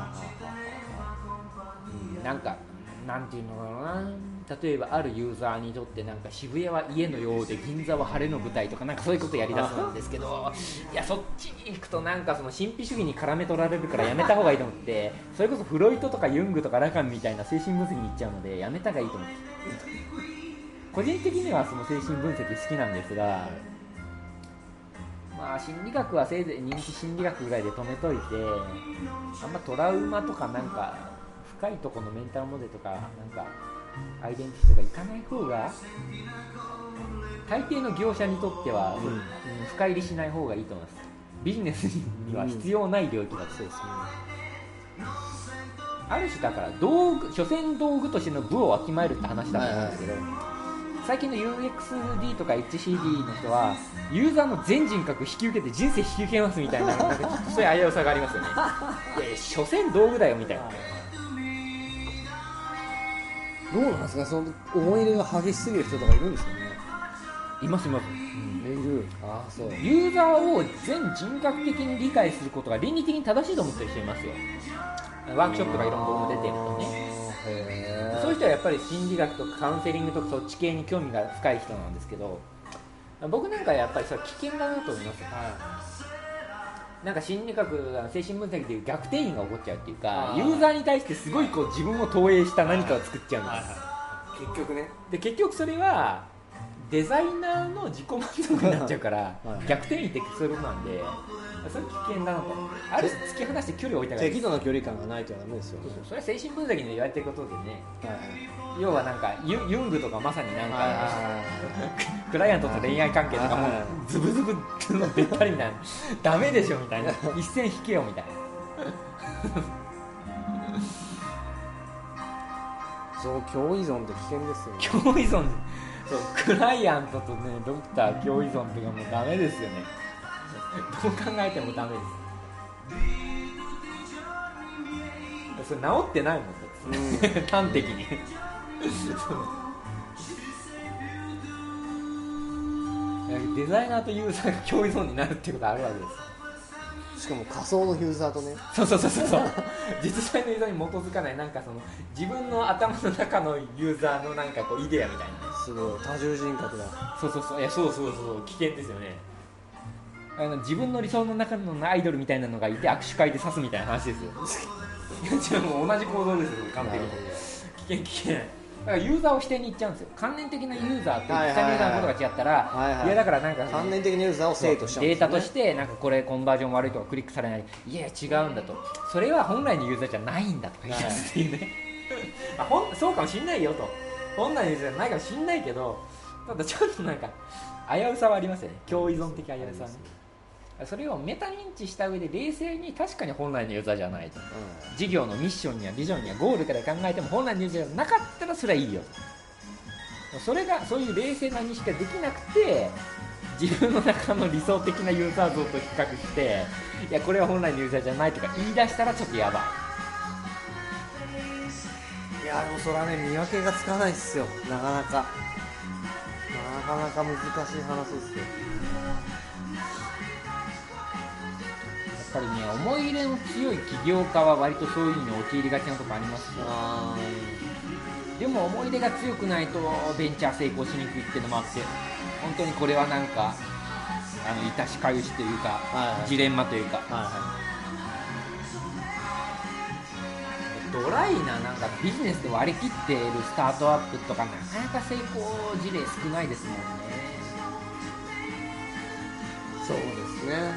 [SPEAKER 2] なんかなんていうのかな、例えばあるユーザーにとってなんか渋谷は家のようで銀座は晴れの舞台とかなんかそういうことをやりだすんですけど、いやそっちに行くとなんかその神秘主義に絡め取られるからやめた方がいいと思って、それこそフロイトとかユングとかラカンみたいな精神分析に行っちゃうのでやめた方がいいと思って個人的にはその精神分析好きなんですが、まあ心理学はせいぜい認知心理学ぐらいで止めといて、あんまトラウマとかなんか深いところのメンタルモデルとかなんかアイデンティティとか行かない方が大抵の業者にとっては、うんうん、深入りしない方がいいと思います。ビジネスには必要ない領域だと、うん、そうですね。ある種だから道具、所詮道具としての部をわきまえるって話だと思うんですけど、はいはい、最近の ユーエックスディー とか エイチシーディー の人はユーザーの全人格引き受けて人生引き受けますみたいな、なんかちょっとそういう危うさがありますよね。いや所詮道具だよみたいな。
[SPEAKER 4] どうなんですか、その思い入れが激しすぎる人とかいるんですかね。
[SPEAKER 2] いますいます、
[SPEAKER 4] うん、いる。ああそう。
[SPEAKER 2] ユーザーを全人格的に理解することが倫理的に正しいと思ってる人いますよ。ワークショップとかいろんな僕も出てるとね。へそういう人はやっぱり心理学とかカウンセリングとかそっち系に興味が深い人なんですけど、僕なんかやっぱりそれ危険だなと思います。はい、なんか心理学、精神分析でいう逆転移が起こっちゃうっていうか、ユーザーに対してすごいこう自分を投影した何かを作っちゃうんです。
[SPEAKER 4] 結局ね。
[SPEAKER 2] で結局それはデザイナーの自己満足になっちゃうから逆転移ってそういうことなんで、それ危険だなと。ある種突き放して距離を置いた方がいい。
[SPEAKER 4] 適度な距離感がないとダメですよ。
[SPEAKER 2] そうそう、それは精神分析で言われてることでね、はい、要はなんか ユ, ユングとかまさになんかクライアントと恋愛関係とかもズブズブのべったりみたいなダメでしょみたいな、一線引けよみたいな
[SPEAKER 4] そう共依存って危険ですよね。
[SPEAKER 2] 共依存、そうクライアントとねドクター共依存っていうかもうダメですよね。どう考えてもダメです。それ治ってないもんね、うん、端的にデザイナーとユーザーが共依存になるっていうことがあるわけです。
[SPEAKER 4] しかも仮想のユーザーとね。
[SPEAKER 2] そうそうそうそう実際のユーザーに基づかない、なんかその自分の頭の中のユーザーのなんかこうイデアみたいな、
[SPEAKER 4] すごい多重人格だ。
[SPEAKER 2] そうそうそう、いやそうそうそう危険ですよね。あの自分の理想の中のアイドルみたいなのがいて握手会で刺すみたいな話ですよ。いやもう同じ構造ですよ完璧に。危険危険。だからユーザーを否定にいっちゃうんですよ。観念的なユーザーと実際のユーザーのことが違ったら、はいはい、いやだからなんか
[SPEAKER 4] 観念的なユーザーを生としちゃうんですよね。
[SPEAKER 2] データとしてなんかこれコンバージョン悪いとかクリックされない、いや違うんだと、それは本来のユーザーじゃないんだとか言い出すっていうね。あほんそうかもしんないよと、本来のユーザーじゃないかもしんないけど、ただちょっとなんか危うさはありますよね。共依存的危うさはね。それをメタ認知した上で冷静に確かに本来のユーザーじゃないと、うん、事業のミッションにはビジョンにはゴールから考えても本来のユーザーじゃなかったらそれはいいよと。それがそういう冷静な認識ができなくて自分の中の理想的なユーザー像と比較していやこれは本来のユーザーじゃないとか言い出したらちょっとやば
[SPEAKER 4] い。いやでもそれはね見分けがつかないっすよ、なかなかなかなか難しい話ですよ。
[SPEAKER 2] やっぱりね、思い入れの強い起業家は割とそういうのに陥りがちなとこありますよ。あでも思い入れが強くないとベンチャー成功しにくいっていうのもあって、本当にこれはなんかあの致しかゆしというか、はいはい、ジレンマというか、はいはドライななんかビジネスで割り切っているスタートアップとかなかなか成功事例少ないですもんね。
[SPEAKER 4] そうですね。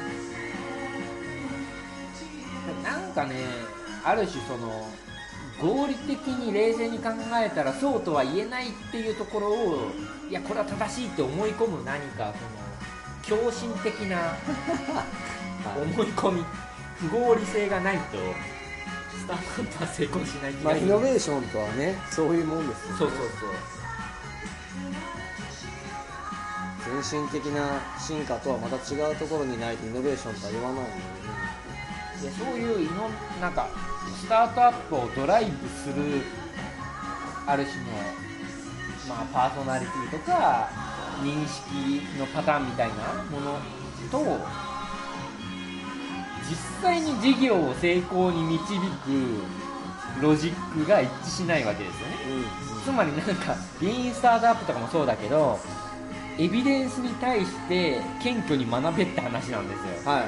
[SPEAKER 2] なんかね、ある種その合理的に冷静に考えたらそうとは言えないっていうところを、いやこれは正しいって思い込む何かその狂信的な思い込み、不合理性がないとスタートアップは成功しない気
[SPEAKER 4] まあ、
[SPEAKER 2] がする。
[SPEAKER 4] イノベーションとはね、そういうもんですよね。
[SPEAKER 2] そうそうそう。
[SPEAKER 4] 先進的な進化とはまた違うところにないとイノベーションとは言わないのでね。
[SPEAKER 2] でそういうイノなんかスタートアップをドライブするある種の、まあ、パーソナリティとか認識のパターンみたいなものと実際に事業を成功に導くロジックが一致しないわけですよね、うんうん、つまりなんかリーンスタートアップとかもそうだけどエビデンスに対して謙虚に学べって話なんですよ、はい、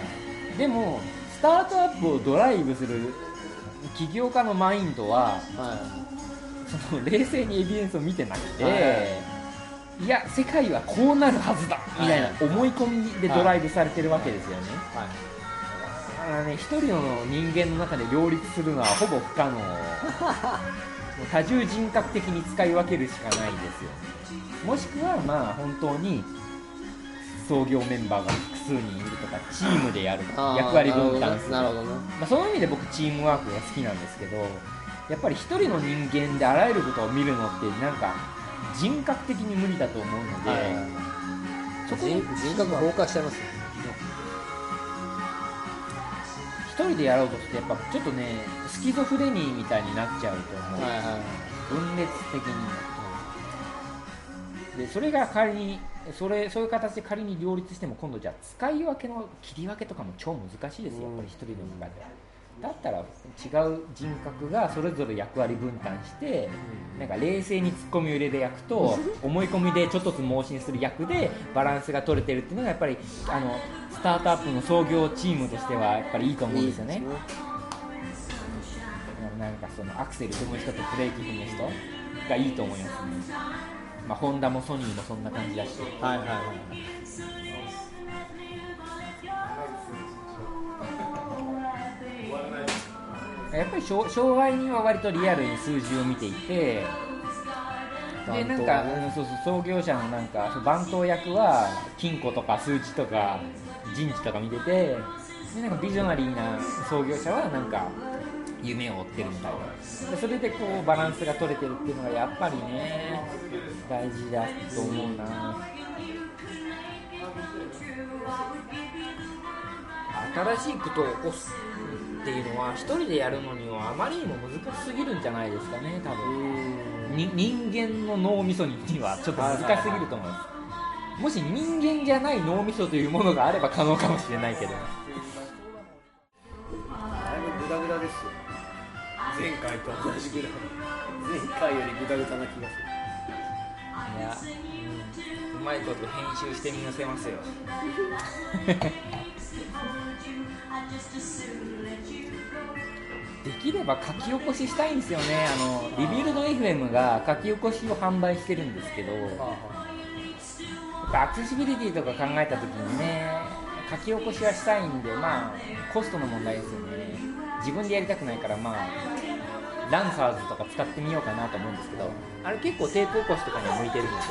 [SPEAKER 2] でもスタートアップをドライブする起業家のマインドは、はい、その冷静にエビデンスを見てなくて、はい、いや世界はこうなるはずだみたいな思い込みでドライブされてるわけですよね、はいはい、だからね一人の人間の中で両立するのはほぼ不可能多重人格的に使い分けるしかないですよ。もしくはまあ本当に創業メンバーが複数人いるとかチームでやる役割分担する、なるほどね、まあ、その意味で僕チームワークが好きなんですけど、やっぱり一人の人間であらゆることを見るのってなんか人格的に無理だと思うので、はいはいはい、そこに人
[SPEAKER 4] 格が崩壊しちゃいますよ。
[SPEAKER 2] 一人でやろうとしてやっぱちょっとねスキゾフレニーみたいになっちゃうと思う、はいはい、分裂的にでそれが仮にそれそういう形で仮に両立しても今度じゃあ使い分けの切り分けとかも超難しいですよ、やっぱり一人の中で。だったら違う人格がそれぞれ役割分担してなんか冷静にツッコミを入れる役と思い込みでちょっとずつ盲信する役でバランスが取れてるっていうのがやっぱりあのスタートアップの創業チームとしてはやっぱりいいと思うんですよね。なんかそのアクセル踏む人とブレーキ踏む人がいいと思いますね。まあ、ホンダもソニーもそんな感じだし、はいはいはい、やっぱり障害人は割とリアルに数字を見ていて、でなんか、ね、そうそう創業者のなんか番頭役は金庫とか数値とか人事とか見てて、でなんかビジョナリーな創業者はなんか夢を追ってるみたいな、でそれでこうバランスが取れてるっていうのがやっぱりね大事だと思うな。新しいことを起こすっていうのは一人でやるのにはあまりにも難しすぎるんじゃないですかね、多分。に人間の脳みそにはちょっと難しすぎると思います。もし人間じゃない脳みそというものがあれば可能かもしれないけど、だい
[SPEAKER 4] ぶグダグダですよ。前回と同じぐらい前回よりグダグダな気がする。
[SPEAKER 2] いや、うん、うまいこと編集してみせますよできれば書き起こししたいんですよね。あのリビルド エフエム が書き起こしを販売してるんですけど、やっぱアクセシビリティとか考えた時にね書き起こしはしたいんで、まあコストの問題ですよね。自分でやりたくないから、まあランサーズとか使ってみようかなと思うんですけど、あれ結構テープ起こしとかに向いてるので。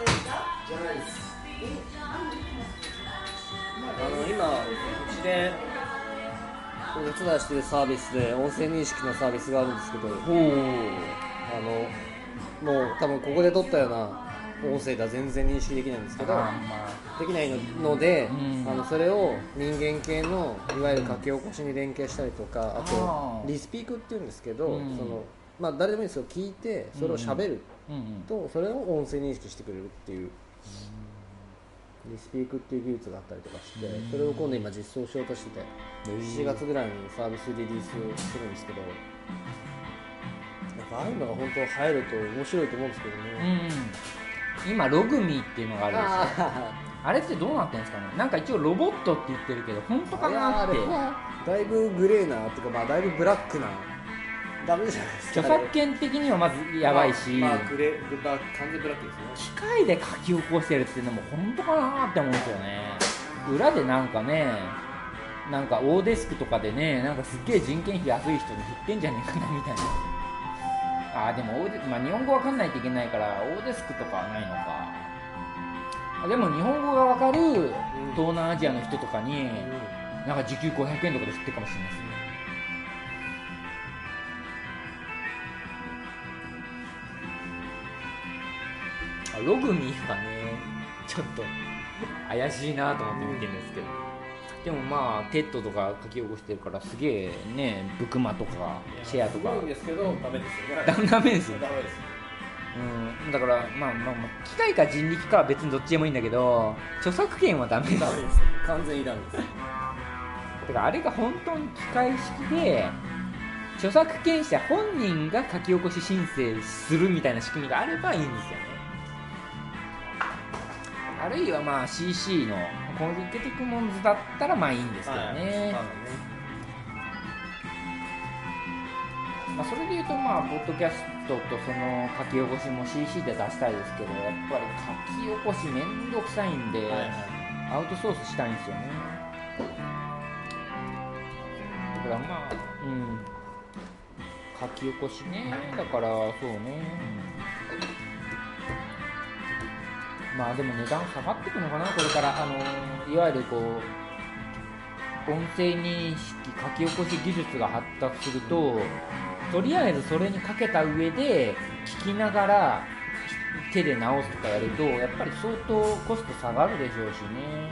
[SPEAKER 4] あの今うちでお手伝いしてるサービスで音声認識のサービスがあるんですけど、あのもう多分ここで撮ったような音声では全然認識できないんですけど、まあ、できないので、うん、あのそれを人間系のいわゆる書き起こしに連携したりとか、あとリスピークっていうんですけど、うん、そのまあ、誰でもいいですよ、聞いてそれを喋るとそれを音声認識してくれるっていう、うん、リスピークっていう技術があったりとかして、うん、それを今度今実装しようとしてて、しちがつぐらいにサービスリリースするんですけど、なんかああいうのが本当流行ると面白いと思うんですけどね、
[SPEAKER 2] うん、今ログミーっていうのがあるんですよ。あれってどうなってるんですかね。なんか一応ロボットって言ってるけど本当かなって。
[SPEAKER 4] だいぶグレーなっていうか、まあだいぶブラックな
[SPEAKER 3] ダメじゃないですか。
[SPEAKER 2] 著作権的にはまずやばいし、
[SPEAKER 3] まあ、まあ、グレブラ完全ブラックですね。
[SPEAKER 2] 機械で書き起こしてるっていうのも本当かなって思うんですよね。裏でなんかね、なんかオーデスクとかでね、なんかすっげえ人件費安い人に振ってんじゃねえかなみたいな。あーでもオーデ、まあ、日本語わかんないといけないからオーデスクとかはないのか。あでも日本語がわかる東南アジアの人とかに、なんか時給ごひゃくえんとかで振ってるかもしれないですね。ログミーはねちょっと怪しいなと思って見てるんですけど、でもまあテッドとか書き起こしてるからすげえね、ブクマとかシェアとか
[SPEAKER 3] いいんですけどダメですよね。
[SPEAKER 2] ダメダメですよ。
[SPEAKER 3] ダメです。
[SPEAKER 2] うん、だからまあまあまあ機械か人力かは別にどっちでもいいんだけど、著作権はダメです。
[SPEAKER 3] ダメです。完全にダメです。
[SPEAKER 2] だからあれが本当に機械式で著作権者本人が書き起こし申請するみたいな仕組みがあればいいんですよね。あるいはまあ シーシー のコンセクティックモンズだったらまあいいんですけどね、はい、まあ、それでいうとまあポッドキャストとその書き起こしも シーシー で出したいですけど、やっぱり書き起こしめんどくさいんで、はいはい、アウトソースしたいんですよね。だからまあうん書き起こしね、だからそうね、まあでも値段下がっていくのかなこれから。あのいわゆるこう音声認識書き起こし技術が発達すると、とりあえずそれにかけた上で聞きながら手で直すとかやるとやっぱり相当コスト下がるでしょうしね、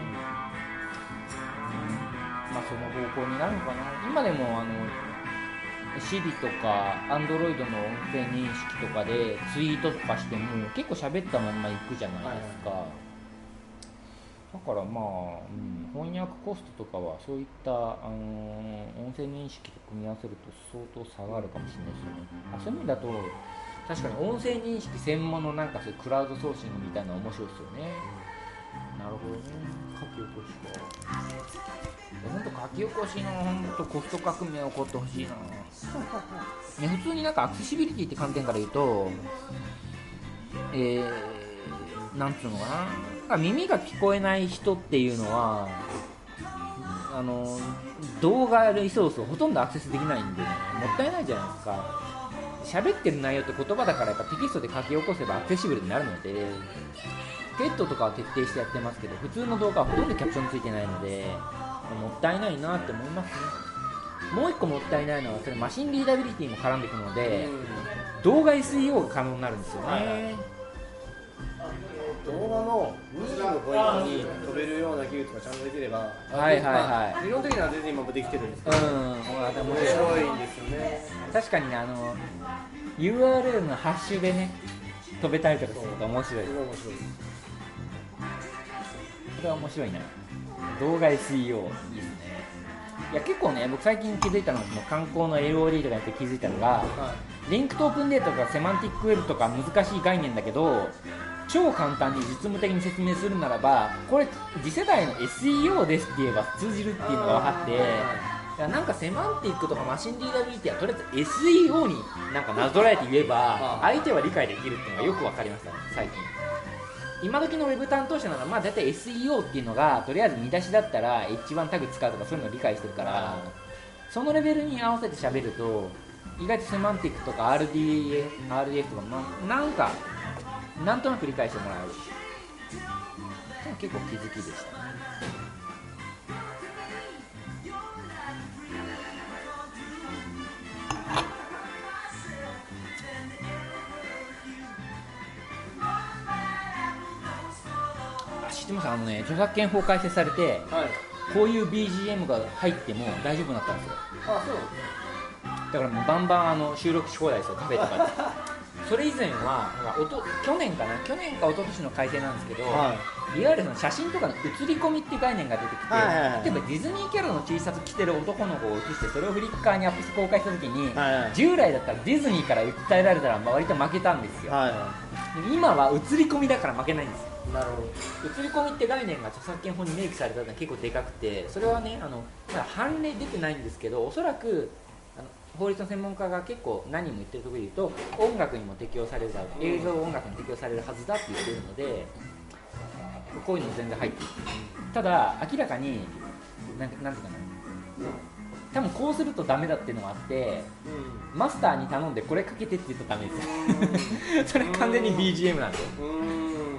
[SPEAKER 2] うん、まあその方向になるのかな。今でもあのSiri とか Android の音声認識とかでツイートとかしても結構喋ったまんまいくじゃないですか、はい、だからまあ、うん、翻訳コストとかはそういった、あのー、音声認識と組み合わせると相当下がるかもしれないですよね。あ、そういう意味だと確かに音声認識専門のなんかそういうクラウドソーシングみたいなの面白いですよね、うん、なるほどね。書き起こしか本当書き起こしの本当コスト革命起こってほしいなね。普通になんかアクセシビリティって観点から言うと、えー、なんつうのかな、耳が聞こえない人っていうのはあの動画リソースをほとんどアクセスできないんで、ね、もったいないじゃないですか。喋ってる内容って言葉だからやっぱテキストで書き起こせばアクセシブルになるので、テッドとかは徹底してやってますけど、普通の動画はほとんどキャプションついてないのでもったいないなって思いますね。もう一個もったいないのはそれマシンリーダビリティも絡んでくるので、動画 エスイーオー が可能になるんですよね、はいはい、
[SPEAKER 3] 動画のにじゅうのポイントに飛べるような技術がちゃんとできれば、
[SPEAKER 2] はいはいはい、
[SPEAKER 3] 理論的には全然今もできてるんですけど、うん、面白いんですよね。
[SPEAKER 2] 確かにね、あの ユーアールエル のハッシュでね飛べたりとかすると面白いです。面白いです。これは面白いな。動画 エスイーオー いいですね。いや結構ね、僕最近気づいたのがその観光の エルオーディー とかやって気づいたのが、はい、リンクとオープンデータとかセマンティックウェブとか難しい概念だけど超簡単に実務的に説明するならば、これ次世代の エスイーオー ですって言えば通じるっていうのが分かって、いやなんかセマンティックとかマシンリーダビリティはとりあえず エスイーオー になんかなぞらえて言えば相手は理解できるっていうのがよく分かりましたね最近。今時のウェブ担当者ならまあ大体 エスイーオー っていうのがとりあえず見出しだったら エイチワン タグ使うとかそういうのを理解してるから、そのレベルに合わせて喋ると意外とセマンティックとか アールディーエフ アールディーエフ とか、まあ、なんかなんとなく理解してもらえる。結構気づきでしたね。知ってます？あのね、著作権法改正されて、はい、こういう ビージーエム が入っても大丈夫になったんですよ。
[SPEAKER 3] あ、そう。
[SPEAKER 2] だからもうバンバンあの収録し放題ですよ、カフェとかで。それ以前はおと去年かな去年か一昨年の改正なんですけど、はい、いわゆるその写真とかの写り込みっていう概念が出てきて、はいはいはい、例えばディズニーキャラの T シャツ着てる男の子を写してそれをフリッカーにアップして公開した時に、はいはい、従来だったらディズニーから訴えられたら割と負けたんですよ、はいはい、今は写り込みだから負けないんですよ。なるほど。写り込みって概念が著作権法に明記されたのは結構でかくて、それはね、あのまだ判例出てないんですけど、おそらくあの法律の専門家が結構何人も言ってるところで言うと音楽にも適用されるだろう、映像音楽に適用されるはずだって言ってるのでこういうの全然入っている。ただ明らかになんていうかな、多分こうするとダメだっていうのがあって、うん、マスターに頼んでこれかけてって言うとダメですよそれ完全に ビージーエム なんで、うん、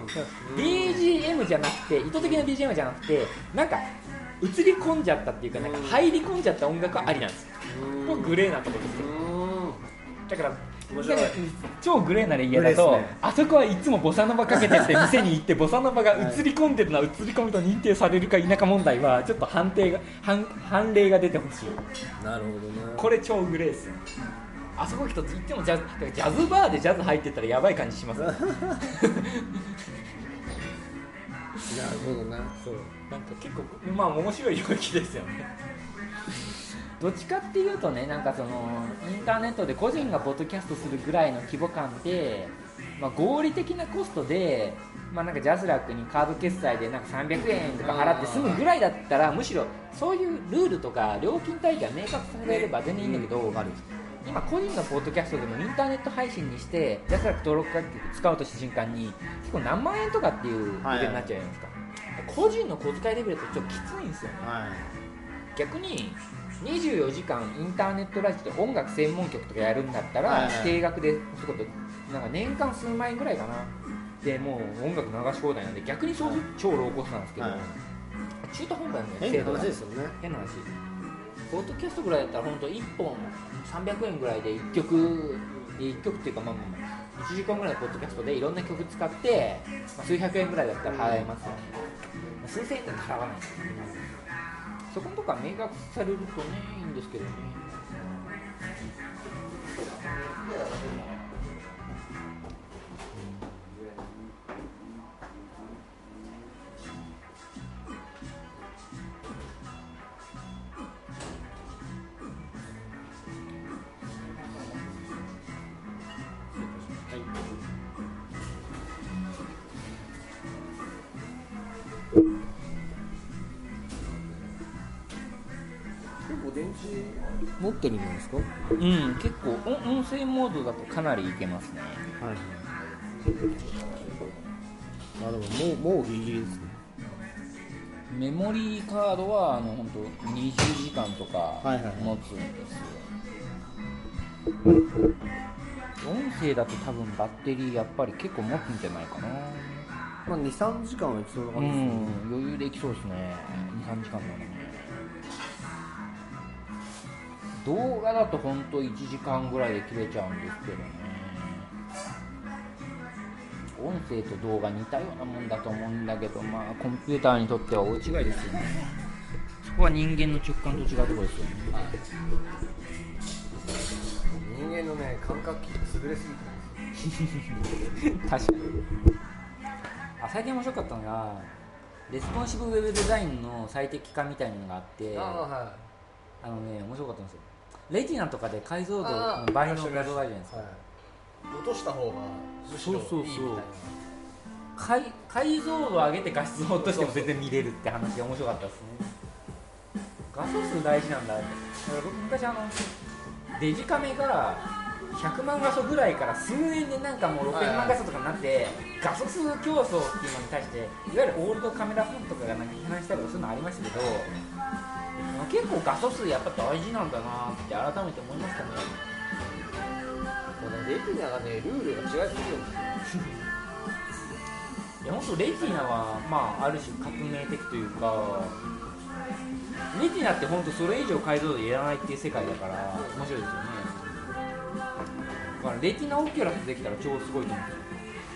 [SPEAKER 2] ビージーエム じゃなくて意図的な ビージーエム じゃなくてなんか映り込んじゃったっていうか、なんか入り込んじゃった音楽はありなんですよ。もうグレーなところですよ。だから超グレーなレイヤーだと、ね、あそこはいつもボサノバかけてって店に行ってボサノバが映り込んでるのは映り込むと認定されるか否か問題はちょっと判定が 判, 判例が出てほしい。
[SPEAKER 4] なるほどね。
[SPEAKER 2] これ超グレーですよ。あそこ一つ行ってもジャズ、ジャズバーでジャズ入ってたらやばい感じします、ね、なる
[SPEAKER 4] ほどね。
[SPEAKER 2] そうなんか結構まあ面白い領域ですよねどっちかっていうとね、なんかそのインターネットで個人がポッドキャストするぐらいの規模感で、まあ、合理的なコストで、まあ、なんかジャスラックにカード決済でなんかさんびゃくえんとか払って済むぐらいだったら、むしろそういうルールとか料金体系が明確されれば全然いいんだけど、うん、今個人のポッドキャストでもインターネット配信にしてジャスラック登録楽曲使うとした瞬間に結構何万円とかっていうレベルになっちゃうじゃないですか、はいはい、個人の小遣いレベルだとちょっときついんですよね、はい、逆ににじゅうよじかんインターネットラジオで音楽専門局とかやるんだったら、はいはい、定額でそういうことなんか年間数万円ぐらいかなでもう音楽流し放題なんで逆にそうすると超ローコストなんですけど、はい、中途半端なんだよね。
[SPEAKER 4] 変な話ですよね。
[SPEAKER 2] 変な話。ポッドキャストぐらいだったら本当いっぽんさんびゃくえんぐらいでいっきょくいっきょくっていうかまあまあいちじかんぐらいのポッドキャストでいろんな曲使って、まあ、数百円ぐらいだったら払えますよね、うん、数千円だったら払わないですよね。そこのとこは明確されるとねいいんですけどね。
[SPEAKER 4] 持ってるんじゃないですか。
[SPEAKER 2] うん、結構音声モードだとかなりいけますね。はい。
[SPEAKER 4] あ、でももうもうギリギリですね。
[SPEAKER 2] メモリーカードはあの本当にじゅうじかんとか持つんですよ。音声だと多分バッテリーやっぱり結構持つんじゃないかな。
[SPEAKER 4] まあにさんじかんはいきそうな感じですね。
[SPEAKER 2] うん、余裕でいきそうですね。にさんじかんなのね。動画だと本当いちじかんぐらいで切れちゃうんですけどね。音声と動画似たようなもんだと思うんだけど、まあコンピューターにとっては大違いですよね。そこは人間の直感と違うところですよね。はい、
[SPEAKER 4] 人間のね感覚器が優れすぎて
[SPEAKER 2] 確かに。あ、最近面白かったのがレスポンシブウェブデザインの最適化みたいなのがあって、あ、はい、あのね面白かったんですよ。レティナとかで解像度の倍の画像があるじゃないですか。
[SPEAKER 4] 落とした方がむしろいいみたいな。
[SPEAKER 2] 解, 解像度を上げて画質を落としても全然見れるって話が面白かったですね。画素数大事なんだって。だから僕昔あのデジカメがひゃくまん画素ぐらいから数年でなんかもうろっぴゃくまん画素とかになって、はいはい、画素数競争っていうのに対していわゆるオールドカメラフォンとかがなんか批判したりとかそういうのありましたけど、結構画素数やっぱ大事なんだなって改めて思いましたね。
[SPEAKER 4] レティナがねルールが違いすぎるんですよ。
[SPEAKER 2] いや本当レティナはまあある種革命的というか、レティナって本当それ以上解像度いらないっていう世界だから面白いですよね。だからレティナオキュラスできたら超すごいと思うんですよ。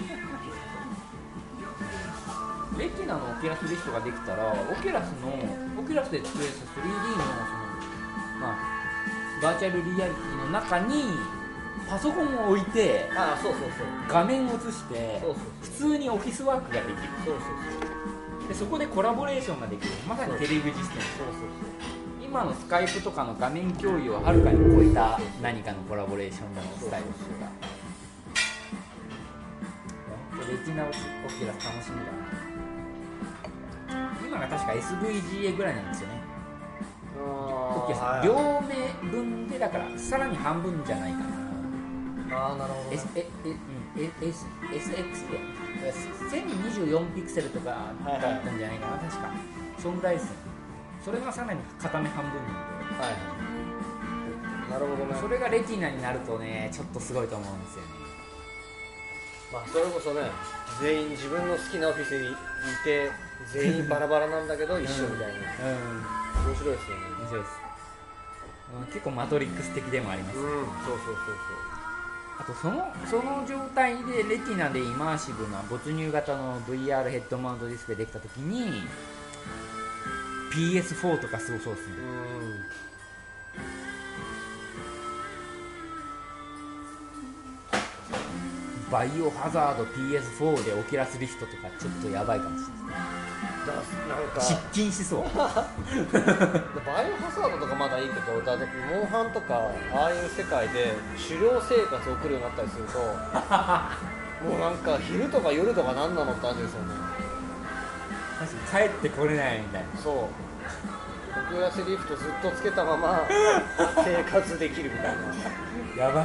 [SPEAKER 2] レティナのオキュラスリストができたらオキュラスのオキュラスで作れる スリーディー の, その、まあ、バーチャルリアリティの中にパソコンを置いて、
[SPEAKER 4] ああ、そうそうそう、
[SPEAKER 2] 画面を映して
[SPEAKER 4] そうそうそう、
[SPEAKER 2] 普通にオフィスワークができる。
[SPEAKER 4] そうそうそう、
[SPEAKER 2] でそこでコラボレーションができる。まさにテレビ実践。そうそうそう、今のスカイプとかの画面共有をはるかに超えた何かのコラボレーションのスタイルですが、レティナオキュラス楽しみだな。今が確か エスブイジーエー ぐらいなんですよね。 ケース、
[SPEAKER 3] はい
[SPEAKER 2] 両目分でだからさらに半分じゃないかな。
[SPEAKER 3] ああなるほど、ね、
[SPEAKER 2] S、ええうん S、エスエックス でせんにじゅうよんピクセルとかだったんじゃないかな、確かそんぐらいです。それがさらに片目半分なんで、
[SPEAKER 3] はい、なるほどね。
[SPEAKER 2] それがレティナになるとねちょっとすごいと思うんですよね。
[SPEAKER 3] まあそれこそね、全員自分の好きなオフィスにいて全員バラバラなんだけど一緒みたいな、うん、面白いですよね。
[SPEAKER 2] 面白いです、うん、結構マトリックス的でもあります、
[SPEAKER 3] うん、そうそうそうそう。
[SPEAKER 2] あとそのその状態でレティナでイマーシブな没入型の ブイアール ヘッドマウントディスプレイできたときに ピーエスフォー とかすごそうですね。うん、バイオハザード ピーエスフォー でオキュラスリフトとかちょっとやばいかもしれないですね。
[SPEAKER 3] なんか
[SPEAKER 2] 失禁しそう
[SPEAKER 3] バイオハザードとかまだいいけど、だモンハンとかああいう世界で狩猟生活を送るようになったりするともうなんか昼とか夜とか何なのって感じですよね。
[SPEAKER 2] 確かに帰ってこれないみたいな。
[SPEAKER 3] そう、オキュラスリフトずっとつけたまま生活できるみたいな
[SPEAKER 2] やばい。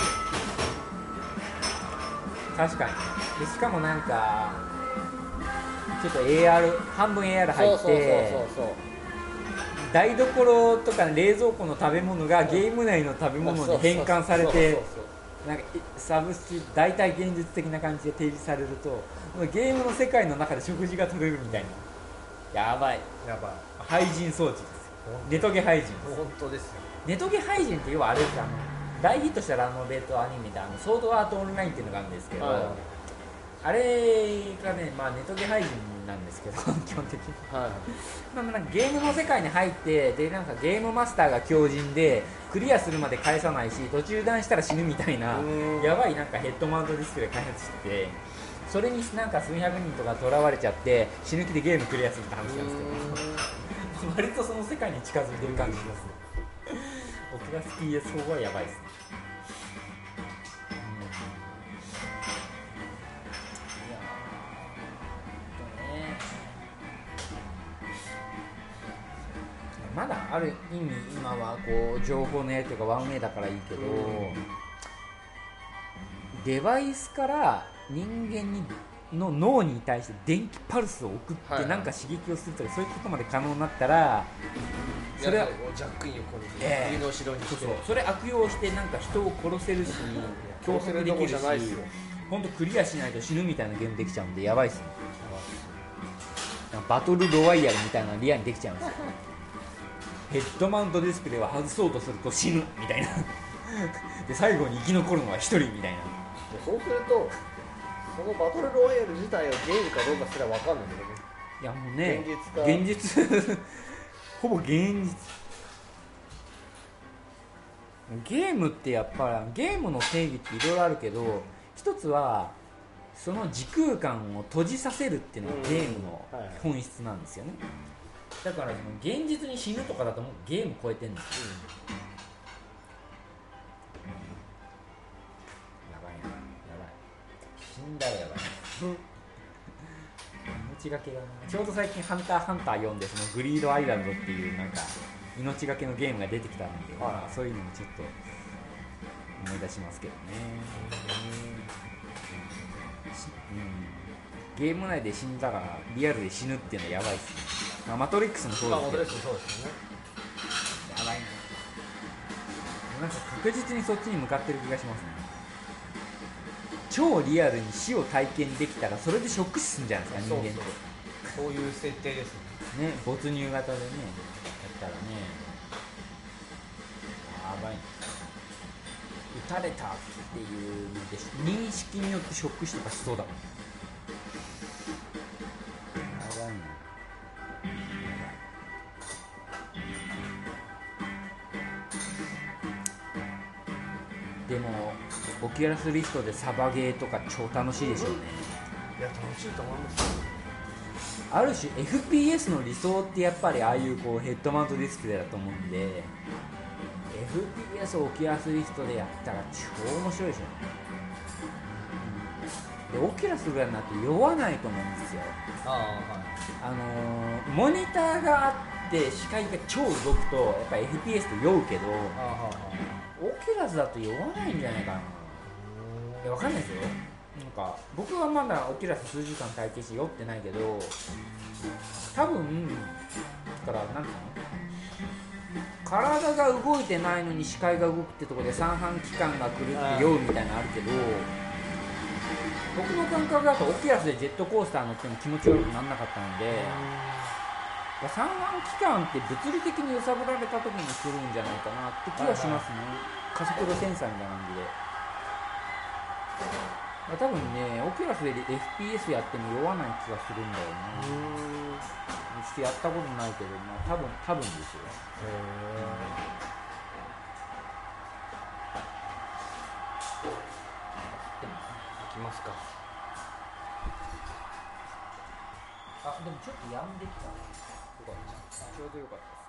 [SPEAKER 2] 確かに。でしかもなんかちょっと エーアール 半分 エーアール 入って台所とか冷蔵庫の食べ物がゲーム内の食べ物に変換されてなんかサブスチ大体現実的な感じで提示されるとゲームの世界の中で食事が取れるみたいな。やばい
[SPEAKER 3] やばい
[SPEAKER 2] 廃人装置ですよ。ネトゲ廃人です。
[SPEAKER 3] 本当ですよ。
[SPEAKER 2] ネトゲ廃人って要はあれです。あの大ヒットしたラノベートアニメであのソードアートオンラインっていうのがあるんですけど、はい、あれがね、まあ、ネトゲ廃人なんですけど基本的に、はいまあ、なんかゲームの世界に入ってでなんかゲームマスターが強靭でクリアするまで返さないし途中断したら死ぬみたいなやばいなんかヘッドマウントディスプレイ開発しててそれになんか数百人とか囚われちゃって死ぬ気でゲームクリアするって話なんですけど割とその世界に近づいてる感じですね。オキュラス ピーエスフォー はやばいですね。まだある意味今はこう情報のやりというかワンウェイだからいいけど、デバイスから人間にの脳に対して電気パルスを送ってなんか刺激をするとかそういうことまで可能になったらそれは
[SPEAKER 3] ジャックインをこう
[SPEAKER 2] えー、
[SPEAKER 3] 首の後ろにして
[SPEAKER 2] そうそうそれ悪用してなんか人を殺せるし脅迫できるし本当クリアしないと死ぬみたいなゲームできちゃうんでやばいっすね。バトルロワイヤルみたいなのリアルにできちゃうんですよ。ヘッドマウントディスプレイは外そうとすると死ぬみたいなで最後に生き残るのは一人みたいな。
[SPEAKER 3] そうするとそのバトルロワイヤル自体はゲームかどうかすら分かんないけどね。
[SPEAKER 2] いやもうね
[SPEAKER 3] 現実か
[SPEAKER 2] 現実ほぼ現実ゲームってやっぱりゲームの定義っていろいろあるけど一つはその時空間を閉じさせるっていうのがゲームの本質なんですよね。だから現実に死ぬとかだともうゲーム超えてるんですよ、うん、やばいなやばい死んだらやばい命がけだな。ちょうど最近ハンターハンター読んでそのグリードアイランドっていうなんか命がけのゲームが出てきたんで、まあ、そういうのもちょっと思い出しますけどね、うん、ゲーム内で死んだらリアルで死ぬっていうのはやばいっすね。まあ、マトリックスもそうですけど、
[SPEAKER 3] そうですよね。
[SPEAKER 2] やばいな。なんか確実にそっちに向かってる気がしますね。超リアルに死を体験できたらそれでショック死すんじゃないですか人間って。
[SPEAKER 3] そうそうそういう設定です
[SPEAKER 2] ね。ね没入型でねやったらねやばいな。撃たれたっていうので認識によってショック死とかしそうだもん。やばいな。でもオキュラスリフトでサバゲーとか超楽しいでしょうね。
[SPEAKER 3] いや楽しいと思いますよ。
[SPEAKER 2] ある種 エフピーエス の理想ってやっぱりああいうこうヘッドマウントディスプレイだと思うんで エフピーエス をオキュラスリフトでやったら超面白いでしょうね。でオキュラスぐらいになって酔わないと思うんですよ。
[SPEAKER 3] あ、はい、
[SPEAKER 2] あのー、モニターがあっって視界が超動くとやっぱ エフピーエス って酔うけど、
[SPEAKER 3] あ
[SPEAKER 2] オキュラスだと酔わないんじゃないかな。いや、わかんないですよ。なんか僕はまだオキュラス数時間体験して酔ってないけど、多分だからなんていうの、体が動いてないのに視界が動くってところで三半規管が狂って酔うみたいなのあるけど、僕の感覚だとオキュラスでジェットコースター乗っても気持ち悪くならなかったので、三半規管って物理的に揺さぶられた時にするんじゃないかなって気はしますね。加速度センサーみたいな感じで。多分ね、オキュラスで エフピーエス やっても酔わない気がするんだよね。ちょっとやったことないけど、まあ、多分多分ですよ。へ
[SPEAKER 3] 行きますか。
[SPEAKER 2] あ、でもちょっとやんできた。よかった。ちょうどよかったです。